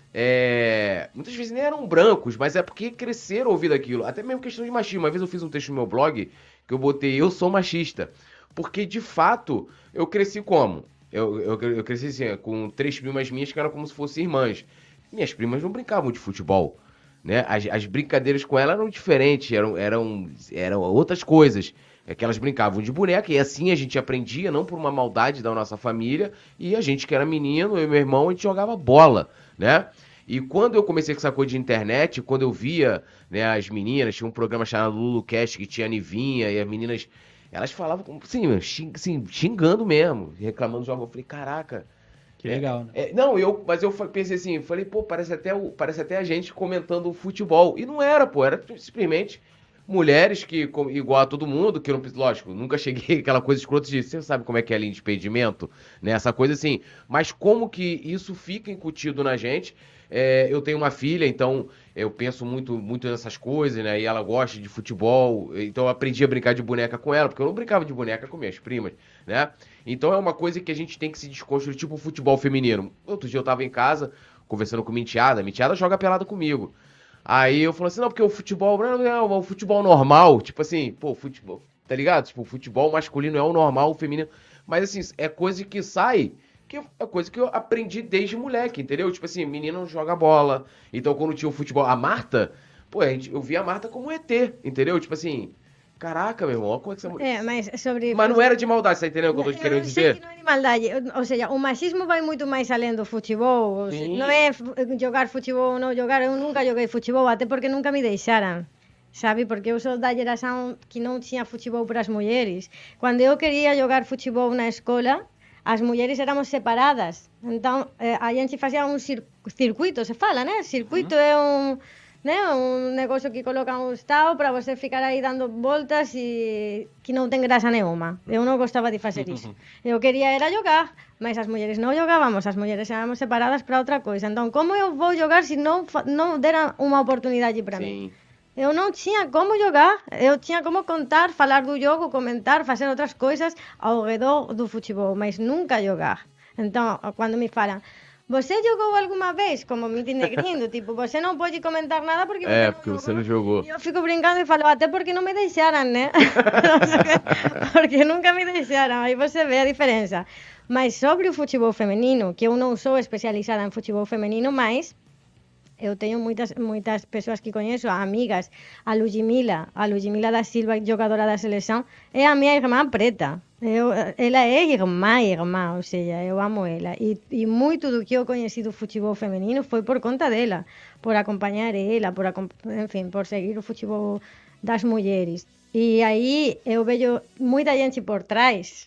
É, muitas vezes nem eram brancos, mas é porque cresceram ouvindo aquilo. Até mesmo questão de machismo. Uma vez eu fiz um texto no meu blog que eu botei, eu sou machista. Porque, de fato, eu cresci como? Eu, eu, eu cresci assim, com três primas minhas que eram como se fossem irmãs. Minhas primas não brincavam de futebol, né? As, as brincadeiras com elas eram diferentes, eram, eram, eram outras coisas. É que elas brincavam de boneca e assim a gente aprendia, não por uma maldade da nossa família. E a gente que era menino, eu e meu irmão, a gente jogava bola, né? E quando eu comecei com essa coisa de internet, quando eu via, né, as meninas, tinha um programa chamado LuluCast que tinha a Nivinha e as meninas, elas falavam assim, xing, assim, xingando mesmo, reclamando do jogo. Eu falei, caraca. Que legal, né? É, não, eu, mas eu pensei assim, falei, pô, parece até, o, parece até a gente comentando o futebol. E não era, pô, era simplesmente mulheres que, igual a todo mundo, que eu não, lógico, nunca cheguei aquela coisa escrota de, você sabe como é que é a linha de impedimento, né? Essa coisa assim, mas como que isso fica incutido na gente. É, eu tenho uma filha, então eu penso muito, muito nessas coisas, né? E ela gosta de futebol, então eu aprendi a brincar de boneca com ela, porque eu não brincava de boneca com minhas primas, né? Então é uma coisa que a gente tem que se desconstruir, tipo o futebol feminino. Outro dia eu tava em casa, conversando com minha enteada, minha enteada joga pelada comigo. Aí eu falo assim, não, porque o futebol não é o futebol normal, tipo assim, pô, futebol, tá ligado? Tipo, o futebol masculino é o normal, o feminino, mas assim, é coisa que sai... que é coisa que eu aprendi desde moleque, entendeu? Tipo assim, menino não joga bola. Então, quando tinha o futebol... A Marta, pô, a gente, eu via a Marta como um E T, entendeu? Tipo assim, caraca, meu irmão, olha como é que você... É, mas sobre... Mas não era de maldade, você tá entendendo o que eu tô querendo dizer? Eu sei que não é de maldade. Ou seja, o machismo vai muito mais além do futebol. Sim. Não é jogar futebol ou não jogar. Eu nunca joguei futebol, até porque nunca me deixaram. Sabe? Porque eu sou da geração que não tinha futebol para as mulheres. Quando eu queria jogar futebol na escola... as mulheres éramos separadas, então eh, a gente fazia um cir circuito, se fala, né? Circuito uhum. é um né? Um negócio que coloca um tal para você ficar aí dando voltas e que não tem graça nenhuma. Eu não gostava de fazer isso. Eu queria era jogar, mas as mulheres não jogávamos, as mulheres éramos separadas para outra coisa. Então, como eu vou jogar se não, não deram uma oportunidade para mim? Eu não tinha como jogar, eu tinha como contar, falar do jogo, comentar, fazer outras coisas ao redor do futebol, mas nunca jogar. Então, quando me falam, você jogou alguma vez? Como me denegrindo, tipo, você não pode comentar nada porque você É, não porque jogou. você não jogou. E eu fico brincando e falo, até porque não me deixaram, né? Porque nunca me deixaram, aí você vê a diferença. Mas sobre o futebol feminino, que eu não sou especializada em futebol feminino, mas eu tenho muitas, muitas pessoas que conheço, amigas, a Ludmila, a Ludmila da Silva, jogadora da seleção, é a minha irmã preta. Eu, ela é irmã, irmã, ou seja, eu amo ela. E, e muito do que eu conheci do futebol feminino foi por conta dela, por acompanhar ela, por, enfim, por seguir o futebol das mulheres. E aí eu vejo muita gente por trás,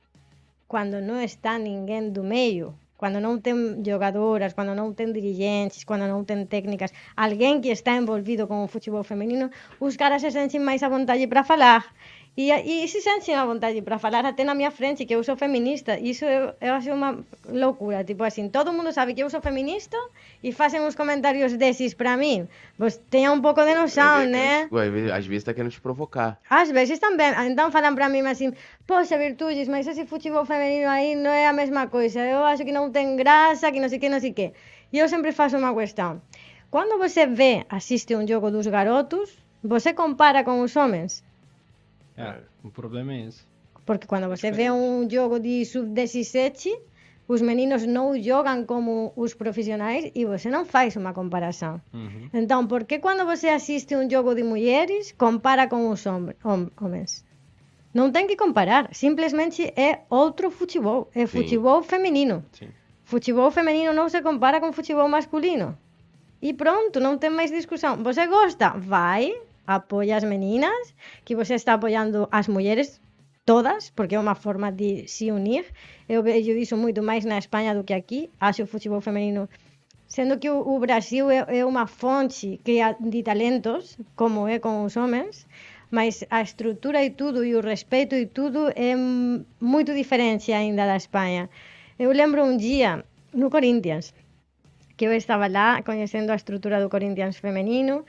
quando não está ninguém do meio, quando não tem jogadoras, quando não tem dirigentes, quando não tem técnicas, alguém que está envolvido com o futebol feminino, os caras se sentem mais à vontade para falar. E, e se sentem à vontade para falar até na minha frente, que eu sou feminista. Isso eu, eu acho uma loucura. Tipo assim, todo mundo sabe que eu sou feminista e fazem uns comentários desses para mim. Você tenha um pouco de noção, né? Às vezes tá querendo te provocar. Às vezes também. Então falam para mim assim, poxa, Virtudes, mas esse futebol feminino aí não é a mesma coisa. Eu acho que não tem graça, que não sei o que, não sei o que. E eu sempre faço uma questão. Quando você vê, assiste um jogo dos garotos, você compara com os homens? É, o problema é esse. Porque quando você vê um jogo de sub dezessete, os meninos não jogam como os profissionais e você não faz uma comparação. Uhum. Então, por que quando você assiste um jogo de mulheres, compara com os hom- hom- homens? Não tem que comparar. Simplesmente é outro futebol. É futebol feminino. Sim. Futebol feminino não se compara com futebol masculino. E pronto, não tem mais discussão. Você gosta? Vai, apoia as meninas, que você está apoiando as mulheres todas, porque é uma forma de se unir. Eu vejo isso muito mais na Espanha do que aqui. Acho o futebol feminino, sendo que o, o Brasil é, é uma fonte de talentos, como é com os homens, mas a estrutura e tudo, e o respeito e tudo é muito diferente ainda da Espanha. Eu lembro um dia, no Corinthians, que eu estava lá conhecendo a estrutura do Corinthians feminino,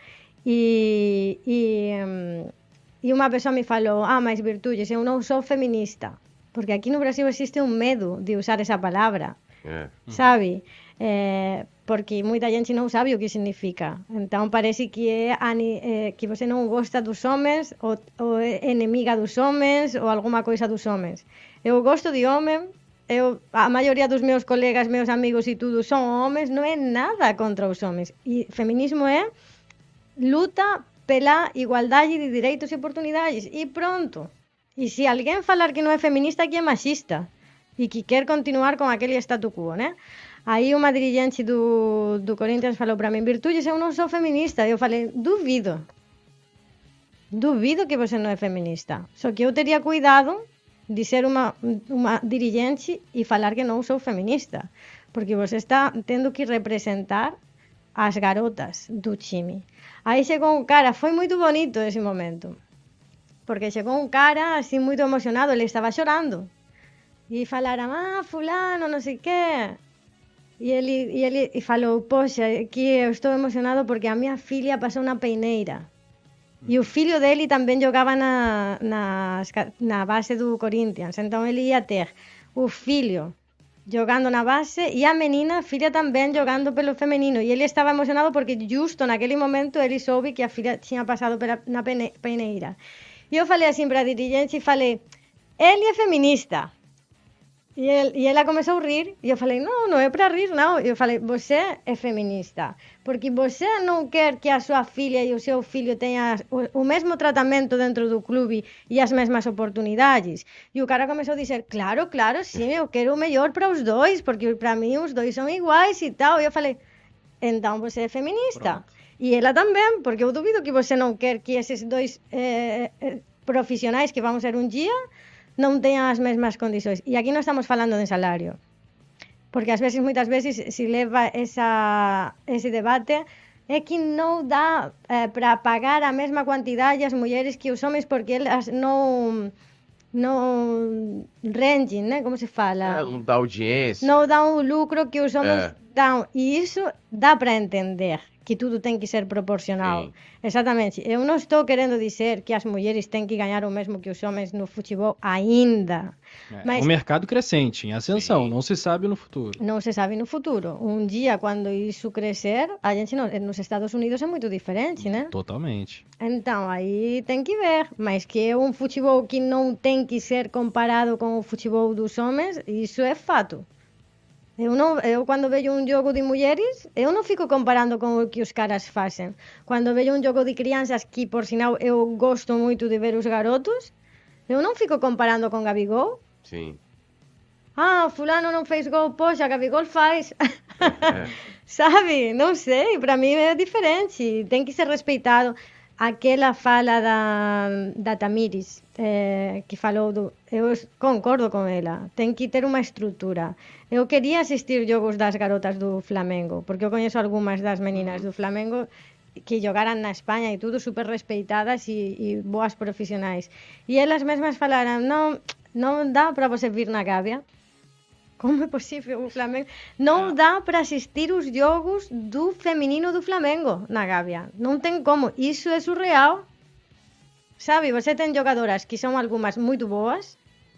E, e, um, e uma pessoa me falou, ah, mas Virtudes, eu não sou feminista, porque aqui no Brasil existe um medo de usar essa palavra, é. sabe? É, porque muita gente não sabe o que significa, então parece que é, é que você não gosta dos homens, ou, ou é inimiga dos homens, ou alguma coisa dos homens. Eu gosto de homem, eu, a maioria dos meus colegas, meus amigos e tudo são homens, não é nada contra os homens, e feminismo é luta pela igualdade de direitos e oportunidades e pronto. E se alguém falar que não é feminista, que é machista e que quer continuar com aquele statu quo, né? Aí uma dirigente do, do Corinthians falou para mim, Virtudes, eu não sou feminista. Eu falei, duvido. Duvido que você não é feminista. Só que eu teria cuidado de ser uma, uma dirigente e falar que não sou feminista. Porque você está tendo que representar as garotas do time. Aí chegou um cara, foi muito bonito esse momento, porque chegou um cara assim muito emocionado, ele estava chorando, e falaram, ah, fulano, não sei o quê, e ele, e ele e falou, poxa, que eu estou emocionado porque a minha filha passou na peineira, e o filho dele também jogava na, na, na base do Corinthians, então ele ia ter o filho jogando na base e a menina, a filha também jogando pelo feminino, e ele estava emocionado porque justo naquele momento ele soube que a filha tinha passado pela, na peineira. E eu falei assim para a dirigente, falei, ele é feminista. E, ele, e ela começou a rir, e eu falei, não, não é para rir, não. Eu falei, você é feminista, porque você não quer que a sua filha e o seu filho tenham o, o mesmo tratamento dentro do clube e as mesmas oportunidades. E o cara começou a dizer, claro, claro, sim, eu quero o melhor para os dois, porque para mim os dois são iguais e tal. E eu falei, então você é feminista. Pronto. E ela também, porque eu duvido que você não quer que esses dois eh, profissionais que vão ser um dia não tenham as mesmas condições. E aqui não estamos falando de salário, porque às vezes, muitas vezes, se leva essa, esse debate é que não dá é, para pagar a mesma quantidade às mulheres que os homens, porque elas não, não rendem, né? Como se fala? É, não dá audiência. Não dão o lucro que os homens É. dão. E isso dá para entender, que tudo tem que ser proporcional. Sim. Exatamente. Eu não estou querendo dizer que as mulheres têm que ganhar o mesmo que os homens no futebol ainda. É, Mas um mercado crescente, em ascensão, Sim. não se sabe no futuro. não se sabe no futuro. Um dia, quando isso crescer, a gente não, nos Estados Unidos é muito diferente, né? Totalmente. Então, aí tem que ver. Mas que é um futebol que não tem que ser comparado com o futebol dos homens, isso é fato. Eu, não, eu quando vejo um jogo de mulheres, eu não fico comparando com o que os caras fazem. Quando vejo um jogo de crianças, que por sinal eu gosto muito de ver os garotos, eu não fico comparando com Gabigol. Sim. Ah, fulano não fez gol, poxa, Gabigol faz. É. Sabe? Não sei, para mim é diferente. Tem que ser respeitado. Aquela fala da, da Tamires, eh, que falou do... Eu concordo com ela. Tem que ter uma estrutura. Eu queria assistir jogos das garotas do Flamengo, porque eu conheço algumas das meninas do Flamengo que jogaram na Espanha e tudo, super respeitadas e, e boas profissionais. E elas mesmas falaram, não, não dá para você vir na Gávea. Como é possível o Flamengo? Não dá para assistir os jogos do feminino do Flamengo na Gávea. Não tem como. Isso é surreal. Sabe, você tem jogadoras que são algumas muito boas,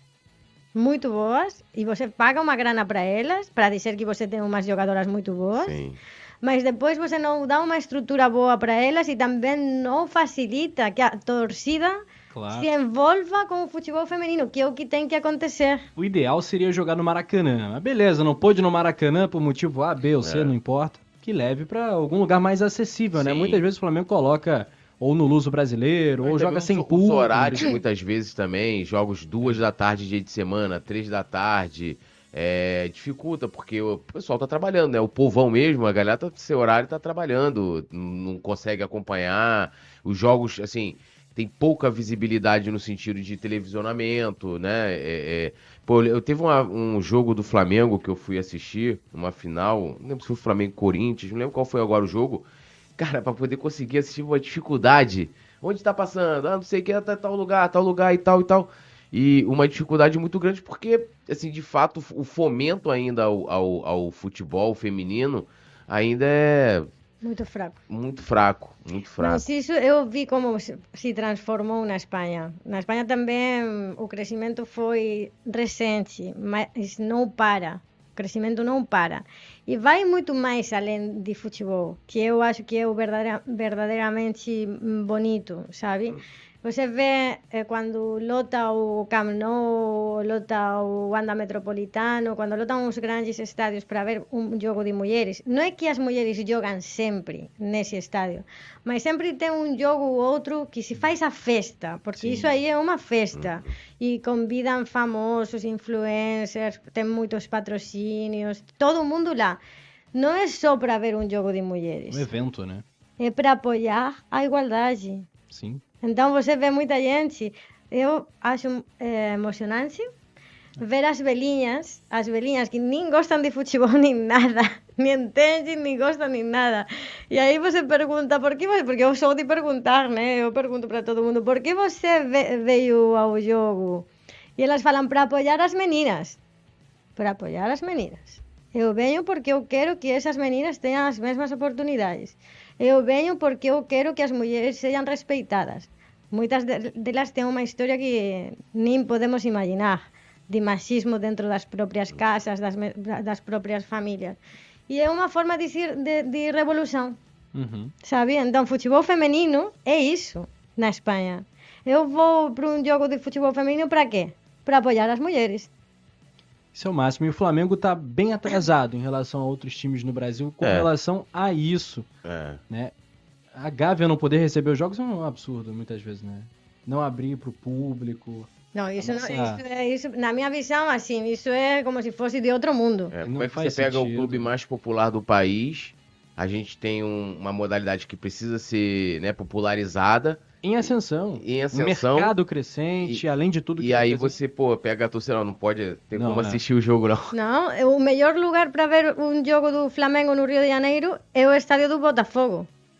muito boas, e você paga uma grana para elas, para dizer que você tem umas jogadoras muito boas, Sim. mas depois você não dá uma estrutura boa para elas e também não facilita que a torcida Claro. se envolva com o futebol feminino, que é o que tem que acontecer. O ideal seria jogar no Maracanã. Mas beleza, não pôde no Maracanã por motivo A, B ou C, É. não importa. Que leve para algum lugar mais acessível, né? Sim. Muitas vezes o Flamengo coloca ou no Luso Brasileiro, ou Mas joga também sem os, público. Os horários, muitas vezes, também, jogos duas da tarde, dia de semana, três da tarde, é, dificulta, porque o pessoal tá trabalhando, né? O povão mesmo, a galera, tá, seu horário tá trabalhando, não consegue acompanhar. Os jogos, assim, tem pouca visibilidade no sentido de televisionamento, né? É, é, pô, eu teve uma- um jogo do Flamengo que eu fui assistir, uma final, não lembro se foi Flamengo e Corinthians, não lembro qual foi agora o jogo. Cara, pra poder conseguir assistir uma dificuldade. Onde tá passando? Ah, não sei o que, tá tal lugar, tal lugar e tal e tal. E uma dificuldade muito grande porque, assim, de fato, o fomento ainda ao, ao, ao futebol feminino ainda é Muito fraco. muito fraco, muito fraco. Mas isso eu vi como se se transformou na Espanha. Na Espanha também o crescimento foi recente, mas não para. O crescimento não para. E vai muito mais além de futebol, que eu acho que é o verdadeira, verdadeiramente bonito, sabe? Você vê eh, quando lota o Camp Nou, lota o Wanda Metropolitano, quando lotam os grandes estádios para ver um jogo de mulheres. Não é que as mulheres jogam sempre nesse estádio, mas sempre tem um jogo ou outro que se faz a festa, porque Sim. isso aí é uma festa. E convidam famosos, influencers, tem muitos patrocínios, todo mundo lá. Não é só para ver um jogo de mulheres, Um evento, né? é para apoiar a igualdade. Sim. Então você vê muita gente. Eu acho é, emocionante ver as velhinhas, as velhinhas que nem gostam de futebol nem nada, nem entendem, nem gostam nem nada. E aí você pergunta, por que você? Porque eu sou de perguntar, né? Eu pergunto para todo mundo, por que você ve- veio ao jogo? E elas falam, para apoiar as meninas. Para apoiar as meninas. Eu venho porque eu quero que essas meninas tenham as mesmas oportunidades. Eu venho porque eu quero que as mulheres sejam respeitadas. Muitas de- delas têm uma história que nem podemos imaginar, de machismo dentro das próprias casas, das, me- das próprias famílias. E é uma forma de, ser- de, de revolução, Uhum. sabe? Então, futebol feminino é isso na Espanha. Eu vou para um jogo de futebol feminino para quê? Para apoiar as mulheres. Isso é o máximo. E o Flamengo tá bem atrasado em relação a outros times no Brasil com É. relação a isso, É. né? A Gávea não poder receber os jogos é um absurdo, muitas vezes, né? Não abrir pro público. Não, isso, não, Nossa. isso é isso, na minha visão, assim, isso é como se fosse de outro mundo. É, Não como é que faz você pega o sentido. clube mais popular do país? A gente tem um- uma modalidade que precisa ser, né, popularizada. Em ascensão. Em Um ascensão. mercado crescente, E- além de tudo que E aí tá você, pô, pega a torcida, não pode ter Não, como é. assistir o jogo, não. Não, o melhor lugar para ver um jogo do Flamengo no Rio de Janeiro é o estádio do Botafogo.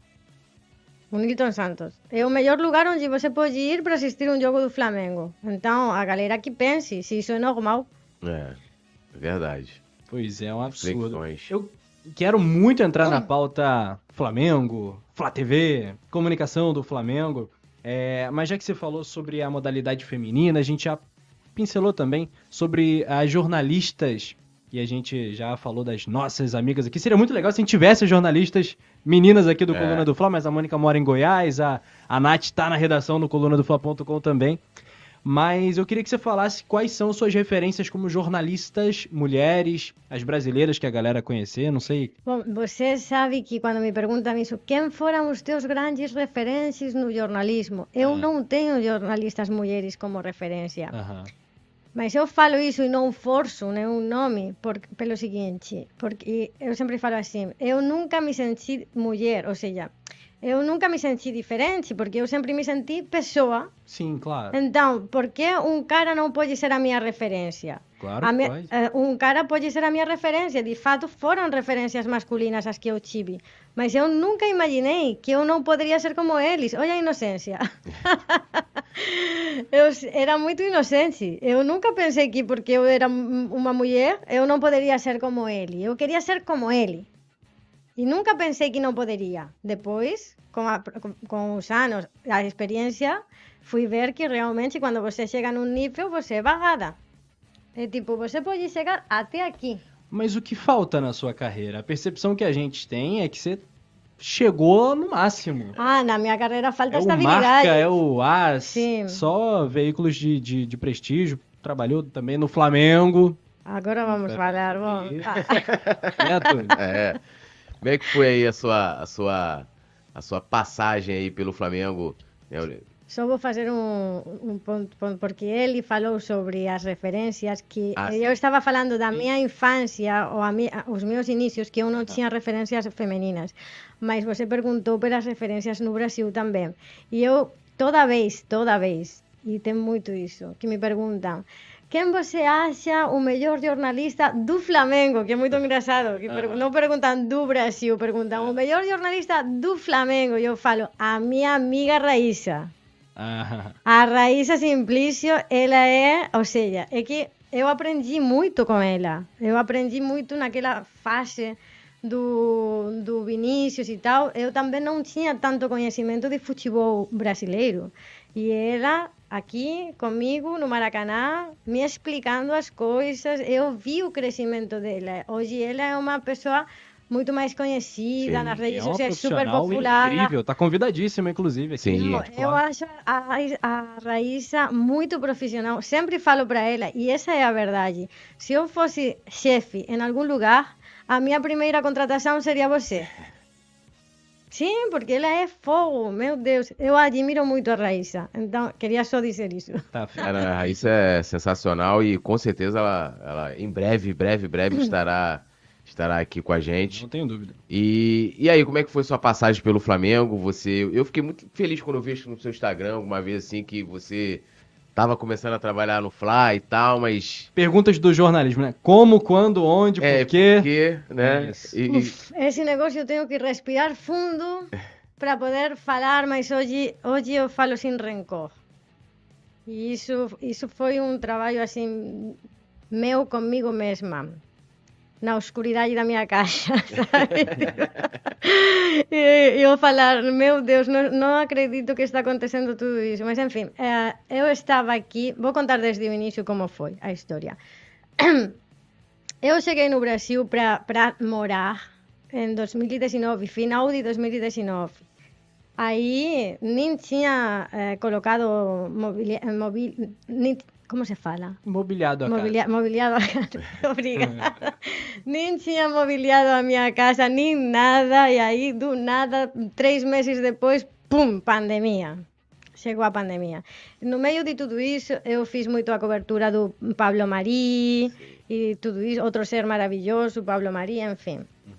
o Nilton Santos. É o melhor lugar onde você pode ir para assistir um jogo do Flamengo. Então, a galera que pense se isso é normal. É, é verdade. Pois é, é um absurdo. Reflexões. Eu quero muito entrar na pauta Flamengo, Flá T V, comunicação do Flamengo. É, mas já que você falou sobre a modalidade feminina, a gente já pincelou também sobre as jornalistas, e a gente já falou das nossas amigas aqui. Seria muito legal se a gente tivesse jornalistas meninas aqui do É. Coluna do Fla, mas a Mônica mora em Goiás, a, a Nath tá na redação do coluna do fla ponto com também. Mas eu queria que você falasse quais são suas referências como jornalistas, mulheres, as brasileiras que a galera conhecer, não sei. Bom, você sabe que quando me perguntam isso, quem foram os teus grandes referências no jornalismo? Eu Ah. não tenho jornalistas mulheres como referência. Aham. Mas eu falo isso e não forço nenhum nome por, pelo seguinte, porque eu sempre falo assim, eu nunca me senti mulher, ou seja, eu nunca me senti diferente, porque eu sempre me senti pessoa. Sim, claro. Então, por que um cara não pode ser a minha referência? Claro A que mi- pode. eh, um cara pode ser a minha referência. De fato, foram referências masculinas as que eu tive. Mas eu nunca imaginei que eu não poderia ser como eles. Olha a inocência. Eu s- era muito inocente. Eu nunca pensei que porque eu era m- uma mulher, eu não poderia ser como ele. Eu queria ser como ele. E nunca pensei que não poderia. Depois, com, a, com, com os anos, a experiência, fui ver que realmente quando você chega num nível, você é vagada. É tipo, você pode chegar até aqui. Mas o que falta na sua carreira? A percepção que a gente tem é que você chegou no máximo. Ah, na minha carreira falta É o estabilidade. Marca, é o As, Sim. só veículos de, de, de prestígio. Trabalhou também no Flamengo. Agora vamos falar. Bom, ah, Né, Túlio? É. Como é que foi aí a sua, a sua, a sua passagem aí pelo Flamengo? né? só vou fazer um, um ponto, ponto, porque ele falou sobre as referências que Ah, eu sim. estava falando da minha infância ou a mi, os meus inícios que eu não tinha referências femininas, mas você perguntou pelas referências no Brasil também. E eu toda vez, toda vez, e tem muito isso, que me perguntam quem você acha o melhor jornalista do Flamengo? Que é muito engraçado. Que per- não perguntam do Brasil, perguntam o melhor jornalista do Flamengo. E eu falo, a minha amiga Raíssa. Ah, A Raíssa Simplício, ela é, ou seja, é que eu aprendi muito com ela. Eu aprendi muito naquela fase do, do Vinícius e tal. Eu também não tinha tanto conhecimento de futebol brasileiro. E ela, aqui comigo no Maracanã, me explicando as coisas. Eu vi o crescimento dela. Hoje ela é uma pessoa muito mais conhecida Sim, nas é redes uma sociais, super profissional popular. incrível. Tá convidadíssima, inclusive. Aqui. Sim. Não, Pode eu falar. acho a, Raí- a Raíssa muito profissional. Sempre falo para ela, e essa é a verdade. Se eu fosse chefe em algum lugar, a minha primeira contratação seria você. Sim, porque ela é fogo, meu Deus. Eu admiro muito a Raíssa. Então, queria só dizer isso. Tá, Cara, a Raíssa é sensacional e com certeza ela, ela em breve, breve, breve estará, estará aqui com a gente. não tenho dúvida. E, e aí, como é que foi sua passagem pelo Flamengo? Você, eu fiquei muito feliz quando eu vi isso no seu Instagram, alguma vez assim, que você tava começando a trabalhar no Fla e tal, mas... Perguntas do jornalismo, né? Como, quando, onde, É, por quê? porque, né? Isso. E- e- Uf, esse negócio eu tenho que respirar fundo para poder falar, mas hoje, hoje eu falo sem rancor. E isso, isso foi um trabalho assim meu comigo mesma, na escuridade da minha casa, sabe? E eu falar, meu Deus, não, não acredito que está acontecendo tudo isso. Mas enfim, eh, eu estava aqui, vou contar desde o início como foi a história. Eu cheguei no Brasil para morar em dois mil e dezenove, final de dois mil e dezenove. Aí nem tinha eh, colocado mobilia, mobil, nem, como se fala? Mobiliado a Mobilia, casa. mobiliado a casa. Obrigada. Nem tinha mobiliado a minha casa, nem nada. E aí, do nada, três meses depois, pum, pandemia. Chegou a pandemia. No meio de tudo isso, eu fiz muito a cobertura do Pablo Mari e tudo isso, outro ser maravilhoso, Pablo Mari, enfim.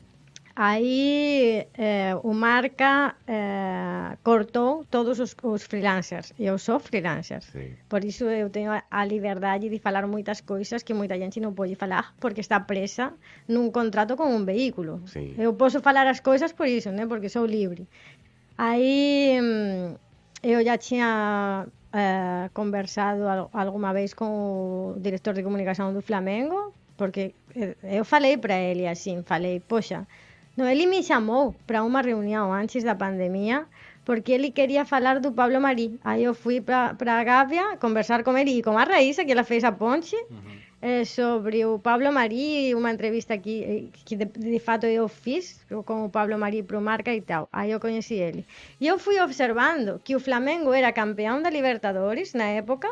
Aí eh, o Marca eh, cortou todos os, os freelancers. Eu sou freelancer. Sim. Por isso eu tenho a, a liberdade de falar muitas coisas que muita gente não pode falar porque está presa num contrato com um veículo. Sim. Eu posso falar as coisas por isso, né? Porque sou livre. Aí hum, eu já tinha eh, conversado al- alguma vez com o diretor de comunicação do Flamengo, porque eh, eu falei para ele assim, falei, poxa, não, ele me chamou para uma reunião antes da pandemia, porque ele queria falar do Pablo Mari. Aí eu fui para a Gávea conversar com ele e com a Raíssa, que ela fez a ponte, eh, sobre o Pablo Mari, uma entrevista que, eh, que de, de fato eu fiz com o Pablo Mari para o Marca e tal. Aí eu conheci ele. E eu fui observando que o Flamengo era campeão da Libertadores na época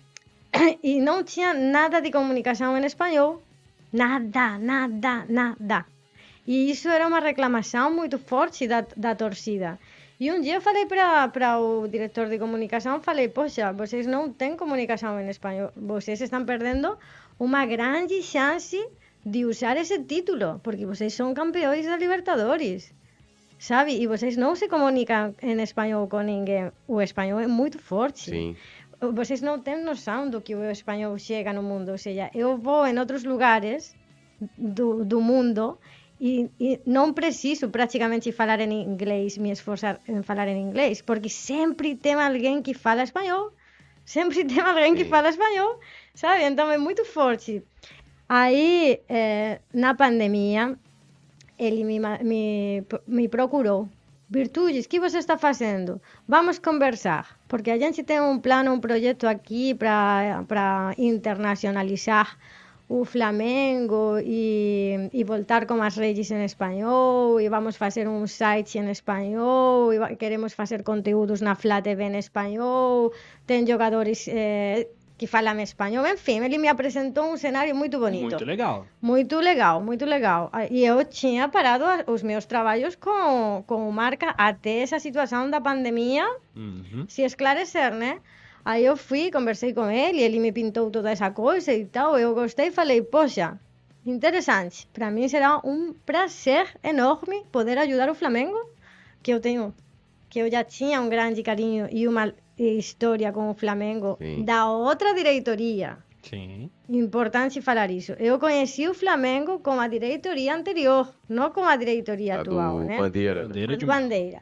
e não tinha nada de comunicação em espanhol. Nada, nada, nada. E isso era uma reclamação muito forte da, da torcida. E um dia eu falei para o diretor de comunicação, falei, poxa, vocês não têm comunicação em espanhol, vocês estão perdendo uma grande chance de usar esse título, porque vocês são campeões da Libertadores, sabe? E vocês não se comunicam em espanhol com ninguém, o espanhol é muito forte. Sim. Vocês não têm noção do que o espanhol chega no mundo, ou seja, eu vou em outros lugares do, do mundo e, e não preciso praticamente falar em inglês, me esforçar em falar em inglês, porque sempre tem alguém que fala espanhol, sempre tem alguém que Sim. fala espanhol, sabe? Então é muito forte. Aí, eh, na pandemia, ele me, ma- me, me procurou. Virtudes, o que você está fazendo? Vamos conversar, porque a gente tem um plano, um projeto aqui para internacionalizar o Flamengo e, e voltar com as redes em espanhol, e vamos fazer um site em espanhol, e va- queremos fazer conteúdos na Flá T V em espanhol, tem jogadores eh, que falam espanhol, enfim, ele me apresentou um cenário muito bonito. Muito legal. Muito legal, muito legal. Ah, E eu tinha parado a- os meus trabalhos com, com o Marca até essa situação da pandemia Uhum. se esclarecer, né? Aí eu fui, conversei com ele, ele me pintou toda essa coisa e tal. Eu gostei e falei, poxa, interessante. Para mim será um prazer enorme poder ajudar o Flamengo, que eu tenho, que eu já tinha um grande carinho e uma história com o Flamengo Sim. da outra diretoria. Sim. Importante falar isso. Eu conheci o Flamengo com a diretoria anterior, não com a diretoria A atual, do né? Bandeira. né? Bandeira A de do Bandeira.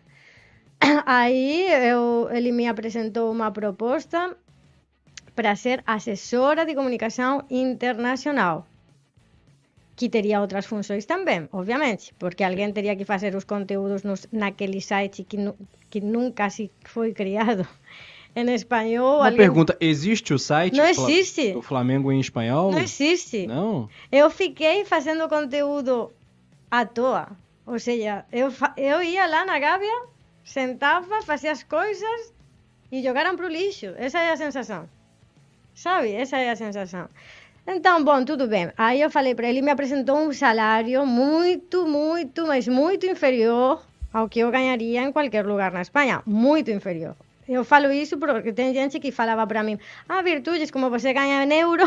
Aí eu, ele me apresentou uma proposta para ser assessora de comunicação internacional, que teria outras funções também, obviamente, porque alguém teria que fazer os conteúdos nos, naquele site que, nu, que nunca se foi criado em espanhol. Uma alguém- pergunta, existe o site Não Fla- existe. do Flamengo em espanhol? Não existe. Não? Eu fiquei fazendo conteúdo à toa. Ou seja, eu, fa- eu ia lá na Gávea, sentava, fazia as coisas e jogaram pro lixo. Essa é a sensação. Sabe? Essa é a sensação. Então, bom, tudo bem. Aí eu falei para ele, me apresentou um salário muito, muito, mas muito inferior ao que eu ganharia em qualquer lugar na Espanha. Muito inferior. Eu falo isso porque tem gente que falava para mim, ah, Virtudes, como você ganha em euro.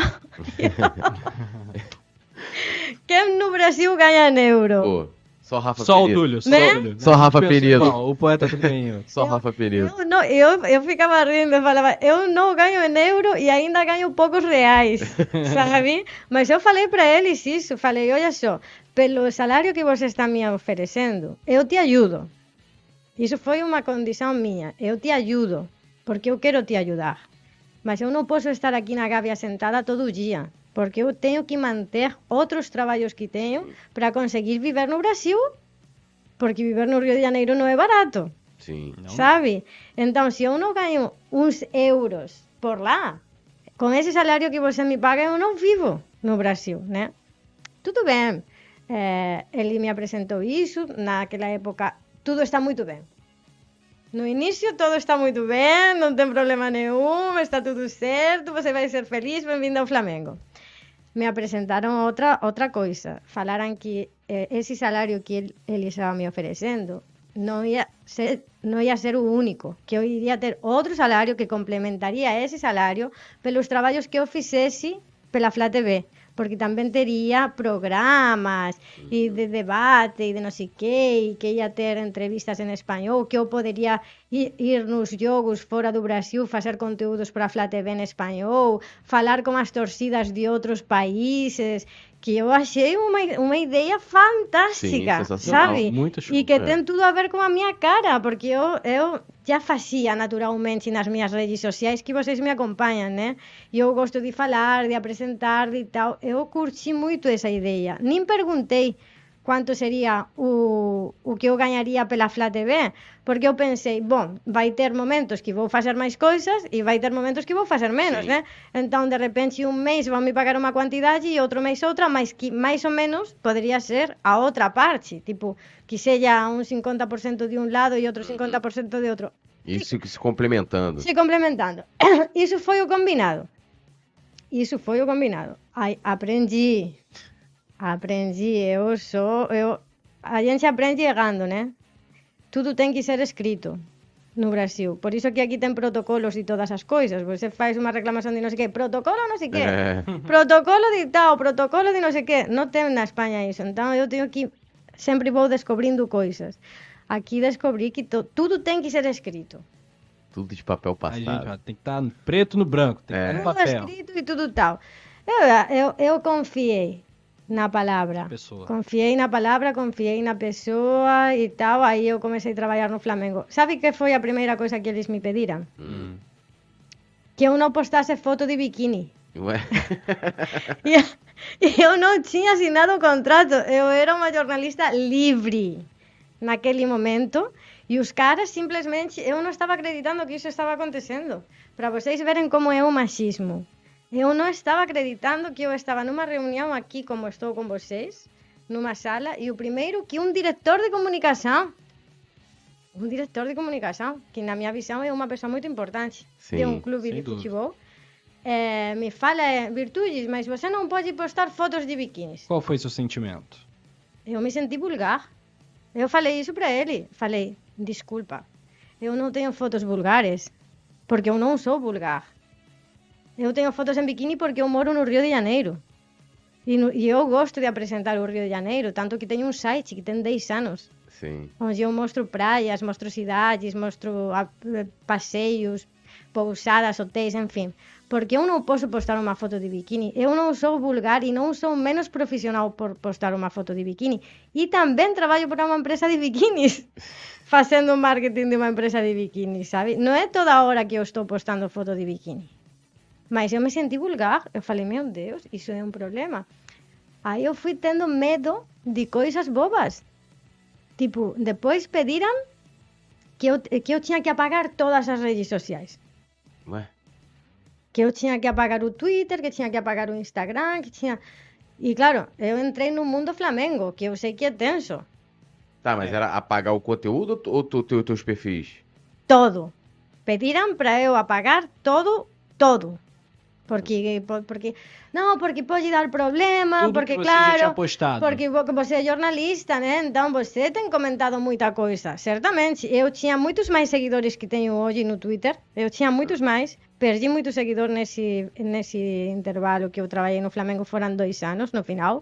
Quem no Brasil ganha em euro? Pô, só Rafa Só o Pereira. Túlio. Só, Né? o Túlio. Só Rafa Pensa, Pereira. não, o poeta também. Só Rafa Pereira. Eu, não, eu, eu ficava rindo, eu falava, eu não ganho em euro e ainda ganho poucos reais, sabe? Mas eu falei para eles isso, falei, olha só, pelo salário que você está me oferecendo, eu te ajudo. Isso foi uma condição minha, eu te ajudo, porque eu quero te ajudar. Mas eu não posso estar aqui na Gávea sentada todo dia, porque eu tenho que manter outros trabalhos que tenho para conseguir viver no Brasil, porque viver no Rio de Janeiro não é barato. Sim. Não? Sabe? Então, se eu não ganho uns euros por lá, com esse salário que você me paga, eu não vivo no Brasil, né? Tudo bem. Eh, ele me apresentou isso. Naquela época, tudo está muito bem. No início, tudo está muito bem, não tem problema nenhum, está tudo certo, você vai ser feliz, bem-vindo ao Flamengo. Me apresentaram outra, outra coisa. Falaram que eh, esse salário que ele, ele estava me oferecendo não ia, ser, não ia ser o único, que eu iria ter outro salário que complementaria esse salário pelos trabalhos que eu fizesse pela Flá T V, porque também teria programas e de debate e de não sei o quê, e que ia ter entrevistas em espanhol, que eu poderia ir, ir nos jogos fora do Brasil, fazer conteúdos para a Flá T V em espanhol, falar com as torcidas de outros países, que eu achei uma, uma ideia fantástica, Sim, sensacional. sabe? Muito show. E que É. tem tudo a ver com a minha cara, porque eu, eu já fazia naturalmente nas minhas redes sociais, que vocês me acompanham, né? E eu gosto de falar, de apresentar e tal. Eu curti muito essa ideia. Nem perguntei quanto seria o, o que eu ganharia pela Flá T V, porque eu pensei, bom, vai ter momentos que vou fazer mais coisas e vai ter momentos que vou fazer menos, Sim. né? Então, de repente, um mês vão me pagar uma quantidade e outro mês outra, mas que mais ou menos poderia ser a outra parte, tipo, que seja um cinquenta por cento de um lado e outro cinquenta por cento de outro. Isso se complementando. Se complementando. Isso foi o combinado. Isso foi o combinado. Ai, aprendi. Aprendi. Eu sou... Eu... A gente aprende errando, né? Tudo tem que ser escrito no Brasil. Por isso que aqui tem protocolos e todas as coisas. Você faz uma reclamação de não sei quê. Protocolo não sei quê. É. Protocolo de tal, protocolo de não sei quê. Não tem na Espanha isso. Então eu tenho que... Sempre vou descobrindo coisas. Aqui descobri que to... tudo tem que ser escrito. Tudo de papel Aí, passado. gente, ó, tem que estar preto no branco, tem que É. estar no Tudo papel. escrito e tudo tal. Eu, eu, eu confiei na palavra. Pessoa. Confiei na palavra, confiei na pessoa e tal. Aí eu comecei a trabalhar no Flamengo. Sabe que foi a primeira coisa que eles me pediram? Hum. Que eu não postasse foto de biquíni. Ué? E e eu não tinha assinado o contrato. Eu era uma jornalista livre naquele momento. E os caras simplesmente... Eu não estava acreditando que isso estava acontecendo. Para vocês verem como é o machismo. Eu não estava acreditando que eu estava numa reunião aqui, como estou com vocês, numa sala, e o primeiro que um diretor de comunicação, um diretor de comunicação, que na minha visão é uma pessoa muito importante, Sim, de um clube sem de dúvida. futebol, eh, me fala, Virtudes, mas você não pode postar fotos de biquínis. Qual foi seu sentimento? Eu me senti vulgar. Eu falei isso para ele. Falei, desculpa, eu não tenho fotos vulgares, porque eu não sou vulgar. Eu tenho fotos em biquíni porque eu moro no Rio de Janeiro. E, no, e eu gosto de apresentar o Rio de Janeiro, tanto que tenho um site que tem dez anos, Sim. onde eu mostro praias, mostro cidades, mostro a, passeios, pousadas, hotéis, enfim. Porque eu não posso postar uma foto de biquíni. Eu não sou vulgar e não sou menos profissional por postar uma foto de biquíni. E também trabalho para uma empresa de biquínis, fazendo marketing de uma empresa de biquínis, sabe? Não é toda hora que eu estou postando foto de biquíni. Mas eu me senti vulgar. Eu falei, meu Deus, isso é um problema. Aí eu fui tendo medo de coisas bobas. Tipo, depois pediram que eu, que eu tinha que apagar todas as redes sociais. Ué? Que eu tinha que apagar o Twitter, que tinha que apagar o Instagram, que tinha... E claro, eu entrei no mundo Flamengo, que eu sei que é tenso. Tá, mas era apagar o conteúdo ou tu, tu, teus perfis? Todo. Pediram para eu apagar todo, todo. Porque, porque, não, porque pode dar problema, Tudo porque que você já claro, tinha postado. porque vo- você é jornalista, né? Então você tem comentado muita coisa, certamente. Eu tinha muitos mais seguidores que tenho hoje no Twitter, eu tinha muitos mais, perdi muitos seguidores nesse, nesse intervalo que eu trabalhei no Flamengo, foram dois anos no final.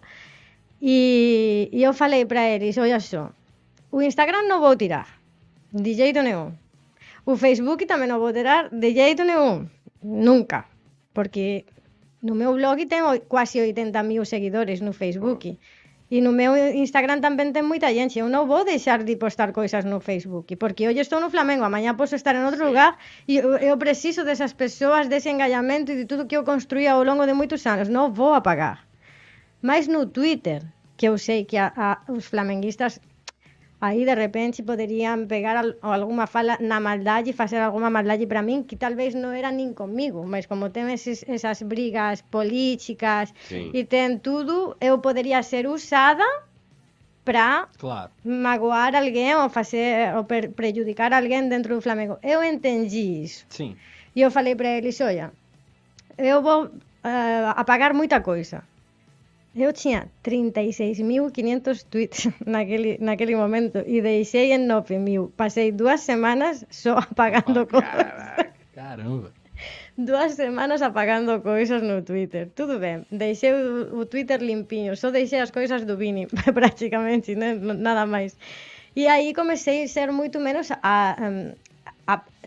E, e eu falei para eles, olha só, o Instagram não vou tirar, de jeito nenhum. O Facebook também não vou tirar, de jeito nenhum, nunca. Porque no meu blog tem oi- quase oitenta mil seguidores no Facebook. E no meu Instagram também tem muita gente. Eu não vou deixar de postar coisas no Facebook. Porque hoje estou no Flamengo, amanhã posso estar em outro lugar. E eu, eu preciso dessas pessoas, desse engajamento e de tudo que eu construí ao longo de muitos anos. Não vou apagar. Mas no Twitter, que eu sei que a, a, os flamenguistas aí de repente poderiam pegar al, alguma fala na maldade e fazer alguma maldade para mim que talvez não era nem comigo, mas como tem esses, essas brigas políticas Sim. e tem tudo, eu poderia ser usada para Claro. magoar alguém ou fazer ou per, prejudicar alguém dentro do Flamengo. Eu entendi isso. Sim. E eu falei para eles, olha, eu vou uh, apagar muita coisa. Eu tinha trinta e seis mil e quinhentos tweets naquele, naquele momento e deixei em nove mil. Passei duas semanas só apagando coisas. Caramba. Duas semanas apagando coisas no Twitter. Tudo bem, deixei o, o Twitter limpinho, só deixei as coisas do Vini, praticamente, né? Nada mais. E aí comecei a ser muito menos a, a,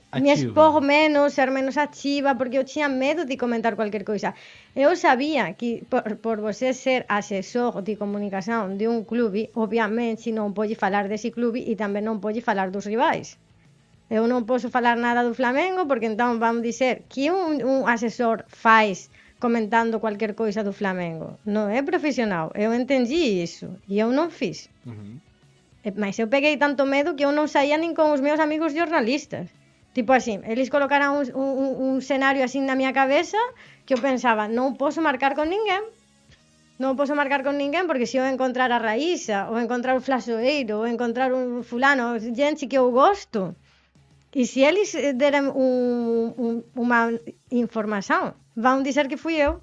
me expor menos, ser menos ativa, porque eu tinha medo de comentar qualquer coisa. Eu sabia que por, por você ser assessor de comunicação de um clube, obviamente não pode falar desse clube e também não pode falar dos rivais. Eu não posso falar nada do Flamengo, porque então vamos dizer que um, um assessor faz comentando qualquer coisa do Flamengo. Não é profissional. Eu entendi isso e eu não fiz. Uhum. Mas eu peguei tanto medo que eu não saía nem com os meus amigos jornalistas. Tipo assim, eles colocaram um, um, um cenário assim na minha cabeça que eu pensava, não posso marcar com ninguém. Não posso marcar com ninguém porque se eu encontrar a Raíssa, ou encontrar o Flazoeiro, ou encontrar um fulano, gente que eu gosto... E se eles derem um, um, uma informação, vão dizer que fui eu.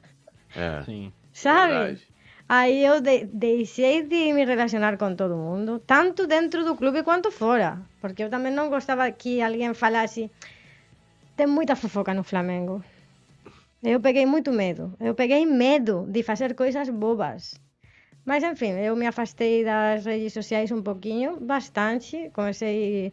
É, sim. Sabe? Verdade. Aí eu de, deixei de me relacionar com todo mundo, tanto dentro do clube quanto fora. Porque eu também não gostava que alguém falasse tem muita fofoca no Flamengo. Eu peguei muito medo. Eu peguei medo de fazer coisas bobas. Mas, enfim, eu me afastei das redes sociais um pouquinho, bastante. Comecei...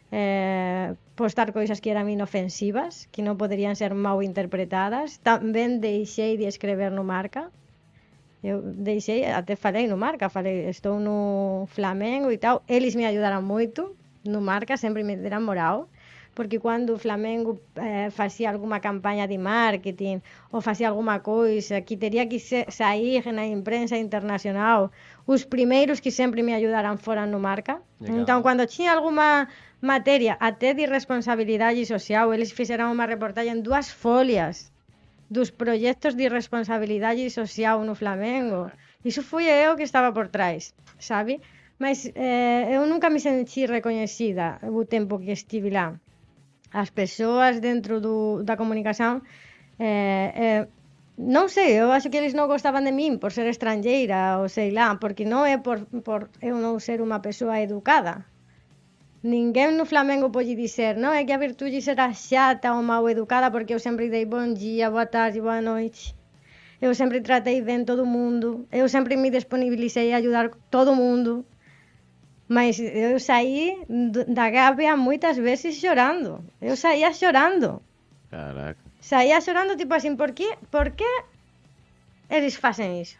Eh, postar coisas que eram inofensivas, que não poderiam ser mal interpretadas. Também deixei de escrever no Marca. Eu deixei, até falei no Marca, falei, estou no Flamengo e tal. Eles me ajudaram muito no Marca, sempre me deram moral, porque quando o Flamengo eh, fazia alguma campanha de marketing ou fazia alguma coisa que teria que sair na imprensa internacional, os primeiros que sempre me ajudaram foram no Marca. Legal. Então, quando tinha alguma matéria, até de responsabilidade social, eles fizeram uma reportagem em duas folhas dos projetos de responsabilidade social no Flamengo. Isso fui eu que estava por trás, sabe? Mas eh, eu nunca me senti reconhecida o tempo que estive lá. As pessoas dentro do, da comunicação, eh, eh, não sei, eu acho que eles não gostavam de mim por ser estrangeira, ou sei lá, porque não é por, por eu não ser uma pessoa educada. Ninguém no Flamengo pode dizer, não, é que a Virtude será chata ou mal educada, porque eu sempre dei bom dia, boa tarde, boa noite. Eu sempre tratei bem todo mundo. Eu sempre me disponibilizei a ajudar todo mundo. Mas eu saí da Gávea muitas vezes chorando. Eu saía chorando. Caraca. Saía chorando, tipo assim, por que, por que eles fazem isso?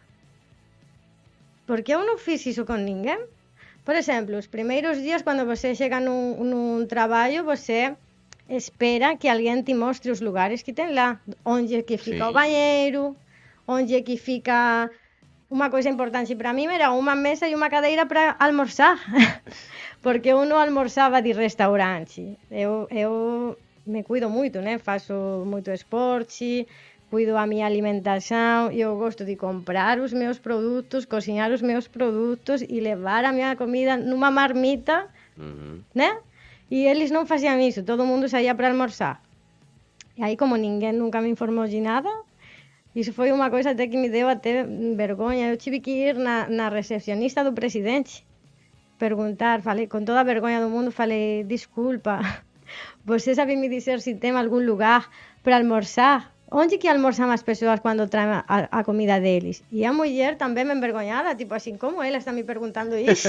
Porque eu não fiz isso com ninguém. Por exemplo, os primeiros dias, quando você chega num, num trabalho, você espera que alguém te mostre os lugares que tem lá. Onde é que fica Sim. o banheiro, onde é que fica... Uma coisa importante para mim era uma mesa e uma cadeira para almoçar. Porque eu não almoçava de restaurante. Eu, eu me cuido muito, né? Faço muito esporte... Cuido a minha alimentação, eu gosto de comprar os meus produtos, cozinhar os meus produtos e levar a minha comida numa marmita, uhum. né? E eles não faziam isso, todo mundo saía para almoçar. E aí, como ninguém nunca me informou de nada, isso foi uma coisa até que me deu até vergonha. Eu tive que ir na, na recepcionista do presidente, perguntar, falei, com toda a vergonha do mundo, falei, desculpa, você sabe me dizer se tem algum lugar para almoçar? Onde que almoçam as pessoas quando traem a, a comida deles? E a mulher também me envergonhada, tipo assim, como ela está me perguntando isso?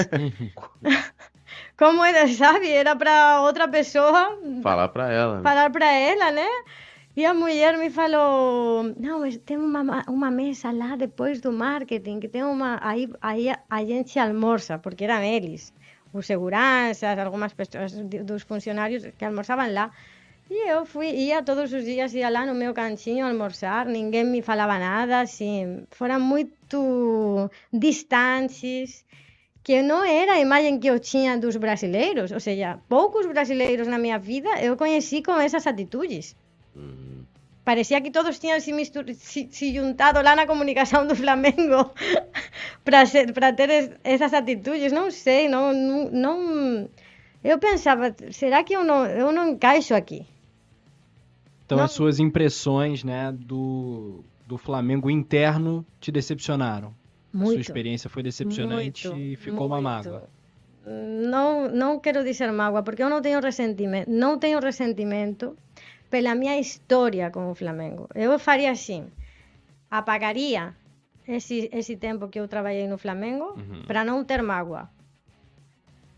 Como ela, sabe? Era para outra pessoa... Falar para ela. Né? Falar para ela, né? E a mulher me falou, não, tem uma, uma mesa lá depois do marketing, que tem uma... Aí, aí a gente almoça, porque eram eles, os seguranças, algumas pessoas dos funcionários que almoçavam lá. E eu fui, ia todos os dias, ia lá no meu cantinho almoçar, ninguém me falava nada, assim, foram muito distantes, que não era a imagem que eu tinha dos brasileiros, ou seja, poucos brasileiros na minha vida eu conheci com essas atitudes. Uhum. Parecia que todos tinham se, mistur... se, se juntado lá na comunicação do Flamengo para ter essas atitudes, não sei, não, não, não... Eu pensava, será que eu não, eu não encaixo aqui? Então não. As suas impressões, né, do, do Flamengo interno te decepcionaram? Muito. Sua experiência foi decepcionante muito, e ficou muito. uma mágoa? Não, não quero dizer mágoa, porque eu não tenho ressentimento, não tenho ressentimento pela minha história com o Flamengo. Eu faria assim, apagaria esse, esse tempo que eu trabalhei no Flamengo uhum. para não ter mágoa.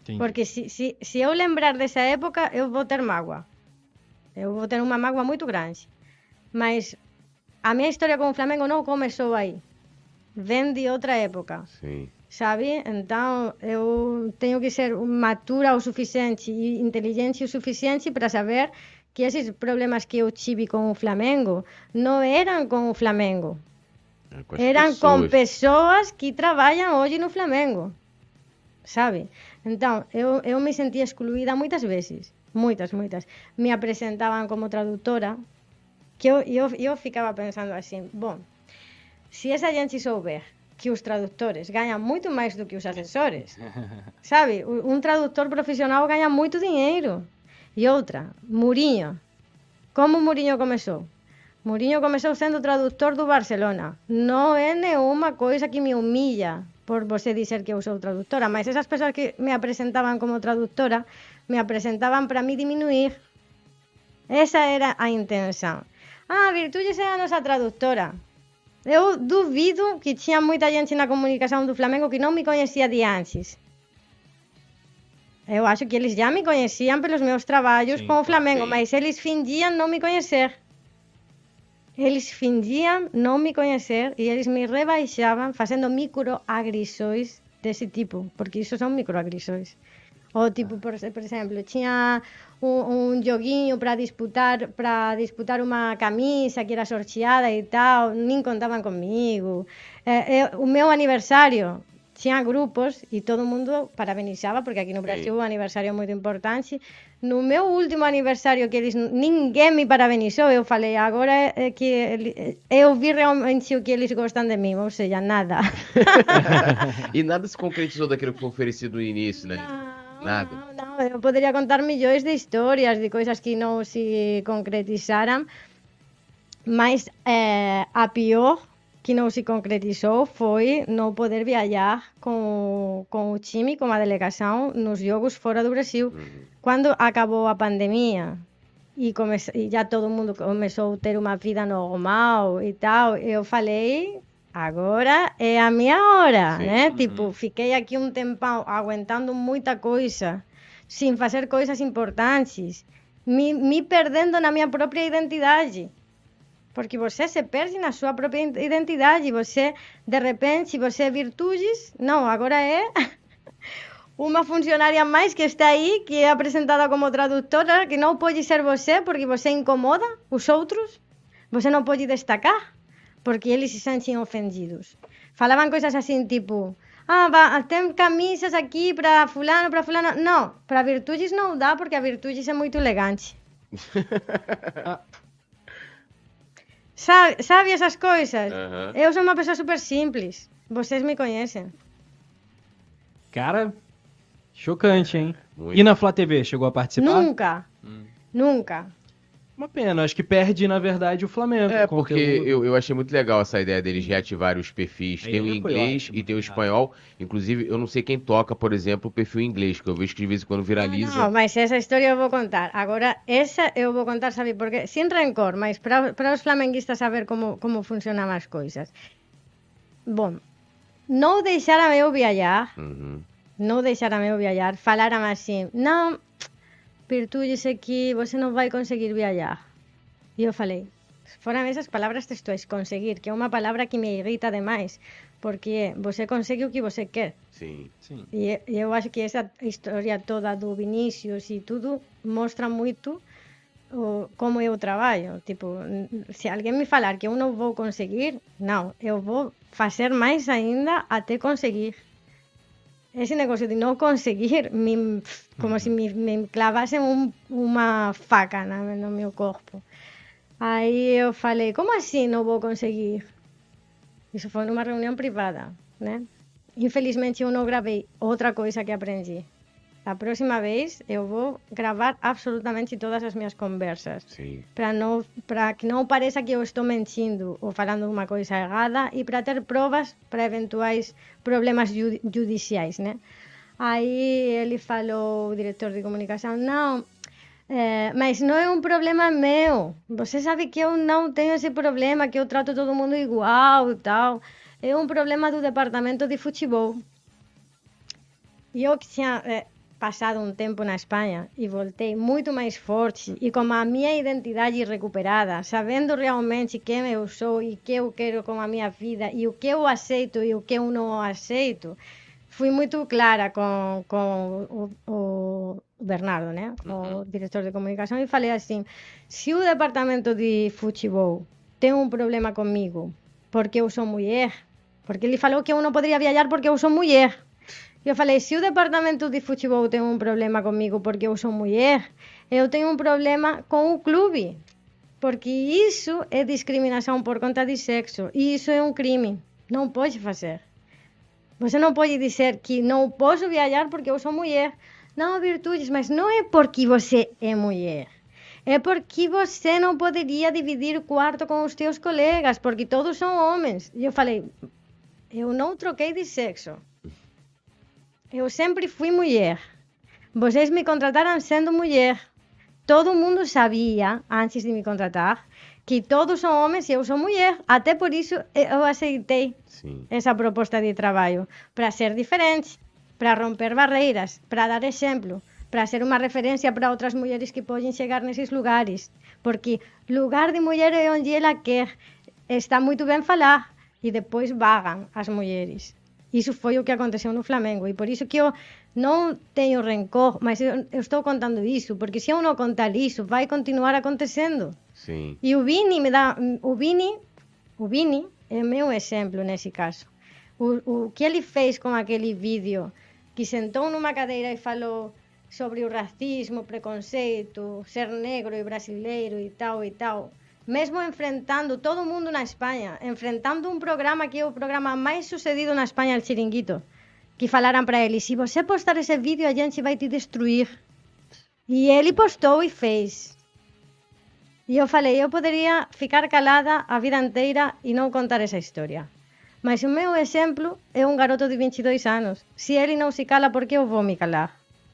Entendi. Porque se, se, se eu lembrar dessa época, eu vou ter mágoa. Eu vou ter uma mágoa muito grande. Mas a minha história com o Flamengo não começou aí. Vem de outra época. Sim. Sabe? Então, eu tenho que ser matura o suficiente e inteligente o suficiente para saber que esses problemas que eu tive com o Flamengo não eram com o Flamengo. É, com as Eram com pessoas. pessoas que trabalham hoje no Flamengo. Sabe? Então, eu, eu me sentia excluída muitas vezes. Muitas, muitas. Me apresentavam como tradutora, que eu, eu, eu ficava pensando assim, bom, se essa gente souber que os tradutores ganham muito mais do que os assessores, sabe? Um tradutor profissional ganha muito dinheiro. E outra, Mourinho. Como Mourinho começou? Mourinho começou sendo tradutor do Barcelona. Não é nenhuma coisa que me humilha por você dizer que eu sou tradutora, mas essas pessoas que me apresentavam como tradutora, me apresentavam para me diminuir. Essa era a intenção. Ah, Virtudes é a nossa tradutora. Eu duvido que tinha muita gente na comunicação do Flamengo que não me conhecia de antes. Eu acho que eles já me conheciam pelos meus trabalhos Sim, com o Flamengo, sim. mas eles fingiam não me conhecer. Eles fingiam não me conhecer e eles me rebaixavam fazendo microagressões desse tipo, porque isso são microagressões. Ou tipo, por, por exemplo, tinha um, um joguinho para disputar, para disputar uma camisa que era sorteada e tal, nem contavam comigo. É, é, o meu aniversário tinha grupos e todo mundo parabenizava, porque aqui no Brasil o aniversário é muito importante. No meu último aniversário, que eles, ninguém me parabenizou, eu falei, agora é que ele- eu vi realmente o que eles gostam de mim, ou seja, nada. E nada se concretizou daquilo que foi oferecido no início, né? Não, Nada. não, não. Eu poderia contar milhões de histórias de coisas que não se concretizaram, mas eh, a pior que não se concretizou foi não poder viajar com, com o time, com a delegação, nos jogos fora do Brasil. Quando acabou a pandemia e, come... e já todo mundo começou a ter uma vida normal e tal, eu falei, agora é a minha hora, Sim. né? Tipo, fiquei aqui um tempão aguentando muita coisa, sem fazer coisas importantes, me, me perdendo na minha própria identidade. Porque você se perde na sua própria identidade. Você, de repente, se você é Virtudes, não, agora é uma funcionária mais que está aí, que é apresentada como tradutora, que não pode ser você, porque você incomoda os outros. Você não pode destacar, porque eles se sentem ofendidos. Falavam coisas assim, tipo, ah, va- tem camisas aqui para fulano, para fulano. Não, para Virtudes não dá, porque a Virtudes é muito elegante. Sabe, sabe essas coisas? Aham. Eu sou uma pessoa super simples. Vocês me conhecem. Cara, chocante, hein? Muito. E na Flá T V, chegou a participar? Nunca. Nunca. Uma pena, acho que perde, na verdade, o Flamengo. É, o porque conteúdo. eu, eu achei muito legal essa ideia deles reativarem os perfis. A Tem o ideia foi inglês ótima. e tem o espanhol. Inclusive, eu não sei quem toca, por exemplo, o perfil inglês, que eu vejo que de vez em quando viraliza. Não, mas essa história eu vou contar. Agora, essa eu vou contar, sabe por quê? Sem rancor, mas para, para os flamenguistas saber como, como funcionam as coisas. Bom, não deixaram eu viajar, Uhum. não deixaram eu viajar, falaram assim, não, Virtudes aqui, você não vai conseguir viajar. E eu falei, foram essas palavras textuais, conseguir, que é uma palavra que me irrita demais, porque você consegue o que você quer. Sim. Sim. E e eu acho que essa história toda do Vinícius e tudo mostra muito o, como eu trabalho. Tipo, n- se alguém me falar que eu não vou conseguir, não, eu vou fazer mais ainda até conseguir. Esse negócio de não conseguir, me, como se me, me clavassem um, uma faca na, no meu corpo. Aí eu falei, como assim não vou conseguir? Isso foi numa reunião privada, né? Infelizmente eu não gravei outra coisa que aprendi. A próxima vez eu vou gravar absolutamente todas as minhas conversas. Sim. Para não, para que não pareça que eu estou mentindo ou falando uma coisa errada e para ter provas para eventuais problemas ju- judiciais, né? Aí ele falou, o diretor de comunicação, não, é, mas não é um problema meu. Você sabe que eu não tenho esse problema, que eu trato todo mundo igual e tal. É um problema do departamento de futebol. E eu que tinha... é, passado um tempo na Espanha e voltei muito mais forte e com a minha identidade recuperada, sabendo realmente quem eu sou e o que eu quero com a minha vida e o que eu aceito e o que eu não aceito, fui muito clara com, com o, o Bernardo, né? O diretor de comunicação, e falei assim: se o departamento de futebol tem um problema comigo porque eu sou mulher, porque ele falou que eu não poderia viajar porque eu sou mulher. Eu falei, se o departamento de futebol tem um problema comigo porque eu sou mulher, eu tenho um problema com o clube. Porque isso é discriminação por conta de sexo. E isso é um crime. Não pode fazer. Você não pode dizer que não posso viajar porque eu sou mulher. Não, Virtudes, mas não é porque você é mulher. É porque você não poderia dividir o quarto com os teus colegas, porque todos são homens. E eu falei, eu não troquei de sexo. Eu sempre fui mulher. Vocês me contrataram sendo mulher. Todo mundo sabia, antes de me contratar, que todos são homens e eu sou mulher. Até por isso eu aceitei Sim. essa proposta de trabalho. Para ser diferente, para romper barreiras, para dar exemplo, para ser uma referência para outras mulheres que podem chegar nesses lugares. Porque lugar de mulher é onde ela quer. Está muito bem falar. E depois vagam as mulheres. Isso foi o que aconteceu no Flamengo. E por isso que eu não tenho rancor, mas eu, eu estou contando isso, porque se eu não contar isso, vai continuar acontecendo. Sim. E o Vini me dá... O Vini, o Vini é meu exemplo nesse caso. O, o que ele fez com aquele vídeo, que sentou numa cadeira e falou sobre o racismo, preconceito, ser negro e brasileiro e tal e tal... Mesmo enfrentando todo mundo na Espanha, enfrentando um programa que é o programa mais sucedido na Espanha, o Chiringuito, que falaram para ele, se você postar esse vídeo, a gente vai te destruir. E ele postou e fez. E eu falei, eu poderia ficar calada a vida inteira e não contar essa história. Mas o meu exemplo é um garoto de vinte e dois anos. Se ele não se cala, por que eu vou me calar?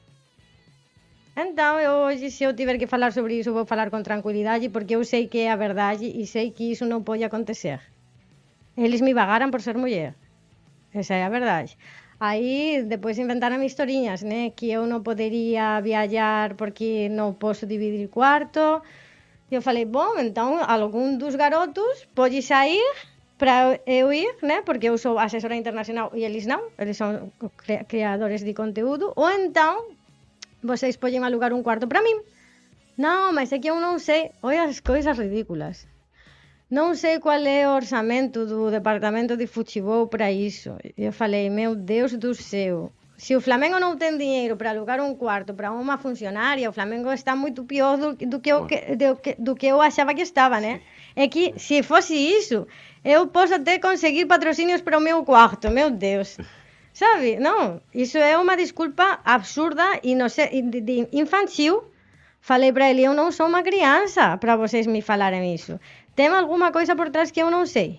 Então, eu hoje, se eu tiver que falar sobre isso, vou falar com tranquilidade, porque eu sei que é a verdade e sei que isso não pode acontecer. Eles me pagaram por ser mulher. Essa é a verdade. Aí, depois inventaram historinhas, né? Que eu não poderia viajar porque não posso dividir quarto. Eu falei, bom, então, algum dos garotos pode sair para eu ir, né? Porque eu sou assessora internacional e eles não. Eles são criadores de conteúdo. Ou então... vocês podem alugar um quarto para mim. Não, mas é que eu não sei. Olha as coisas ridículas. Não sei qual é o orçamento do departamento de futebol para isso. Eu falei, meu Deus do céu. Se o Flamengo não tem dinheiro para alugar um quarto para uma funcionária, o Flamengo está muito pior do, do, que eu, do, que, do que eu achava que estava, né? É que se fosse isso, eu posso até conseguir patrocínios para o meu quarto. Meu Deus. Sabe? Não, isso é uma desculpa absurda e não sei, de, de infantil. Falei para ele, eu não sou uma criança para vocês me falarem isso. Tem alguma coisa por trás que eu não sei.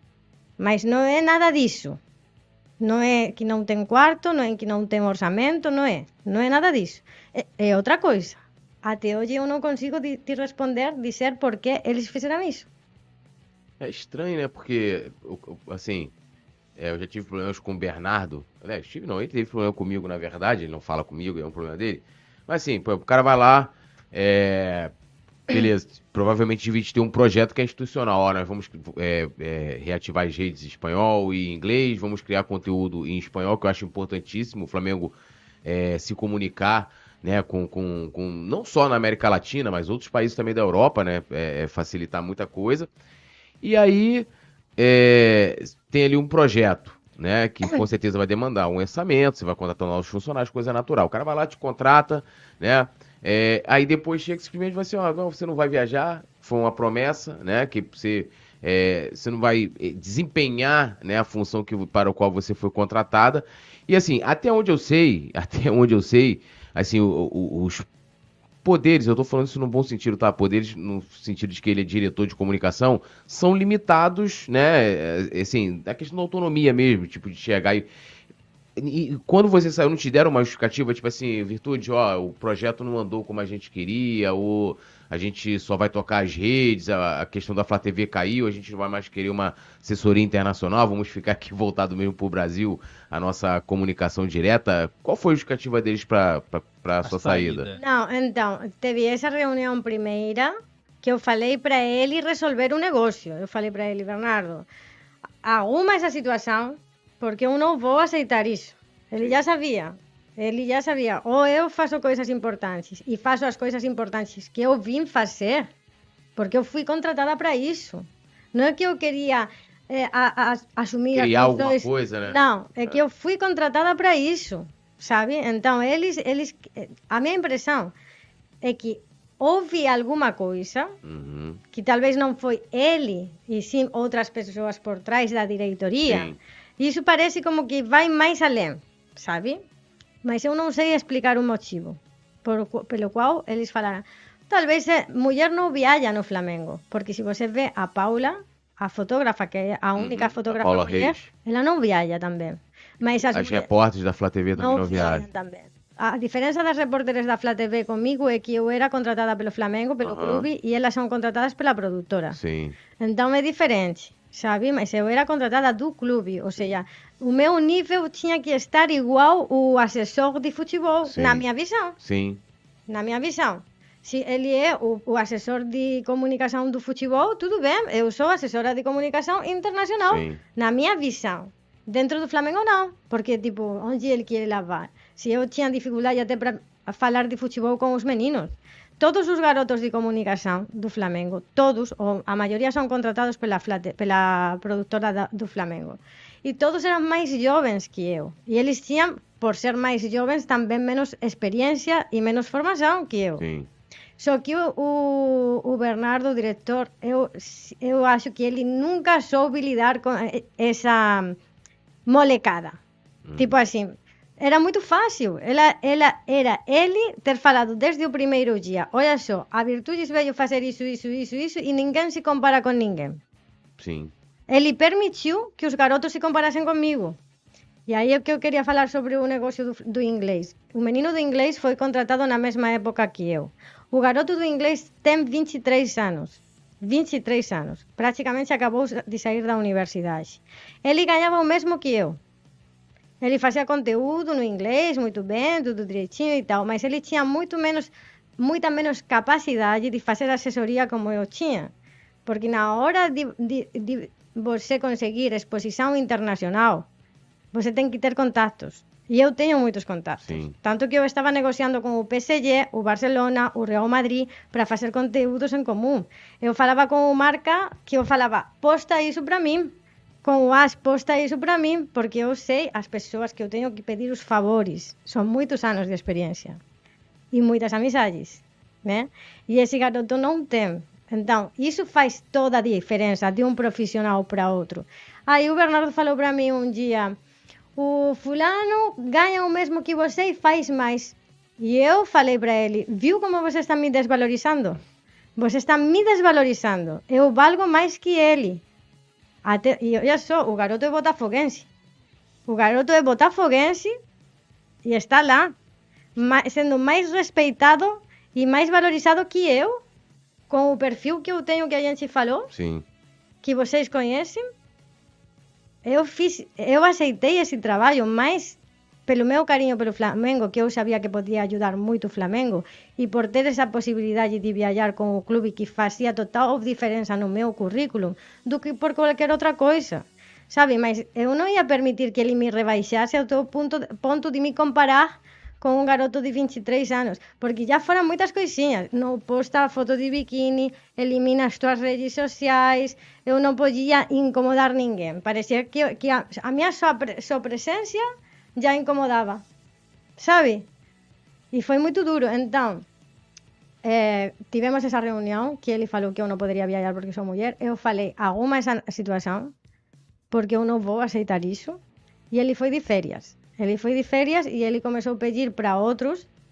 Mas não é nada disso. Não é que não tem quarto, não é que não tem orçamento, não é. Não é nada disso. É, é outra coisa. Até hoje eu não consigo te de responder, dizer por que eles fizeram isso. É estranho, né? Porque, assim... É, eu já tive problemas com o Bernardo. Aliás, tive não, ele teve problema comigo, na verdade. Ele não fala comigo, é um problema dele. Mas assim, pô, o cara vai lá, é... beleza, provavelmente devia ter um projeto que é institucional. Ó, nós vamos é, é, reativar as redes em espanhol e em inglês, vamos criar conteúdo em espanhol, que eu acho importantíssimo. O Flamengo é, se comunicar, né, com, com, com não só na América Latina, mas outros países também da Europa, né, é, facilitar muita coisa. E aí... É, tem ali um projeto, né, que com certeza vai demandar um orçamento, você vai contratar novos funcionários, coisa natural. O cara vai lá, te contrata, né, é, aí depois chega simplesmente vai ser, ó, não, você não vai viajar, foi uma promessa, né, que você, é, você não vai desempenhar, né, a função que, para a qual você foi contratada. E assim, até onde eu sei, até onde eu sei, assim, o, o, os poderes, eu tô falando isso no bom sentido, tá? Poderes no sentido de que ele é diretor de comunicação, são limitados, né? Assim, a questão da autonomia mesmo, tipo, de chegar e... E, e quando você saiu, não te deram uma justificativa, tipo assim, Virtude, ó, o projeto não andou como a gente queria, ou a gente só vai tocar as redes, a, a questão da Flá T V caiu, a gente não vai mais querer uma assessoria internacional, vamos ficar aqui voltado mesmo pro Brasil, a nossa comunicação direta. Qual foi a justificativa deles pra, pra, pra sua saída? saída. Não, então, teve essa reunião primeira que eu falei para ele resolver um negócio. Eu falei para ele, Bernardo, arruma essa situação, porque eu não vou aceitar isso. Ele já sabia. Ele já sabia. Ou eu faço coisas importantes e faço as coisas importantes que eu vim fazer, porque eu fui contratada para isso. Não é que eu queria é, a, a, assumir Criar as alguma funções. coisa, né? Não, é que eu fui contratada para isso, sabe? Então, eles, eles... A minha impressão é que houve alguma coisa Uhum. que talvez não foi ele, e sim outras pessoas por trás da diretoria. Sim. E isso parece como que vai mais além, sabe? Mas eu não sei explicar o motivo por, pelo qual eles falaram. Talvez a mulher não viaja no Flamengo, porque se você vê a Paula, a fotógrafa, que é a única Uhum, fotógrafa Paula mulher, Reis. ela não viaja também. Mas as, As mulher- repórteres da Flá T V também não não viajam. viajam também. A diferença das repórteres da Flá T V comigo é que eu era contratada pelo Flamengo, pelo Aham. clube, e elas são contratadas pela produtora. Sim. Então é diferente, sabe? Mas eu era contratada do clube, ou seja, o meu nível tinha que estar igual o assessor de futebol, Sim. na minha visão. Sim. Na minha visão. Se ele é o, o assessor de comunicação do futebol, tudo bem, eu sou assessora de comunicação internacional. Sim. Na minha visão. Dentro do Flamengo, não. Porque, tipo, onde ele quer levar? Se eu tinha dificuldade até para falar de futebol com os meninos. Todos os garotos de comunicação do Flamengo, todos, ou a maioria são contratados pela, Flate, pela produtora da, do Flamengo. E todos eram mais jovens que eu. E eles tinham, por ser mais jovens, também menos experiência e menos formação que eu. Sim. Só que o, o, o Bernardo, o diretor, eu, eu acho que ele nunca soube lidar com essa molecada. Hum. Tipo assim, era muito fácil. Ela, ela, era ele ter falado desde o primeiro dia: olha só, a Virtudes veio fazer isso, isso, isso, isso, e ninguém se compara com ninguém. Sim. Ele permitiu que os garotos se comparassem comigo. E aí é que eu queria falar sobre o negócio do, do inglês. O menino do inglês foi contratado na mesma época que eu. O garoto do inglês tem vinte e três anos. vinte e três anos. Praticamente acabou de sair da universidade. Ele ganhava o mesmo que eu. Ele fazia conteúdo no inglês, muito bem, tudo direitinho e tal, mas ele tinha muito menos, muita menos capacidade de fazer assessoria como eu tinha. Porque na hora de, de, de você conseguir exposição internacional, você tem que ter contatos. E eu tenho muitos contatos. Sim. Tanto que eu estava negociando com o P S G, o Barcelona, o Real Madrid, para fazer conteúdos em comum. Eu falava com o Marca, que eu falava, posta isso para mim. Com o As, posta isso para mim, porque eu sei as pessoas que eu tenho que pedir os favores. São muitos anos de experiência. E muitas amizades, né? E esse garoto não tem. Então, isso faz toda a diferença de um profissional para outro. Aí o Bernardo falou para mim um dia: o fulano ganha o mesmo que você e faz mais. E eu falei para ele: viu como você está me desvalorizando? Você está me desvalorizando. Eu valgo mais que ele. Até, e olha só, o garoto é botafoguense. O garoto é botafoguense e está lá, mais, sendo mais respeitado e mais valorizado que eu, com o perfil que eu tenho, que a gente falou, Sim. que vocês conhecem. Eu fiz, eu aceitei esse trabalho, mas pelo meu carinho pelo Flamengo, que eu sabia que podia ajudar muito o Flamengo, e por ter essa possibilidade de viajar com o clube, que fazia total diferença no meu currículo, do que por qualquer outra coisa, sabe? Mas eu não ia permitir que ele me rebaixasse ao teu ponto, ponto de me comparar com um garoto de vinte e três anos, porque já foram muitas coisinhas. Não posta foto de biquíni, elimina as tuas redes sociais, eu não podia incomodar ninguém. Parecia que, que a, a minha só, só presença já incomodava, sabe? E foi muito duro. Então, eh, tivemos essa reunião que ele falou que eu não poderia viajar porque sou mulher. Eu falei, arruma essa situação, porque eu não vou aceitar isso. E ele foi de férias. Ele foi de férias e ele começou a pedir para outros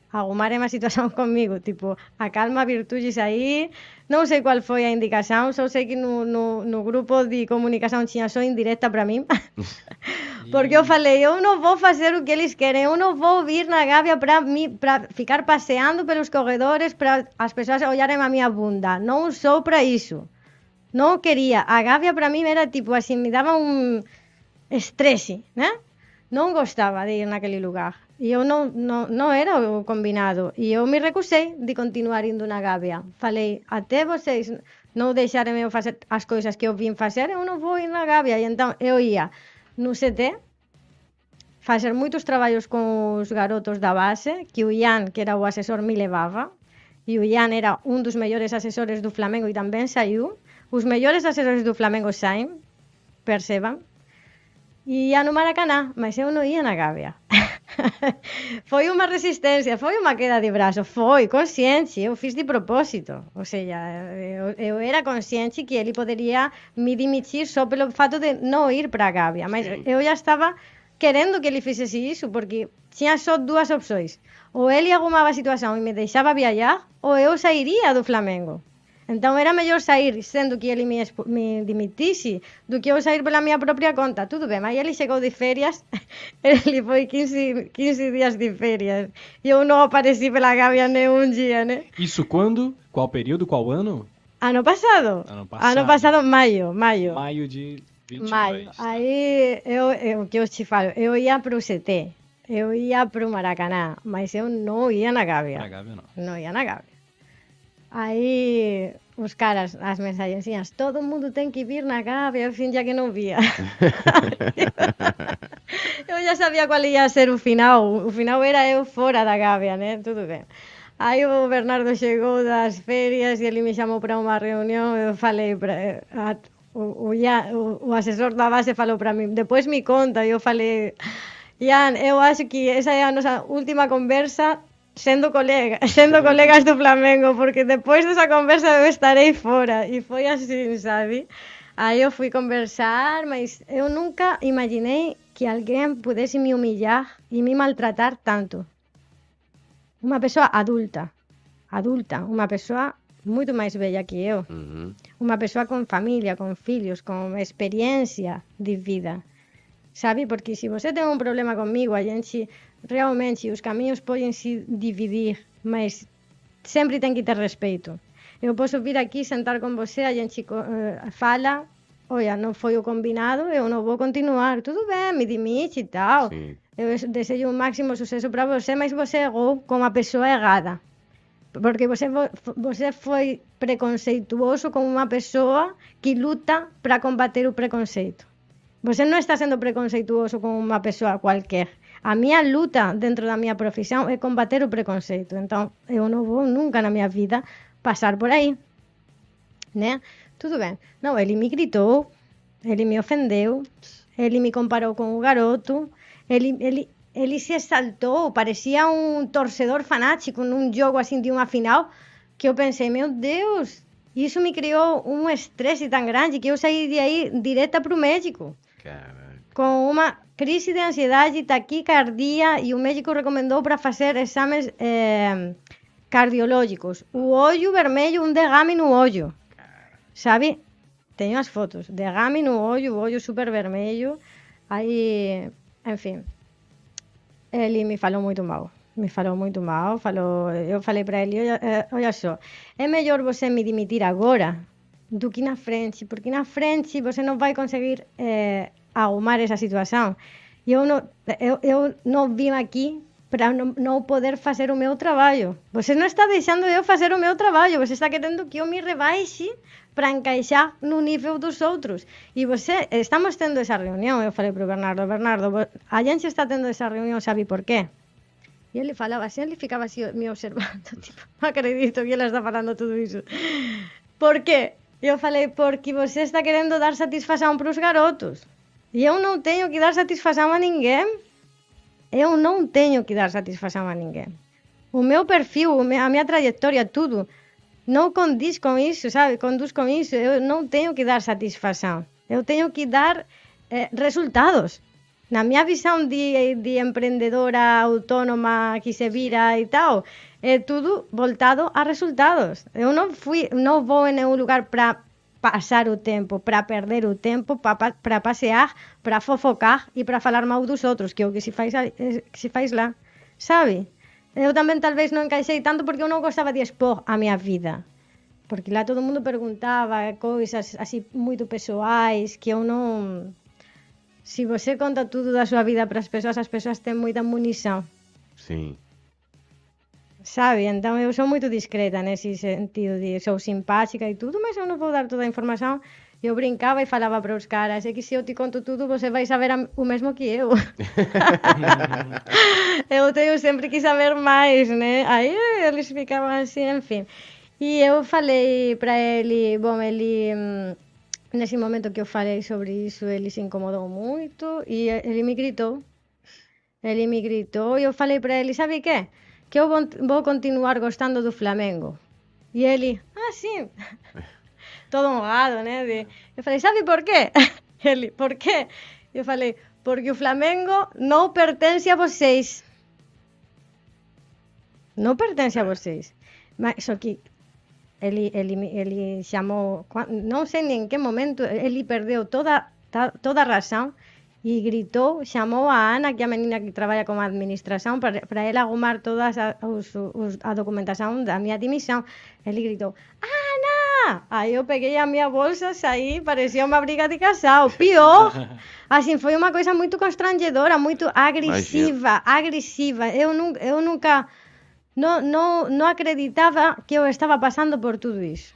arrumarem a situação comigo, tipo, acalma virtudes aí, não sei qual foi a indicação, só sei que no, no, no grupo de comunicação tinha só indireta para mim, porque eu falei, eu não vou fazer o que eles querem, eu não vou vir na Gávea para ficar passeando pelos corredores para as pessoas olharem a minha bunda, não sou para isso, não queria, a Gávea para mim era tipo assim, me dava um estresse, né? Não gostava de ir naquele lugar. E eu não, não, não era o combinado. E eu me recusei de continuar indo na Gávea. Falei, até vocês não deixarem eu fazer as coisas que eu vim fazer, eu não vou ir na Gávea. E então eu ia no C T, fazer muitos trabalhos com os garotos da base, que o Ian, que era o assessor, me levava. E o Ian era um dos melhores assessores do Flamengo e também saiu. Os melhores assessores do Flamengo saem, percebam. E ia no Maracanã, mas eu não ia na Gávea. Foi uma resistência, foi uma queda de braço, foi consciente, eu fiz de propósito. Ou seja, eu, eu era consciente que ele poderia me demitir só pelo fato de não ir para a Gávea, mas Sim. eu já estava querendo que ele fizesse isso, porque tinha só duas opções. Ou ele arrumava a situação e me deixava viajar, ou eu sairia do Flamengo. Então era melhor sair sendo que ele me, me demitisse do que eu sair pela minha própria conta. Tudo bem, mas ele chegou de férias, ele foi quinze, quinze dias de férias. E eu não apareci pela Gávea nenhum dia, né? Isso quando? Qual período? Qual ano? Ano passado. Ano passado. Ano passado, maio. Maio, maio de vinte e dois. Maio. Aí, eu, eu, o que eu te falo, eu ia para o C T, eu ia para o Maracanã, mas eu não ia na Gávea. Na Gávea não. Não ia na Gávea. Aí os caras, as mensagenzinhas, todo mundo tem que vir na Gávea, eu fingia que não via. Eu já sabia qual ia ser o final, o final era eu fora da Gávea, né? Tudo bem. Aí o Bernardo chegou das férias e ele me chamou para uma reunião, eu falei, pra, a, o, o, o, o assessor da base falou para mim, depois me conta, eu falei, Ian, eu acho que essa é a nossa última conversa, sendo colega, sendo colegas do Flamengo, porque depois dessa conversa eu estarei fora. E foi assim, sabe? Aí eu fui conversar, mas eu nunca imaginei que alguém pudesse me humilhar e me maltratar tanto. Uma pessoa adulta, adulta, uma pessoa muito mais velha que eu, uhum. Uma pessoa com família, com filhos, com experiência de vida. Sabe? Porque se você tem um problema comigo, a gente realmente os caminhos podem se dividir, mas sempre tem que ter respeito. Eu posso vir aqui, sentar com você, a gente uh, fala, olha, não foi o combinado, eu não vou continuar, tudo bem, me demite e tal. Sim. Eu desejo o máximo sucesso para você, mas você errou com a pessoa errada. Porque você, você foi preconceituoso com uma pessoa que luta para combater o preconceito. Você não está sendo preconceituoso com uma pessoa qualquer. A minha luta dentro da minha profissão é combater o preconceito. Então, eu não vou nunca na minha vida passar por aí. Né? Tudo bem. Não, ele me gritou, ele me ofendeu, ele me comparou com o garoto, ele, ele, ele se exaltou, parecia um torcedor fanático num jogo assim de uma final, que eu pensei, meu Deus, isso me criou um estresse tão grande que eu saí de aí direta para o médico. Caraca. Com uma crise de ansiedade e taquicardia, e o médico recomendou para fazer exames eh, cardiológicos. O olho vermelho, um derrame no olho. Sabe? Tenho as fotos. Derrame no olho, o olho super vermelho. Aí, enfim, ele me falou muito mal. Me falou muito mal. Falou, eu falei para ele, olha, olha só, é melhor você me demitir agora do que na frente, porque na frente você não vai conseguir eh, arrumar essa situação. Eu não, eu, eu não vim aqui para não, não poder fazer o meu trabalho. Você não está deixando eu fazer o meu trabalho, você está querendo que eu me rebaixe para encaixar no nível dos outros. E você, estamos tendo essa reunião, eu falei para o Bernardo, Bernardo, a gente está tendo essa reunião, sabe por quê? E ele falava assim, ele ficava assim me observando, tipo, não acredito que ele está falando tudo isso. Por quê? Eu falei, porque você está querendo dar satisfação para os garotos. E eu não tenho que dar satisfação a ninguém. Eu não tenho que dar satisfação a ninguém. O meu perfil, a minha trajetória, tudo, não condiz com isso, sabe? Conduz com isso. Eu não tenho que dar satisfação. Eu tenho que dar eh, resultados. Na minha visão de, de empreendedora autônoma que se vira e tal, é tudo voltado a resultados. Eu não fui, não vou em nenhum lugar para passar o tempo, para perder o tempo, para passear, para fofocar e para falar mal dos outros, que é o que se faz, que se faz lá, sabe? Eu também talvez não encaixei tanto porque eu não gostava de expor a minha vida. Porque lá todo mundo perguntava coisas assim muito pessoais que eu não... Se você conta tudo da sua vida para as pessoas, as pessoas têm muita munição. Sim. Sabe? Então eu sou muito discreta nesse sentido de sou simpática e tudo, mas eu não vou dar toda a informação. Eu brincava e falava para os caras, é que se eu te conto tudo, você vai saber o mesmo que eu. Eu tenho sempre que saber mais, né? Aí eles ficavam assim, enfim. E eu falei para ele, bom, ele... Nesse momento que eu falei sobre isso, ele se incomodou muito e ele me gritou. Ele me gritou e eu falei para ele, sabe o quê? Que eu vou continuar gostando do Flamengo. E ele, ah, sim. Todo honrado, né? De... Eu falei, sabe por quê? Ele, por quê? Eu falei, porque o Flamengo não pertence a vocês. Não pertence a vocês. Mas só que ele, ele, ele chamou, não sei nem em que momento, ele perdeu toda, toda a razão e gritou, chamou a Ana, que é a menina que trabalha com a administração, para, para ela arrumar toda a, os, os, a documentação da minha demissão. Ele gritou, Ana! Aí eu peguei a minha bolsa, saí, parecia uma briga de casal. Pior! Assim, foi uma coisa muito constrangedora, muito agressiva, Imagina. agressiva. Eu, nu, eu nunca... Não, não, não acreditava que eu estava passando por tudo isso.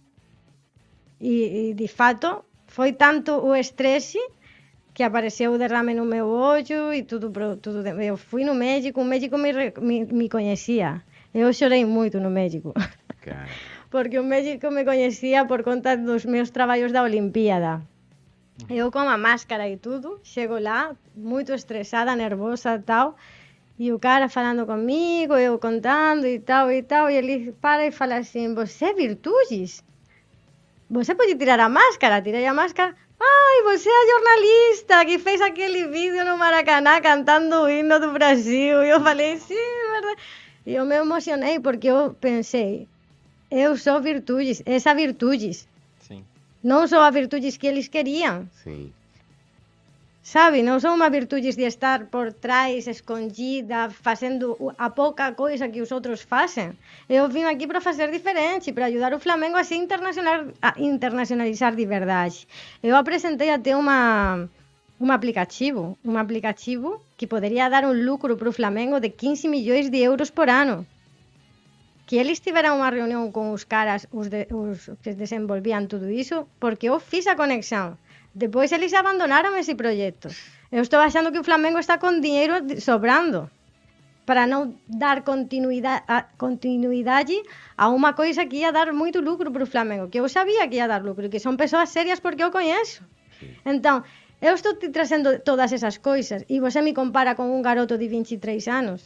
E, e de fato, foi tanto o estresse que apareceu o derrame no meu olho e tudo, tudo. Eu fui no médico, o médico me, me, me conhecia. Eu chorei muito no médico. Cara. Porque o médico me conhecia por conta dos meus trabalhos da Olimpíada. Eu com a máscara e tudo, chego lá, muito estressada, nervosa e tal... E o cara falando comigo, eu contando e tal e tal, e ele para e fala assim, você é Virtudes? Você pode tirar a máscara? Tirei a máscara. Ai, você é a jornalista que fez aquele vídeo no Maracanã cantando o hino do Brasil. E eu falei, sim, é verdade. E eu me emocionei porque eu pensei, eu sou Virtudes, essa Virtudes. Sim. Não sou a Virtudes que eles queriam. Sim. Sabe, não sou uma Virtudes de estar por trás, escondida, fazendo a pouca coisa que os outros fazem. Eu vim aqui para fazer diferente, para ajudar o Flamengo a se internacional, a internacionalizar de verdade. Eu apresentei até uma, um aplicativo, um aplicativo que poderia dar um lucro para o Flamengo de quinze milhões de euros por ano. Que eles tiveram uma reunião com os caras, os, de, os que desenvolviam tudo isso, porque eu fiz a conexão. Depois eles abandonaram esse projeto. Eu estou achando que o Flamengo está com dinheiro sobrando para não dar continuidade a, continuidade a uma coisa que ia dar muito lucro para o Flamengo, que eu sabia que ia dar lucro, que são pessoas sérias porque eu conheço. Então, eu estou te trazendo todas essas coisas e você me compara com um garoto de vinte e três anos.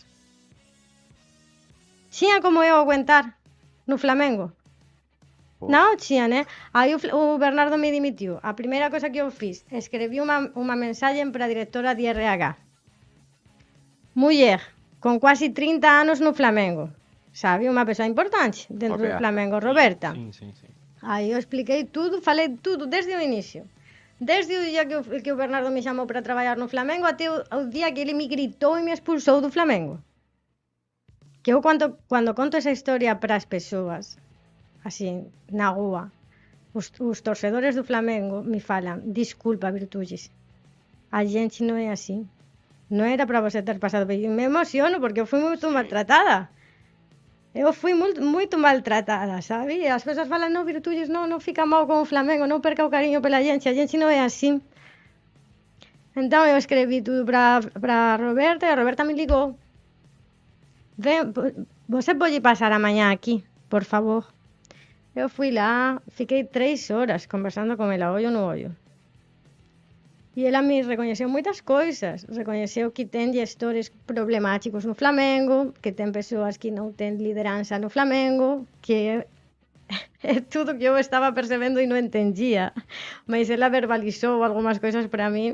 Tinha como eu aguentar no Flamengo? Pô. Não tinha, né? Aí o, o Bernardo me demitiu. A primeira coisa que eu fiz, escrevi uma, uma mensagem para a diretora de R H. Mulher, com quase trinta anos no Flamengo. Sabe? Uma pessoa importante dentro Roberta. do Flamengo, Roberta. Sim, sim, sim. Aí eu expliquei tudo, falei tudo desde o início. Desde o dia que o, que o Bernardo me chamou para trabalhar no Flamengo até o, o dia que ele me gritou e me expulsou do Flamengo. Que eu, quando, quando conto essa história para as pessoas... assim, na rua, os, os torcedores do Flamengo me falam, desculpa, Virtudes, a gente não é assim, não era para você ter passado, eu me emociono porque eu fui muito maltratada, eu fui muito, muito maltratada, sabe, e as pessoas falam, não, Virtudes, não, não fica mal com o Flamengo, não perca o carinho pela gente, a gente não é assim. Então eu escrevi tudo para para Roberta e a Roberta me ligou, vem, você pode passar amanhã aqui, por favor. Eu fui lá, fiquei três horas conversando com ela, olho no olho. E ela me reconheceu muitas coisas. Reconheceu que tem gestores problemáticos no Flamengo, que tem pessoas que não têm liderança no Flamengo, que é, é tudo que eu estava percebendo e não entendia. Mas ela verbalizou algumas coisas para mim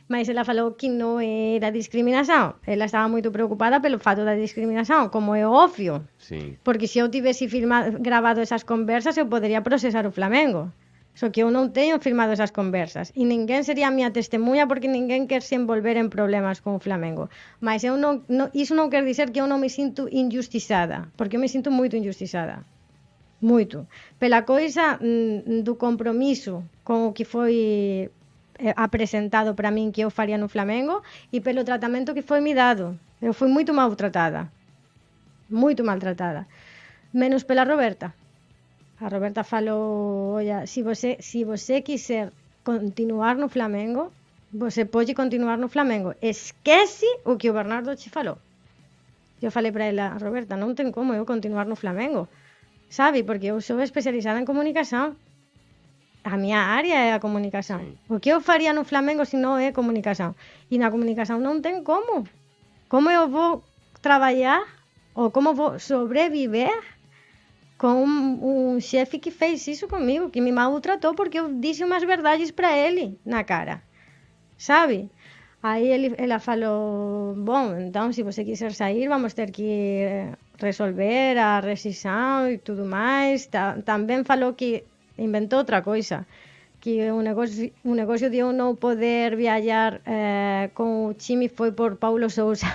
Mas ela falou que não era discriminação. Ela estava muito preocupada pelo fato da discriminação, como é óbvio. Sim. Porque se eu tivesse filmado, gravado essas conversas, eu poderia processar o Flamengo. Só que eu não tenho filmado essas conversas. E ninguém seria minha testemunha porque ninguém quer se envolver em problemas com o Flamengo. Mas eu não, não, isso não quer dizer que eu não me sinto injustiçada. Porque eu me sinto muito injustiçada. Muito. Pela coisa mm, do compromisso com o que foi eh, apresentado para mim que eu faria no Flamengo e pelo tratamento que foi me dado. Eu fui muito maltratada. Muito maltratada. Menos pela Roberta. A Roberta falou, olha, se você, se você quiser continuar no Flamengo, você pode continuar no Flamengo. Esquece o que o Bernardo te falou. Eu falei para ela, Roberta, não tem como eu continuar no Flamengo. Sabe? Porque eu sou especializada em comunicação. A minha área é a comunicação. Sim. O que eu faria no Flamengo se não é comunicação? E na comunicação não tem como. Como eu vou trabalhar ou como vou sobreviver com um, um chefe que fez isso comigo, que me maltratou porque eu disse umas verdades para ele na cara, sabe? Aí ele, ela falou, bom, então se você quiser sair, vamos ter que resolver a rescisão e tudo mais. Ta, também falou que inventou outra coisa, que o negócio, o negócio de eu não poder viajar eh, com o time foi por Paulo Sousa.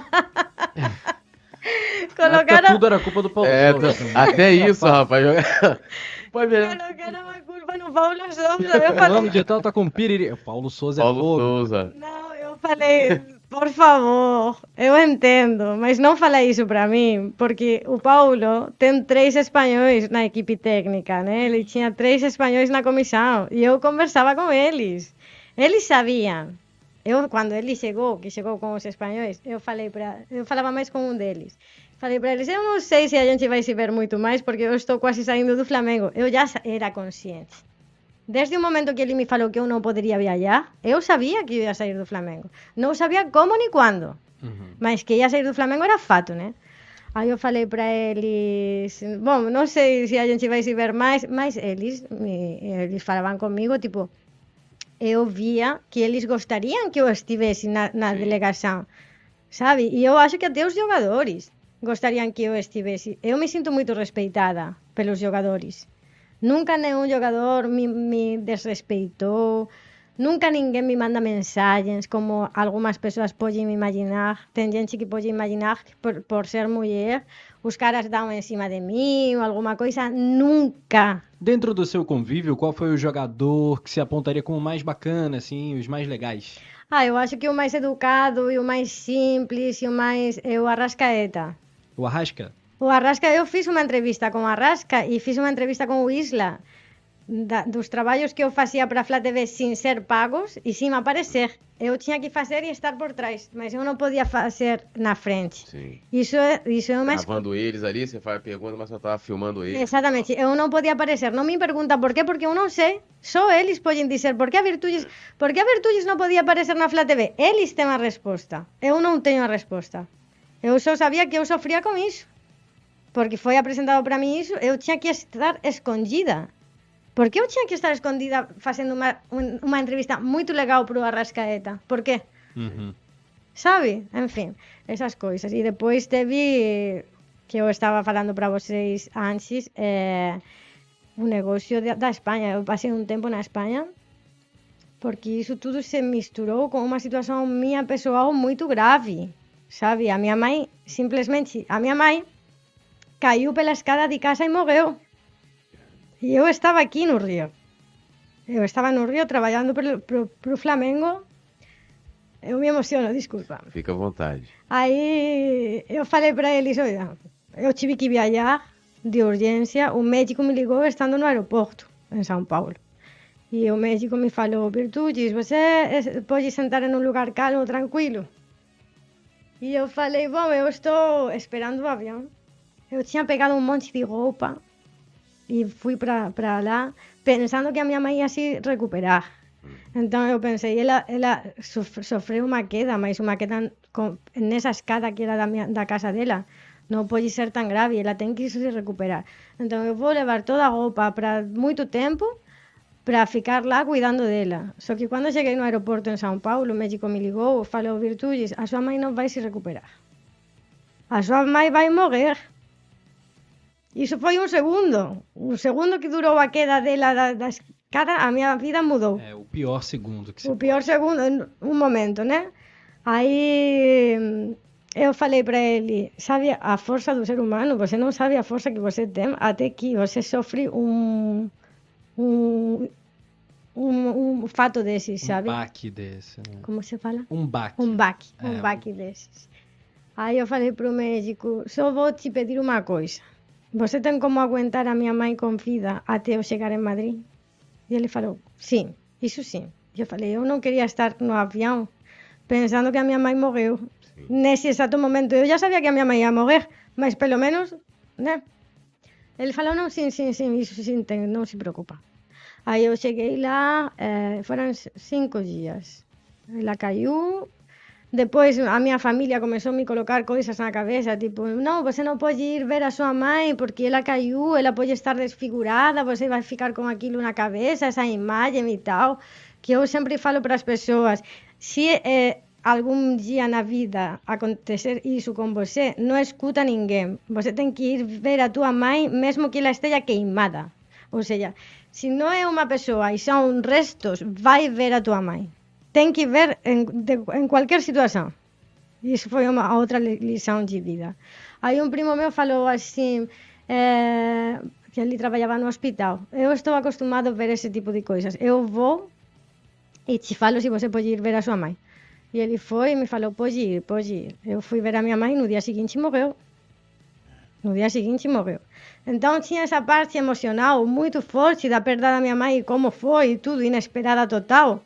Colocaram... Tudo era culpa do Paulo É, Sousa. Até isso, rapaz. Pode ver. Colocaram a culpa no Paulo Sousa. Eu O falei... nome de tal tá com piriri. O Paulo Sousa Paulo é fogo. Sousa. Não, eu falei, por favor, eu entendo, mas não fala isso para mim, porque o Paulo tem três espanhóis na equipe técnica, né? Ele tinha três espanhóis na comissão e eu conversava com eles. Eles sabiam. Eu, quando ele chegou, que chegou com os espanhóis, eu falei para, eu falava mais com um deles. Falei para eles, eu não sei se a gente vai se ver muito mais, porque eu estou quase saindo do Flamengo. Eu já era consciente. Desde o momento que ele me falou que eu não poderia viajar, eu sabia que ia sair do Flamengo. Não sabia como nem quando, uhum. Mas que ia sair do Flamengo era fato, né? Aí eu falei para eles, bom, não sei se a gente vai se ver mais, mas eles, me, eles falavam comigo, tipo, eu via que eles gostariam que eu estivesse na, na delegação, sabe? E eu acho que até os jogadores gostariam que eu estivesse. Eu me sinto muito respeitada pelos jogadores. Nunca nenhum jogador me, me desrespeitou, nunca ninguém me manda mensagens como algumas pessoas podem imaginar. Tem gente que pode imaginar que por, por ser mulher os caras dão em cima de mim ou alguma coisa. Nunca. Dentro do seu convívio, qual foi o jogador que se apontaria como o mais bacana, assim, os mais legais? Ah, eu acho que o mais educado e o mais simples e o mais é o Arrascaeta. O Arrasca? O Arrasca, eu fiz uma entrevista com o Arrasca e fiz uma entrevista com o Isla da, dos trabalhos que eu fazia para a Flá T V sem ser pagos e sem aparecer. Eu tinha que fazer e estar por trás, mas eu não podia fazer na frente. Sim. Isso é, isso é uma... Gravando eles ali, você faz a pergunta, mas só estava filmando eles. Exatamente, eu não podia aparecer. Não me pergunta por quê, porque eu não sei. Só eles podem dizer por que a Virtudes, por que a Virtudes não podia aparecer na Flá T V. Eles têm a resposta. Eu não tenho a resposta. Eu só sabia que eu sofria com isso. Porque foi apresentado para mim isso, eu tinha que estar escondida. Por que eu tinha que estar escondida fazendo uma, uma entrevista muito legal para o Arrascaeta? Por quê? Uhum. Sabe? Enfim, essas coisas. E depois teve, que eu estava falando para vocês antes, é, o negócio de, da Espanha. Eu passei um tempo na Espanha, porque isso tudo se misturou com uma situação minha pessoal muito grave. Sabe? A minha mãe, simplesmente, a minha mãe caiu pela escada de casa e morreu. E eu estava aqui no Rio. Eu estava no Rio trabalhando para o Flamengo. Eu me emociono, desculpa. Fica à vontade. Aí eu falei para eles, olha, eu tive que viajar de urgência. O médico me ligou estando no aeroporto, em São Paulo. E o médico me falou, Virtudes, você pode sentar em um lugar calmo, tranquilo? E eu falei, bom, eu estou esperando o avião. Eu tinha pegado um monte de roupa e fui para lá pensando que a minha mãe ia se recuperar. Então eu pensei, ela, ela sofreu uma queda, mas uma queda com, nessa escada que era da, minha, da casa dela. Não pode ser tão grave, ela tem que se recuperar. Então eu vou levar toda a roupa para muito tempo para ficar lá cuidando dela. Só que quando cheguei no aeroporto em São Paulo, o médico me ligou, falou, Virtudes, a sua mãe não vai se recuperar. A sua mãe vai morrer. Isso foi um segundo. Um segundo que durou a queda dela da, da escada, a minha vida mudou. É o pior segundo que se O pior segundo, um momento, né? Aí eu falei para ele, sabe a força do ser humano? Você não sabe a força que você tem até que você sofre um... um Um, um fato desses, sabe? Um baque desse. Né? Como se fala? Um baque. Um baque, É, um baque desses. Aí eu falei pro médico, só vou te pedir uma coisa. Você tem como aguentar a minha mãe com vida até eu chegar em Madrid? E ele falou, sim, isso sim. E eu falei, eu não queria estar no avião pensando que a minha mãe morreu. Sim. Nesse exato momento, eu já sabia que a minha mãe ia morrer, mas pelo menos, né? Ele falou, não, sim, sim, sim, isso sim, tem, não se preocupa. Aí eu cheguei lá, eh, foram cinco dias. Ela caiu. Depois a minha família começou a me colocar coisas na cabeça, tipo, não, você não pode ir ver a sua mãe porque ela caiu, ela pode estar desfigurada, você vai ficar com aquilo na cabeça, essa imagem e tal. Que eu sempre falo para as pessoas, se eh, algum dia na vida acontecer isso com você, não escuta ninguém. Você tem que ir ver a tua mãe, mesmo que ela esteja queimada. Ou seja, se não é uma pessoa e são restos, vai ver a tua mãe. Tem que ver em, de, em qualquer situação. Isso foi uma outra lição de vida. Aí um primo meu falou assim, é, que ele trabalhava no hospital. Eu estou acostumado a ver esse tipo de coisas. Eu vou e te falo se você pode ir ver a sua mãe. E ele foi e me falou, pode ir, pode ir. Eu fui ver a minha mãe, no dia seguinte morreu. No dia seguinte morreu. Então tinha essa parte emocional muito forte da perda da minha mãe, como foi e tudo, inesperada total.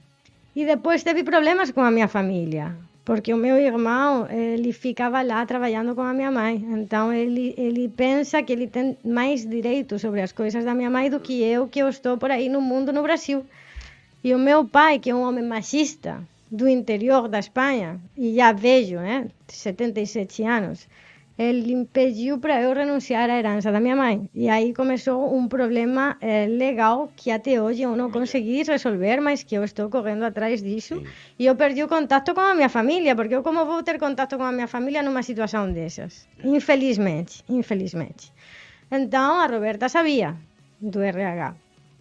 E depois teve problemas com a minha família, porque o meu irmão, ele ficava lá trabalhando com a minha mãe. Então ele, ele pensa que ele tem mais direito sobre as coisas da minha mãe do que eu, que eu estou por aí no mundo, no Brasil. E o meu pai, que é um homem machista, do interior da Espanha, e já vejo, né, setenta e sete anos, ele pediu para eu renunciar à herança da minha mãe. E aí começou um problema eh, legal que até hoje eu não consegui resolver, mas que eu estou correndo atrás disso. Sim. E eu perdi o contato com a minha família, porque eu como vou ter contato com a minha família numa situação dessas? Infelizmente, infelizmente. Então a Roberta sabia do R H.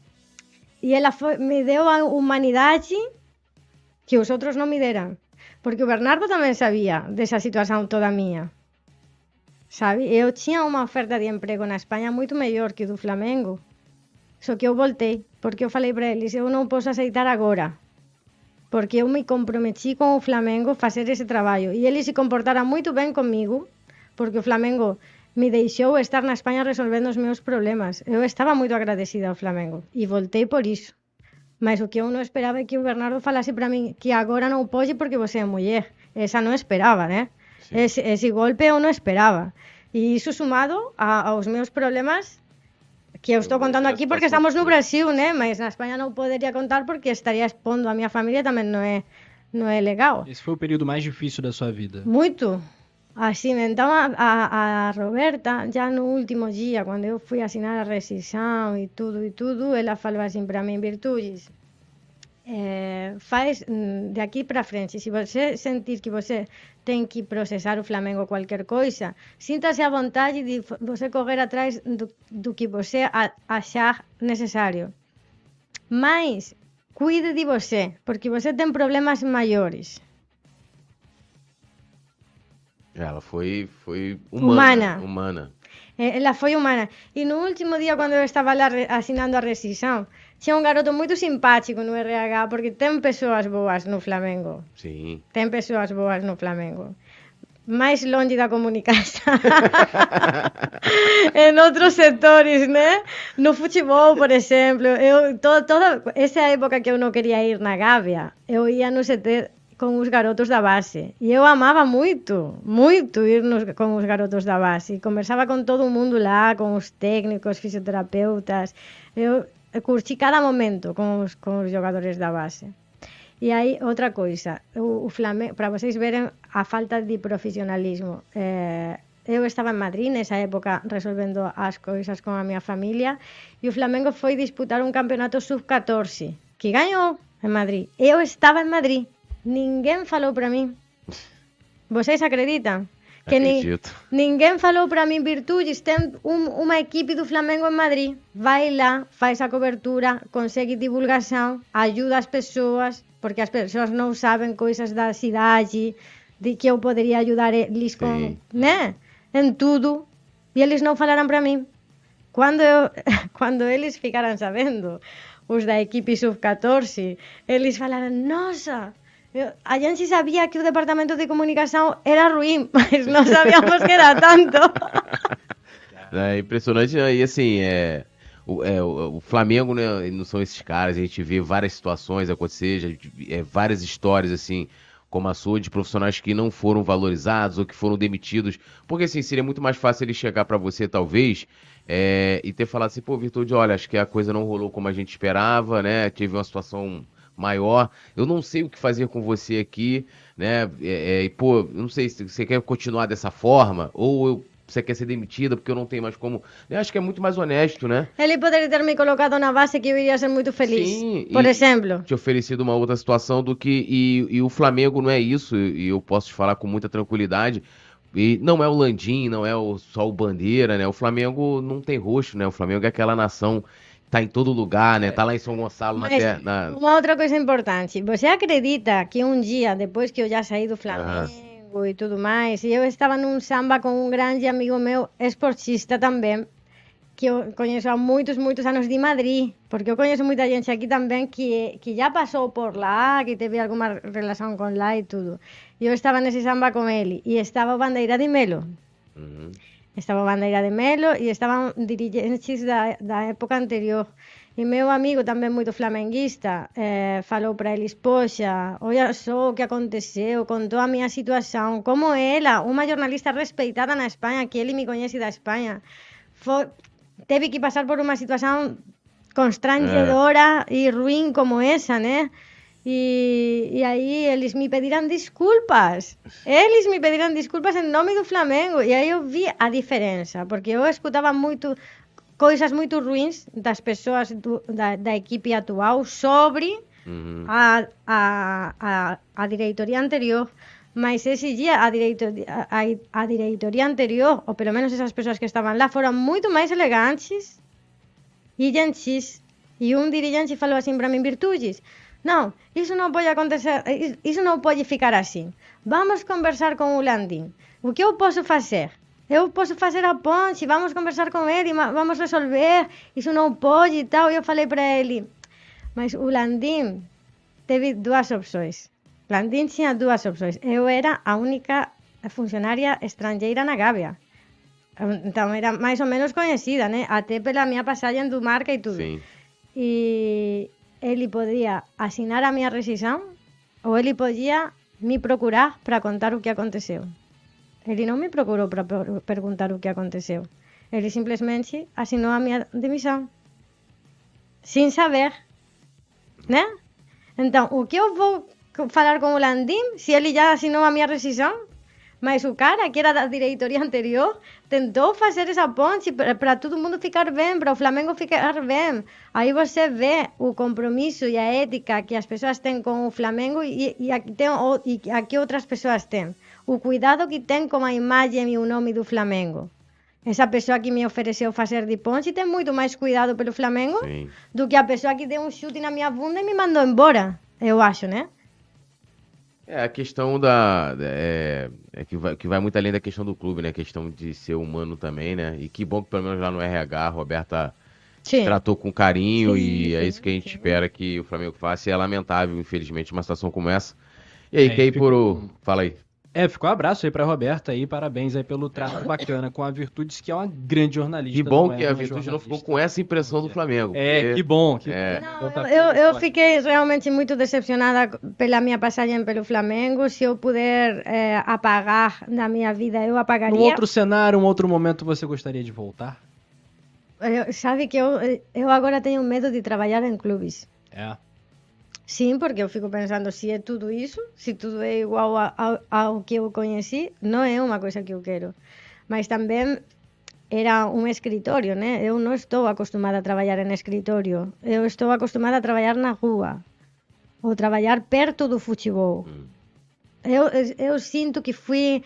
E ela foi, me deu a humanidade que os outros não me deram. Porque o Bernardo também sabia dessa situação toda minha. Sabe? Eu tinha uma oferta de emprego na Espanha muito melhor que do Flamengo. Só que eu voltei, porque eu falei para eles, eu não posso aceitar agora. Porque eu me comprometi com o Flamengo a fazer esse trabalho. E eles se comportaram muito bem comigo, porque o Flamengo me deixou estar na Espanha resolvendo os meus problemas. Eu estava muito agradecida ao Flamengo e voltei por isso. Mas o que eu não esperava é que o Bernardo falasse para mim que agora não pode porque você é mulher. Essa não esperava, né? Esse, esse golpe eu não esperava. E isso sumado a, aos meus problemas, que eu estou contando aqui porque estamos no Brasil, né? Mas na Espanha não poderia contar porque estaria expondo a minha família, também não é, não é legal. Esse foi o período mais difícil da sua vida? Muito. Assim, então a, a, a Roberta, já no último dia, quando eu fui assinar a rescisão e tudo e tudo, ela falou assim para mim, Virtudes, é, faz de aqui para frente, se você sentir que você tem que processar o Flamengo qualquer coisa, sinta-se à vontade de você correr atrás do, do que você a, achar necessário. Mas cuide de você, porque você tem problemas maiores. Ela foi, foi humana. Humana. humana. Ela foi humana. E no último dia, quando eu estava lá assinando a rescisão, tinha um garoto muito simpático no R H, porque tem pessoas boas no Flamengo. Sim. Tem pessoas boas no Flamengo. Mais longe da comunicação. Em outros setores, né? No futebol, por exemplo. Eu, todo, toda essa época que eu não queria ir na Gávea, eu ia no C T com os garotos da base. E eu amava muito, muito ir nos, com os garotos da base. Conversava com todo mundo lá, com os técnicos, fisioterapeutas. Eu curti cada momento com os, com os jogadores da base. E aí, outra coisa, o, o Flamengo, para vocês verem a falta de profissionalismo. É, eu estaba en Madrid nesa época resolvendo as cousas con a miña familia e o Flamengo foi disputar un campeonato sub catorce que gañou en Madrid. Eu estaba en Madrid, ninguén falou para min. Vocês acreditan? Que ni, ninguén falou para min Virtulles, ten un, unha equipe do Flamengo en Madrid, vai lá, faz a cobertura, consegue divulgación, ajuda as persoas, porque as persoas non saben coisas da cidade, de que eu poderia ajudar eles con, sí. né? En tudo, e eles non falaran para min. Quando, eu, quando eles ficaran sabendo, os da equipe sub catorce, eles falaran, nosa, a gente sabía que o departamento de comunicação era ruim, mas não sabíamos que era tanto. É impressionante, e assim, é, o, é, o Flamengo, né, não são esses caras, a gente vê várias situações acontecer, já, é, várias histórias, assim, como a sua, de profissionais que não foram valorizados ou que foram demitidos, porque assim, seria muito mais fácil ele chegar para você, talvez, é, e ter falado assim, pô, Virtude, olha, acho que a coisa não rolou como a gente esperava, né, teve uma situação maior, eu não sei o que fazer com você aqui, né, é, é, pô, eu não sei se você quer continuar dessa forma, ou eu, você quer ser demitida porque eu não tenho mais como, eu acho que é muito mais honesto, né. Ele poderia ter me colocado na base que eu iria ser muito feliz, sim, por exemplo. Te oferecido uma outra situação do que, e, e o Flamengo não é isso, e eu posso te falar com muita tranquilidade, e não é o Landim, não é o, só o Bandeira, né, o Flamengo não tem rosto, né, o Flamengo é aquela nação tá em todo lugar, né? Tá lá em São Gonçalo, na terra. Na... Uma outra coisa importante. Você acredita que um dia, depois que eu já saí do Flamengo uhum. e tudo mais, eu estava num samba com um grande amigo meu, esportista também, que eu conheço há muitos, muitos anos de Madrid, porque eu conheço muita gente aqui também que, que já passou por lá, que teve alguma relação com lá e tudo. E eu estava nesse samba com ele, e estava o Bandeira de Melo. Uhum. Estava o Bandeira de Melo e estavam dirigentes da, da época anterior. E meu amigo, também muito flamenguista, eh, falou para eles, poxa, olha só o que aconteceu, contou a minha situação, como ela, uma jornalista respeitada na Espanha, que ele me conhece da Espanha, foi, teve que passar por uma situação constrangedora é. e ruim como essa, né? E, e aí eles me pediram desculpas. Eles me pediram desculpas em nome do Flamengo. E aí eu vi a diferença, porque eu escutava muito coisas muito ruins das pessoas do, da, da equipe atual sobre uhum. a, a, a, a diretoria anterior. Mas esse dia a diretoria, a, a diretoria anterior, ou pelo menos essas pessoas que estavam lá, foram muito mais elegantes e gentis. E um dirigente falou assim para mim, Virtudes, não, isso não pode acontecer, isso não pode ficar assim. Vamos conversar com o Landim. O que eu posso fazer? Eu posso fazer a ponte, vamos conversar com ele, vamos resolver. Isso não pode e tal. E eu falei para ele, mas o Landim teve duas opções. Landim tinha duas opções. Eu era a única funcionária estrangeira na Gávea. Então era mais ou menos conhecida, né? Até pela minha passagem do Marca e tudo. Sim. E ele podia assinar a minha rescisão ou ele podia me procurar para contar o que aconteceu. Ele não me procurou para perguntar o que aconteceu. Ele simplesmente assinou a minha demissão. Sem saber. Né? Então, o que eu vou falar com o Landim se ele já assinou a minha rescisão? Mas o cara, que era da diretoria anterior, tentou fazer essa ponte para todo mundo ficar bem, para o Flamengo ficar bem. Aí você vê o compromisso e a ética que as pessoas têm com o Flamengo e, e, aqui, tem, e aqui outras pessoas têm. O cuidado que tem com a imagem e o nome do Flamengo. Essa pessoa que me ofereceu fazer de ponte tem muito mais cuidado pelo Flamengo Sim. do que a pessoa que deu um chute na minha bunda e me mandou embora. Eu acho, né? É, a questão da... É, é que, vai, que vai muito além da questão do clube, né? A questão de ser humano também, né? E que bom que pelo menos lá no R H a Roberta sim. tratou com carinho sim, e sim, é isso que a gente sim. espera que o Flamengo faça. E é lamentável, infelizmente, uma situação como essa. E aí, é, quem ficou... por o... Fala aí. É, ficou um abraço aí pra Roberta aí, parabéns aí pelo trato bacana com a Virtudes, que é uma grande jornalista. Que bom que a Virtudes não ficou com essa impressão do Flamengo. É, porque... que bom. Que é. Não, eu, eu fiquei realmente muito decepcionada pela minha passagem pelo Flamengo. Se eu puder é, apagar da minha vida, eu apagaria. Num outro cenário, um outro momento, você gostaria de voltar? Eu, sabe que eu, eu agora tenho medo de trabalhar em clubes. É. Sim, porque eu fico pensando, se é tudo isso, se tudo é igual a, a, ao que eu conheci, não é uma coisa que eu quero. mas também era um escritório, né? Eu não estou acostumada a trabalhar em escritório, eu estou acostumada a trabalhar na rua, ou trabalhar perto do futebol. Hum. Eu, eu sinto que fui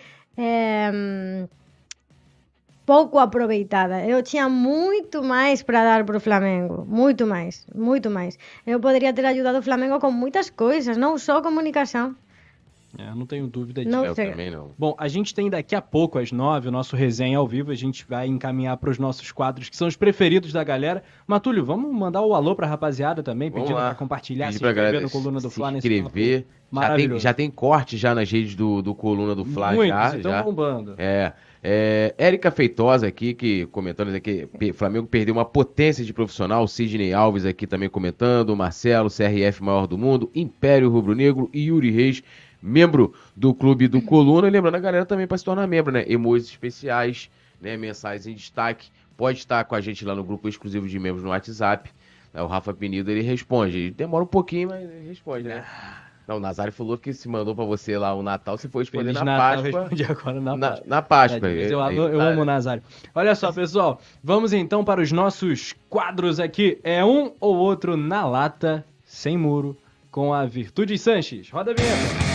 é, pouco aproveitada. Eu tinha muito mais para dar para o Flamengo, muito mais, muito mais. Eu poderia ter ajudado o Flamengo com muitas coisas, não só comunicação. É, não tenho dúvida disso. Não Eu sei. também não. Bom, a gente tem daqui a pouco, às nove, o nosso resenha ao vivo. A gente vai encaminhar para os nossos quadros, que são os preferidos da galera. Matúlio, vamos mandar o alô para a rapaziada também, Vamos pedindo lá. para compartilhar, Pedir se pra inscrever galera no Coluna do se Fla. nesse inscrever. papo Já tem, maravilhoso. já tem corte já nas redes do, do Coluna do Fla. Muitos, já, então já. bombando. É, é, Érica Feitosa aqui, que comentando aqui, o Flamengo perdeu uma potência de profissional, o Sidney Alves aqui também comentando, o Marcelo, C R F maior do mundo, Império Rubro Negro e Yuri Reis, membro do clube do Coluna, e lembrando a galera também para se tornar membro, né, emojis especiais, né, mensagens em destaque, pode estar com a gente lá no grupo exclusivo de membros no WhatsApp, né, o Rafa Penido, ele responde, ele demora um pouquinho, mas ele responde, né. Não, o Nazário falou que se mandou pra você lá o Natal, você foi responder Feliz na Natal, Páscoa. respondi agora na Na, Páscoa. na Páscoa. É, mas eu, Aí, eu, eu tá, amo o Nazário. Olha só, pessoal, vamos então para os nossos quadros aqui. É um ou outro na lata, sem muro, com a Virtude Sanches. Roda a vinheta.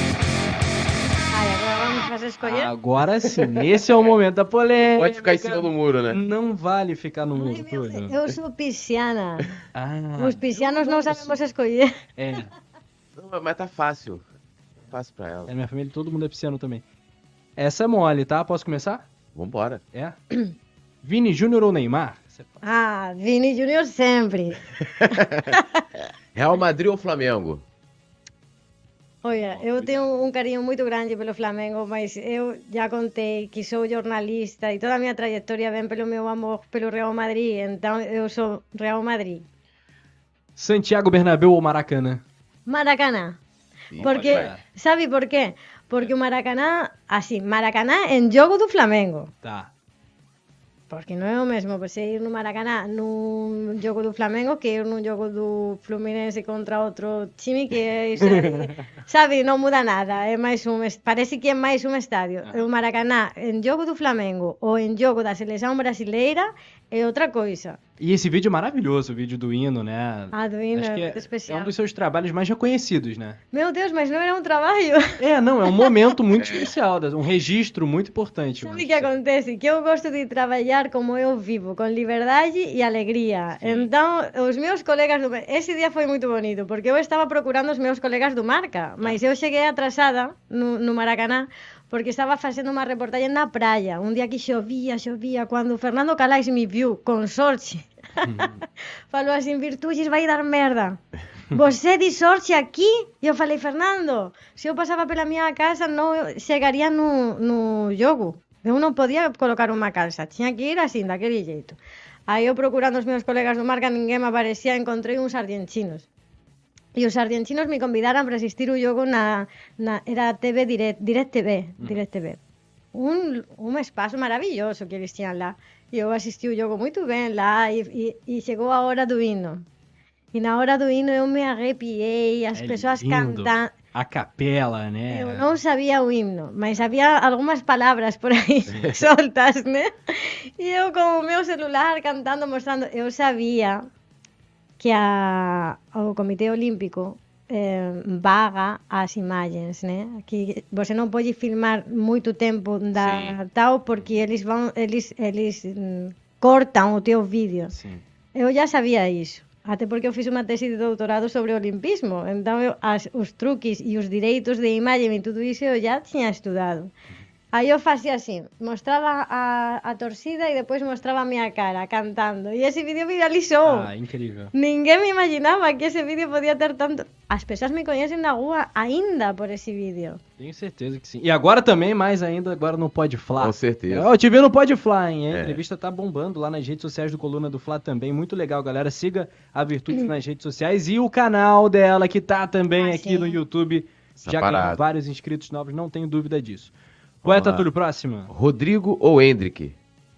Ai, agora vamos fazer escolher? Agora sim, esse é o momento da polêmica. Pode ficar em cima do muro, né? Não vale ficar no muro, Ai, meu Túlio. Deus, eu sou pisciana. Ah, Os piscianos não sabemos escolher. é. Não, mas tá fácil. Fácil pra ela. É minha família, todo mundo é pisciano também. Essa é mole, tá? Posso começar? Vambora. É? Vini Júnior ou Neymar? Você fala. Ah, Vini Júnior sempre. Real Madrid ou Flamengo? Olha, eu tenho um carinho muito grande pelo Flamengo, mas eu já contei que sou jornalista e toda a minha trajetória vem pelo meu amor pelo Real Madrid, então eu sou Real Madrid. Santiago Bernabéu ou Maracanã? Maracanã. Ih, Porque, vai, vai. sabe por quê? Porque o Maracanã, assim, Maracanã em jogo do Flamengo. Tá. Porque não é o mesmo você ir no Maracanã num jogo do Flamengo que ir num jogo do Fluminense contra outro time que é isso aí, sabe, não muda nada, é mais um, parece que é mais um estádio. O Maracanã em jogo do Flamengo ou em jogo da seleção brasileira é outra coisa. E esse vídeo é maravilhoso, o vídeo do hino, né? Ah, do hino Acho é que muito é, especial. é um dos seus trabalhos mais reconhecidos, né? Meu Deus, mas não era um trabalho. É, não, é um momento muito especial, um registro muito importante. Sabe o que acontece? Que eu gosto de trabalhar como eu vivo, com liberdade e alegria. Então, os meus colegas do... Esse dia foi muito bonito, porque eu estava procurando os meus colegas do Marca, mas eu cheguei atrasada no, no Maracanã, porque estava fazendo uma reportagem na praia, um dia que chovia, chovia, quando o Fernando Calais me viu com sorte, falou assim, Virtudes, vai dar merda. Você de sorte aqui? E eu falei, Fernando, se eu passava pela minha casa, não chegaria no, no jogo. Eu não podia colocar uma calça, tinha que ir assim, daquele jeito. Aí eu procurando os meus colegas do Marca, ninguém me aparecia, encontrei uns argentinos. E os argentinos me convidaram para assistir o jogo na, na era T V Direct, Direct T V, Direct T V. Um, um espaço maravilhoso que eles tinham lá. E eu assisti o jogo muito bem lá e, e, e chegou a hora do hino. E na hora do hino eu me arrepiei, as É pessoas lindo. cantando. A capela, né? Eu não sabia o himno, mas havia algumas palavras por aí soltas, né? E eu com o meu celular cantando, mostrando. Eu sabia que a, o Comitê Olímpico eh, vaga as imagens, né? Que você não pode filmar muito tempo da Sim. tal, porque eles vão, eles, eles hum, cortam o teu vídeo. Sim. Eu já sabia isso, até porque eu fiz uma tese de doutorado sobre olimpismo, então eu, as, os truques e os direitos de imagem e tudo isso eu já tinha estudado. Aí eu fazia assim, mostrava a, a torcida e depois mostrava a minha cara cantando, e esse vídeo viralizou. Ah, incrível. Ninguém me imaginava que esse vídeo podia ter tanto... As pessoas me conhecem na rua ainda por esse vídeo. Tenho certeza que sim. E agora também, mais ainda, agora no Pode Fla. Com certeza. Eu te vi no Pode Fla, hein? A É. entrevista tá bombando lá nas redes sociais do Coluna do Fla também. Muito legal, galera. Siga a Virtudes nas redes sociais e o canal dela, que tá também Ah, aqui sim. no YouTube. Tá Já ganhou parado. vários inscritos novos, não tenho dúvida disso. Poeta lá. Túlio, próxima. Rodrigo ou Hendrick?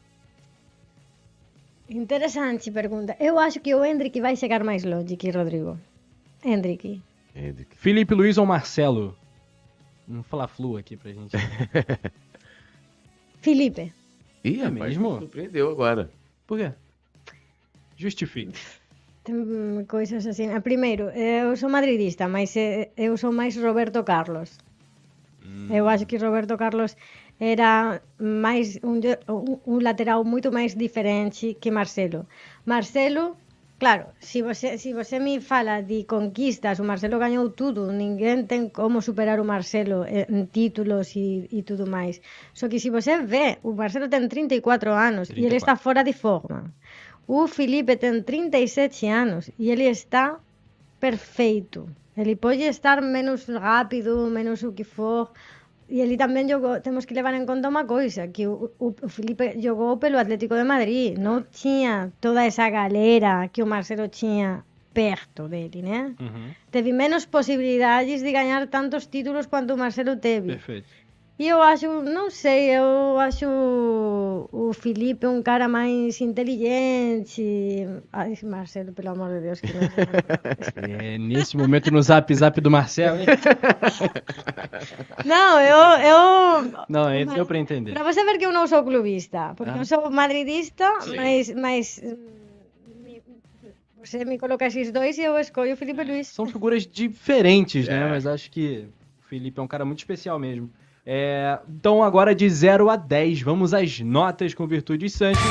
Interessante pergunta. Eu acho que o Hendrick vai chegar mais longe que Rodrigo. Hendrick. Hendrick. Felipe Luiz ou Marcelo? Vamos falar flu aqui pra gente. Felipe. Ih, É rapaz, mesmo? me surpreendeu agora. Por quê? Justifique. Tem coisas assim. Ah, primeiro, eu sou madridista, mas eh, eu sou mais Roberto Carlos. Hum. Eu acho que Roberto Carlos era mais um, um, um lateral muito mais diferente que Marcelo. Marcelo, claro, se você, se você me fala de conquistas, o Marcelo ganhou tudo, ninguém tem como superar o Marcelo em títulos e, e tudo mais. Só que se você vê, o Marcelo tem trinta e quatro anos trinta e e ele quatro. está fora de forma. O Felipe tem trinta e sete anos e ele está perfeito. Ele pode estar menos rápido, menos o que for. E ele também jogou, temos que levar em conta uma coisa, que o, o, o Felipe jogou pelo Atlético de Madrid, não tinha toda essa galera que o Marcelo tinha perto dele, né? Uhum. Teve menos possibilidades de ganhar tantos títulos quanto o Marcelo teve. Perfeito. E eu acho, não sei, eu acho o, o Felipe um cara mais inteligente. Ai, Marcelo, pelo amor de Deus, que não É, nesse momento no zap zap do Marcelo, hein? Não, eu... eu... Não, é, deu pra entender. Pra você ver que eu não sou clubista, porque Ah. eu sou madridista, Sim. mas, mas hum, me- você me coloca esses dois e eu escolho o Felipe Luiz. São figuras diferentes, né? É. Mas acho que o Felipe é um cara muito especial mesmo. É, então agora de zero a dez, vamos às notas com Virtude Santos.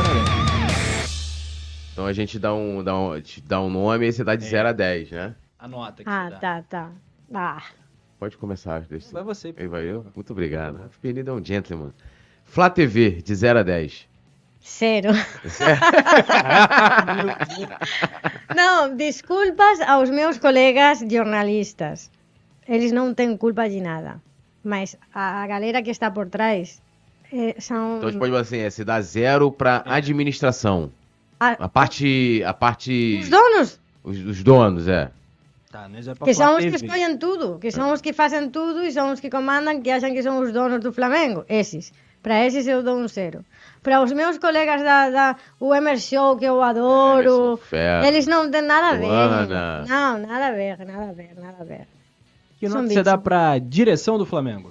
Então a gente dá um, dá um, te dá um nome e você dá de É. zero a dez, né? A nota que Ah, você dá. tá, tá. Ah, Pode começar. Deixa... Vai você. Aí vai eu? Muito obrigado. O Felipe é um gentleman. Flá T V, de zero a dez. zero. Não, desculpas aos meus colegas jornalistas. Eles não têm culpa de nada. Mas a galera que está por trás eh, são... Então a gente pode falar assim, é, você dá zero pra administração. a- A parte... A parte... os donos, Os, os donos, é. Tá, nós é pra que falar são os que T V. escolhem tudo, que são os que fazem tudo e são os que comandam, que acham que são os donos do Flamengo. Esses. Para esses eu dou um zero. Para os meus colegas da, da U M Show, que eu adoro, Emerson Ferro, eles não têm nada a ver. Luana. Não, nada a ver, nada a ver, nada a ver. Que São nota você dá vítimas. pra direção do Flamengo?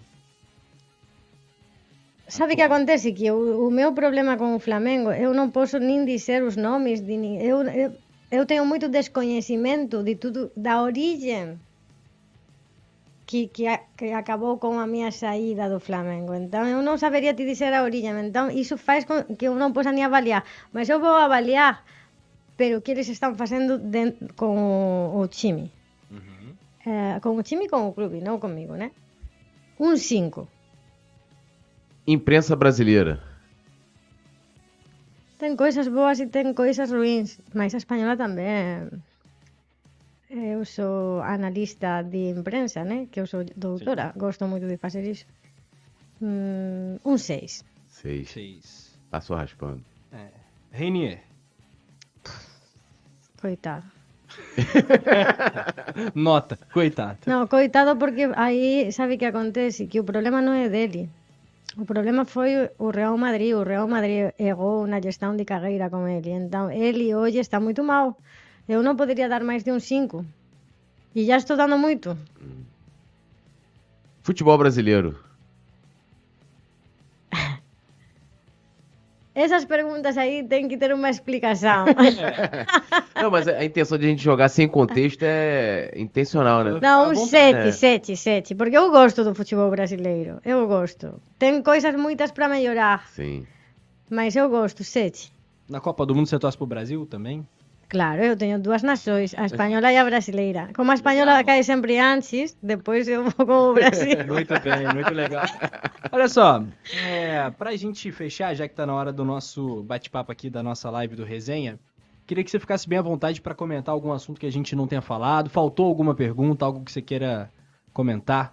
Sabe o que acontece? Que o, o meu problema com o Flamengo, eu não posso nem dizer os nomes de ninguém. Eu, eu, eu tenho muito desconhecimento de tudo, da origem que, que, a- que acabou com a minha saída do Flamengo. Então, eu não saberia te dizer a origem. Então, isso faz com que eu não possa nem avaliar. Mas eu vou avaliar pelo que eles estão fazendo dentro, com o, o time. Eh, com o time e com o clube, não comigo, né? Um cinco. Imprensa brasileira. Tem coisas boas e tem coisas ruins, mas a espanhola também. Eu sou analista de imprensa, né? Que eu sou doutora, gosto muito de fazer isso. Hum, um seis. Seis. Seis. Passou raspando. É. Reinier. Coitado. Nota. Coitado. Não, coitado porque aí sabe o que acontece? Que o problema não é dele. O problema foi o Real Madrid. O Real Madrid errou na gestão de carreira com ele. Então, ele hoje está muito mal. Eu não poderia dar mais de um cinco. E já estou dando muito. Futebol brasileiro. Essas perguntas aí tem que ter uma explicação. Não, mas a a intenção de a gente jogar sem contexto é intencional, né? Não, um À vontade. sete, É. sete, sete. Porque eu gosto do futebol brasileiro. Eu gosto. Tem coisas muitas para melhorar. Sim. Mas eu gosto, sete. Na Copa do Mundo você torce pro Brasil também? Claro, eu tenho duas nações, a espanhola e a brasileira. Como a espanhola cai sempre antes, depois eu vou com o Brasil. Muito bem, muito legal. Olha só, é, pra gente fechar, já que tá na hora do nosso bate-papo aqui, da nossa live do Resenha, queria que você ficasse bem à vontade pra comentar algum assunto que a gente não tenha falado. Faltou alguma pergunta, algo que você queira comentar?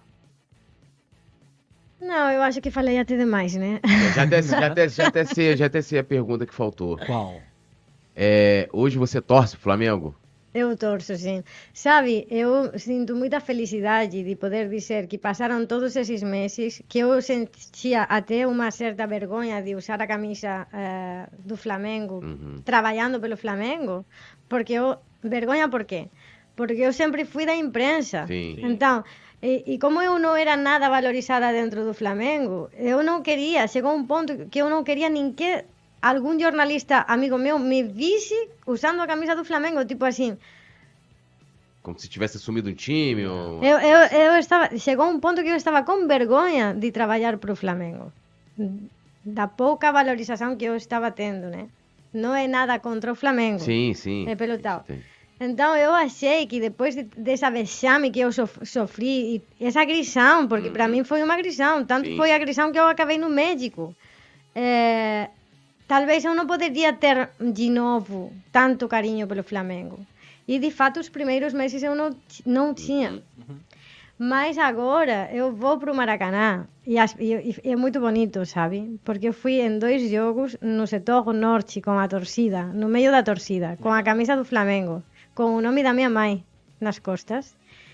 Não, eu acho que falei até demais, né? Já até, já até, já até sei, já até sei a pergunta que faltou. Qual? É, hoje você torce pro Flamengo? Eu torço, sim. Sabe, eu sinto muita felicidade de poder dizer que passaram todos esses meses, que eu sentia até uma certa vergonha de usar a camisa eh, do Flamengo, Uhum. trabalhando pelo Flamengo, porque eu... Vergonha por quê? Porque eu sempre fui da imprensa. Sim. Então, E, e como eu não era nada valorizada dentro do Flamengo, eu não queria, chegou um ponto que eu não queria nem que algum jornalista amigo meu me visse usando a camisa do Flamengo, tipo assim. Como se tivesse assumido um time ou... Eu, eu, eu estava, chegou um ponto que eu estava com vergonha de trabalhar para o Flamengo, da pouca valorização que eu estava tendo, né? Não é nada contra o Flamengo. Sim, sim. É pelo tal. Sim. Então eu achei que depois de, dessa vexame que eu sof- sofri, e essa agressão, porque para mim foi uma agressão, tanto Sim. foi a agressão que eu acabei no médico. É, talvez eu não poderia ter de novo tanto carinho pelo Flamengo. E de fato os primeiros meses eu não, não tinha. Mas agora eu vou pro Maracanã e, as, e, e é muito bonito, sabe? Porque eu fui em dois jogos no setor norte com a torcida, no meio da torcida, com a camisa do Flamengo, com o nome da minha mãe nas costas.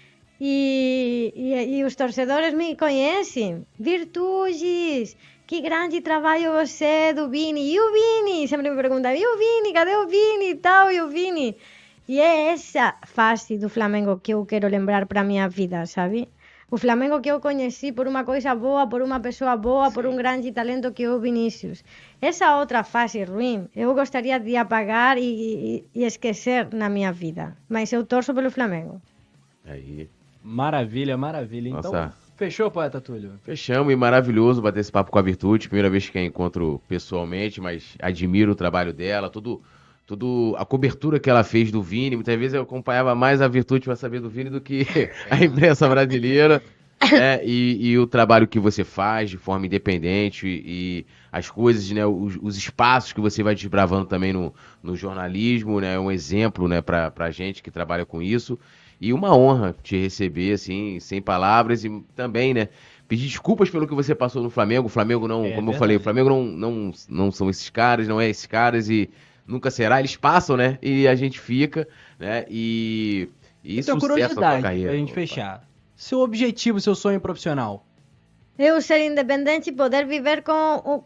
E, e, e os torcedores me conhecem. Virtudes, que grande trabalho você do Vini. E o Vini? Sempre me perguntam, e o Vini? Cadê o Vini e tal? E o Vini? E é essa fase do Flamengo que eu quero lembrar para a minha vida, sabe? O Flamengo que eu conheci por uma coisa boa, por uma pessoa boa, Sim. por um grande talento que é o Vinícius. Essa outra fase ruim, eu gostaria de apagar e, e, e esquecer na minha vida. Mas eu torço pelo Flamengo. Aí. Maravilha, maravilha. Então, Nossa. Fechou, poeta Túlio? Fechamos, e maravilhoso bater esse papo com a Virtude. Primeira vez que a encontro pessoalmente, mas admiro o trabalho dela, tudo... Tudo, a cobertura que ela fez do Vini, muitas vezes eu acompanhava mais a Virtude para saber do Vini do que a imprensa brasileira, né? e, e o trabalho que você faz de forma independente e, e as coisas, né? os, os espaços que você vai desbravando também no, no jornalismo, né? Um exemplo, né? para a gente que trabalha com isso, e uma honra te receber, assim, sem palavras, e também, né? Pedir desculpas pelo que você passou no Flamengo. O Flamengo não, é, como verdade. eu falei, o Flamengo não, não, não são esses caras, não é esses caras, e nunca será, eles passam, né? E a gente fica, né? E, e Então, sucesso na tua curiosidade, carreira. pra gente fechar. Seu objetivo, seu sonho profissional? Eu ser independente e poder viver com,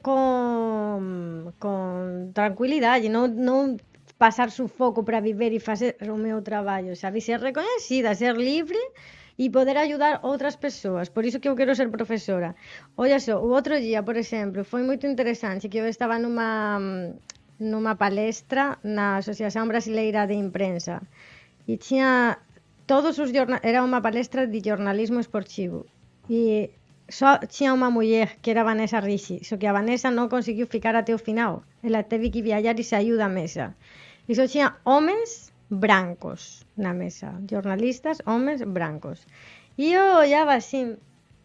com, com tranquilidade, não, não passar sufoco para viver e fazer o meu trabalho, sabe? Ser reconhecida, ser livre e poder ajudar outras pessoas. Por isso que eu quero ser professora. Olha só, o outro dia, por exemplo, foi muito interessante que eu estava numa... numa palestra na Associação Brasileira de Imprensa e tinha todos os jornalistas, era uma palestra de jornalismo esportivo e só tinha uma mulher que era a Vanessa Ricci, só que a Vanessa não conseguiu ficar até o final, ela teve que viajar e saiu da mesa e só tinha homens brancos na mesa, jornalistas, homens brancos, e eu olhava assim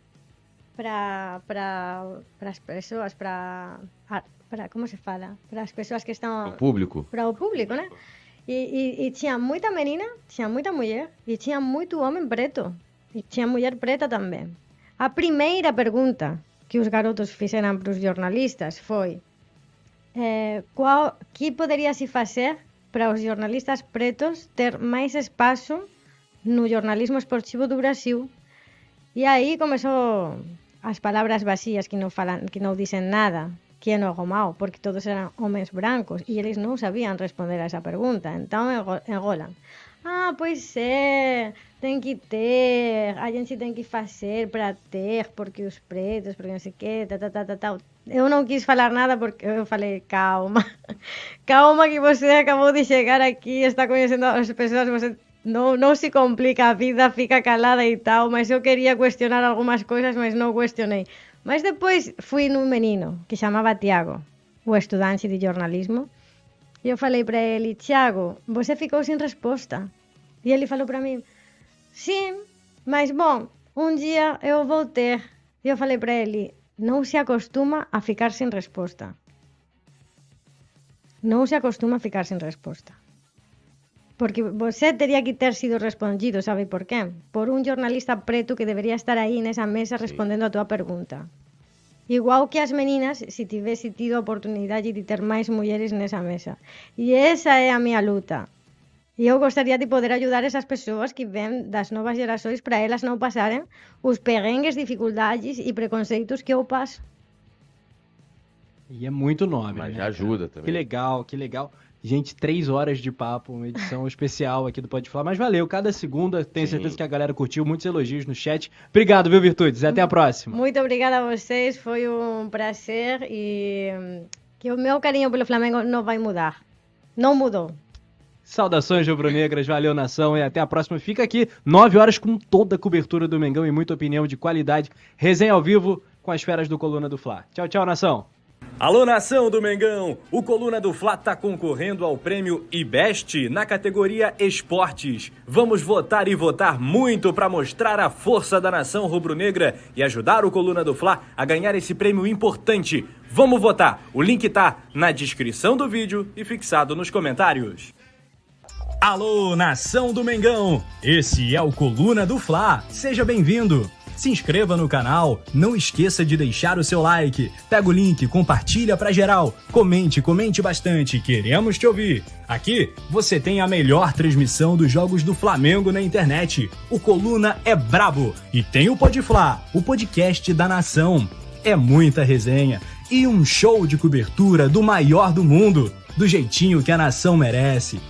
para as pessoas, para para como se fala, para as pessoas que estão O público. para o público, né? E, e, e tinha muita menina, tinha muita mulher e tinha muito homem preto e tinha mulher preta também. A primeira pergunta que os garotos fizeram para os jornalistas foi eh, qual que poderia se fazer para os jornalistas pretos ter mais espaço no jornalismo esportivo do Brasil. E aí começou as palavras vazias que não falam, que não dizem nada. Que é normal, porque todos eram homens brancos e eles não sabiam responder a essa pergunta, então enrolam. Ah, pois é, tem que ter, a gente tem que fazer para ter, porque os pretos, porque não sei o quê, tá, tá, tá, tá, tá. Eu não quis falar nada porque eu falei, calma, calma que você acabou de chegar aqui, está conhecendo as pessoas, você não, não se complica a vida, fica calada e tal, mas eu queria questionar algumas coisas, mas não questionei. Mas depois fui num menino que chamava Tiago, o estudante de jornalismo, e eu falei para ele, Tiago, você ficou sem resposta. E ele falou para mim, sim, mas bom, um dia eu vou ter. E eu falei para ele, não se acostuma a ficar sem resposta. Não se acostuma a ficar sem resposta. Porque você teria que ter sido respondido, sabe por quê? Por um jornalista preto que deveria estar aí nessa mesa respondendo a tua pergunta. Igual que as meninas, se tivesse tido a oportunidade de ter mais mulheres nessa mesa. E essa é a minha luta. E eu gostaria de poder ajudar essas pessoas que vêm das novas gerações para elas não passarem os perrengues, dificuldades e preconceitos que eu passo. E é muito nobre, Mas né, já ajuda cara? também. Que legal, que legal. Gente, três horas de papo, uma edição especial aqui do Pode Falar. Mas valeu, cada segunda, tenho Sim. certeza que a galera curtiu. Muitos elogios no chat. Obrigado, viu, Virtudes? Até a próxima. Muito obrigada a vocês, foi um prazer e hum, que o meu carinho pelo Flamengo não vai mudar. Não mudou. Saudações rubro-negras, valeu nação e até a próxima. Fica aqui, nove horas com toda a cobertura do Mengão e muita opinião de qualidade. Resenha ao vivo com as feras do Coluna do Fla. Tchau, tchau, nação. Alô, nação do Mengão! O Coluna do Fla está concorrendo ao prêmio IBEST na categoria Esportes. Vamos votar e votar muito para mostrar a força da nação rubro-negra e ajudar o Coluna do Fla a ganhar esse prêmio importante. Vamos votar! O link tá na descrição do vídeo e fixado nos comentários. Alô, nação do Mengão! Esse é o Coluna do Fla. Seja bem-vindo! Se inscreva no canal, não esqueça de deixar o seu like, pega o link, compartilha pra geral, comente, comente bastante, queremos te ouvir. Aqui você tem a melhor transmissão dos jogos do Flamengo na internet. O Coluna é brabo e tem o Pode Fla, o podcast da nação. É muita resenha e um show de cobertura do maior do mundo, do jeitinho que a nação merece.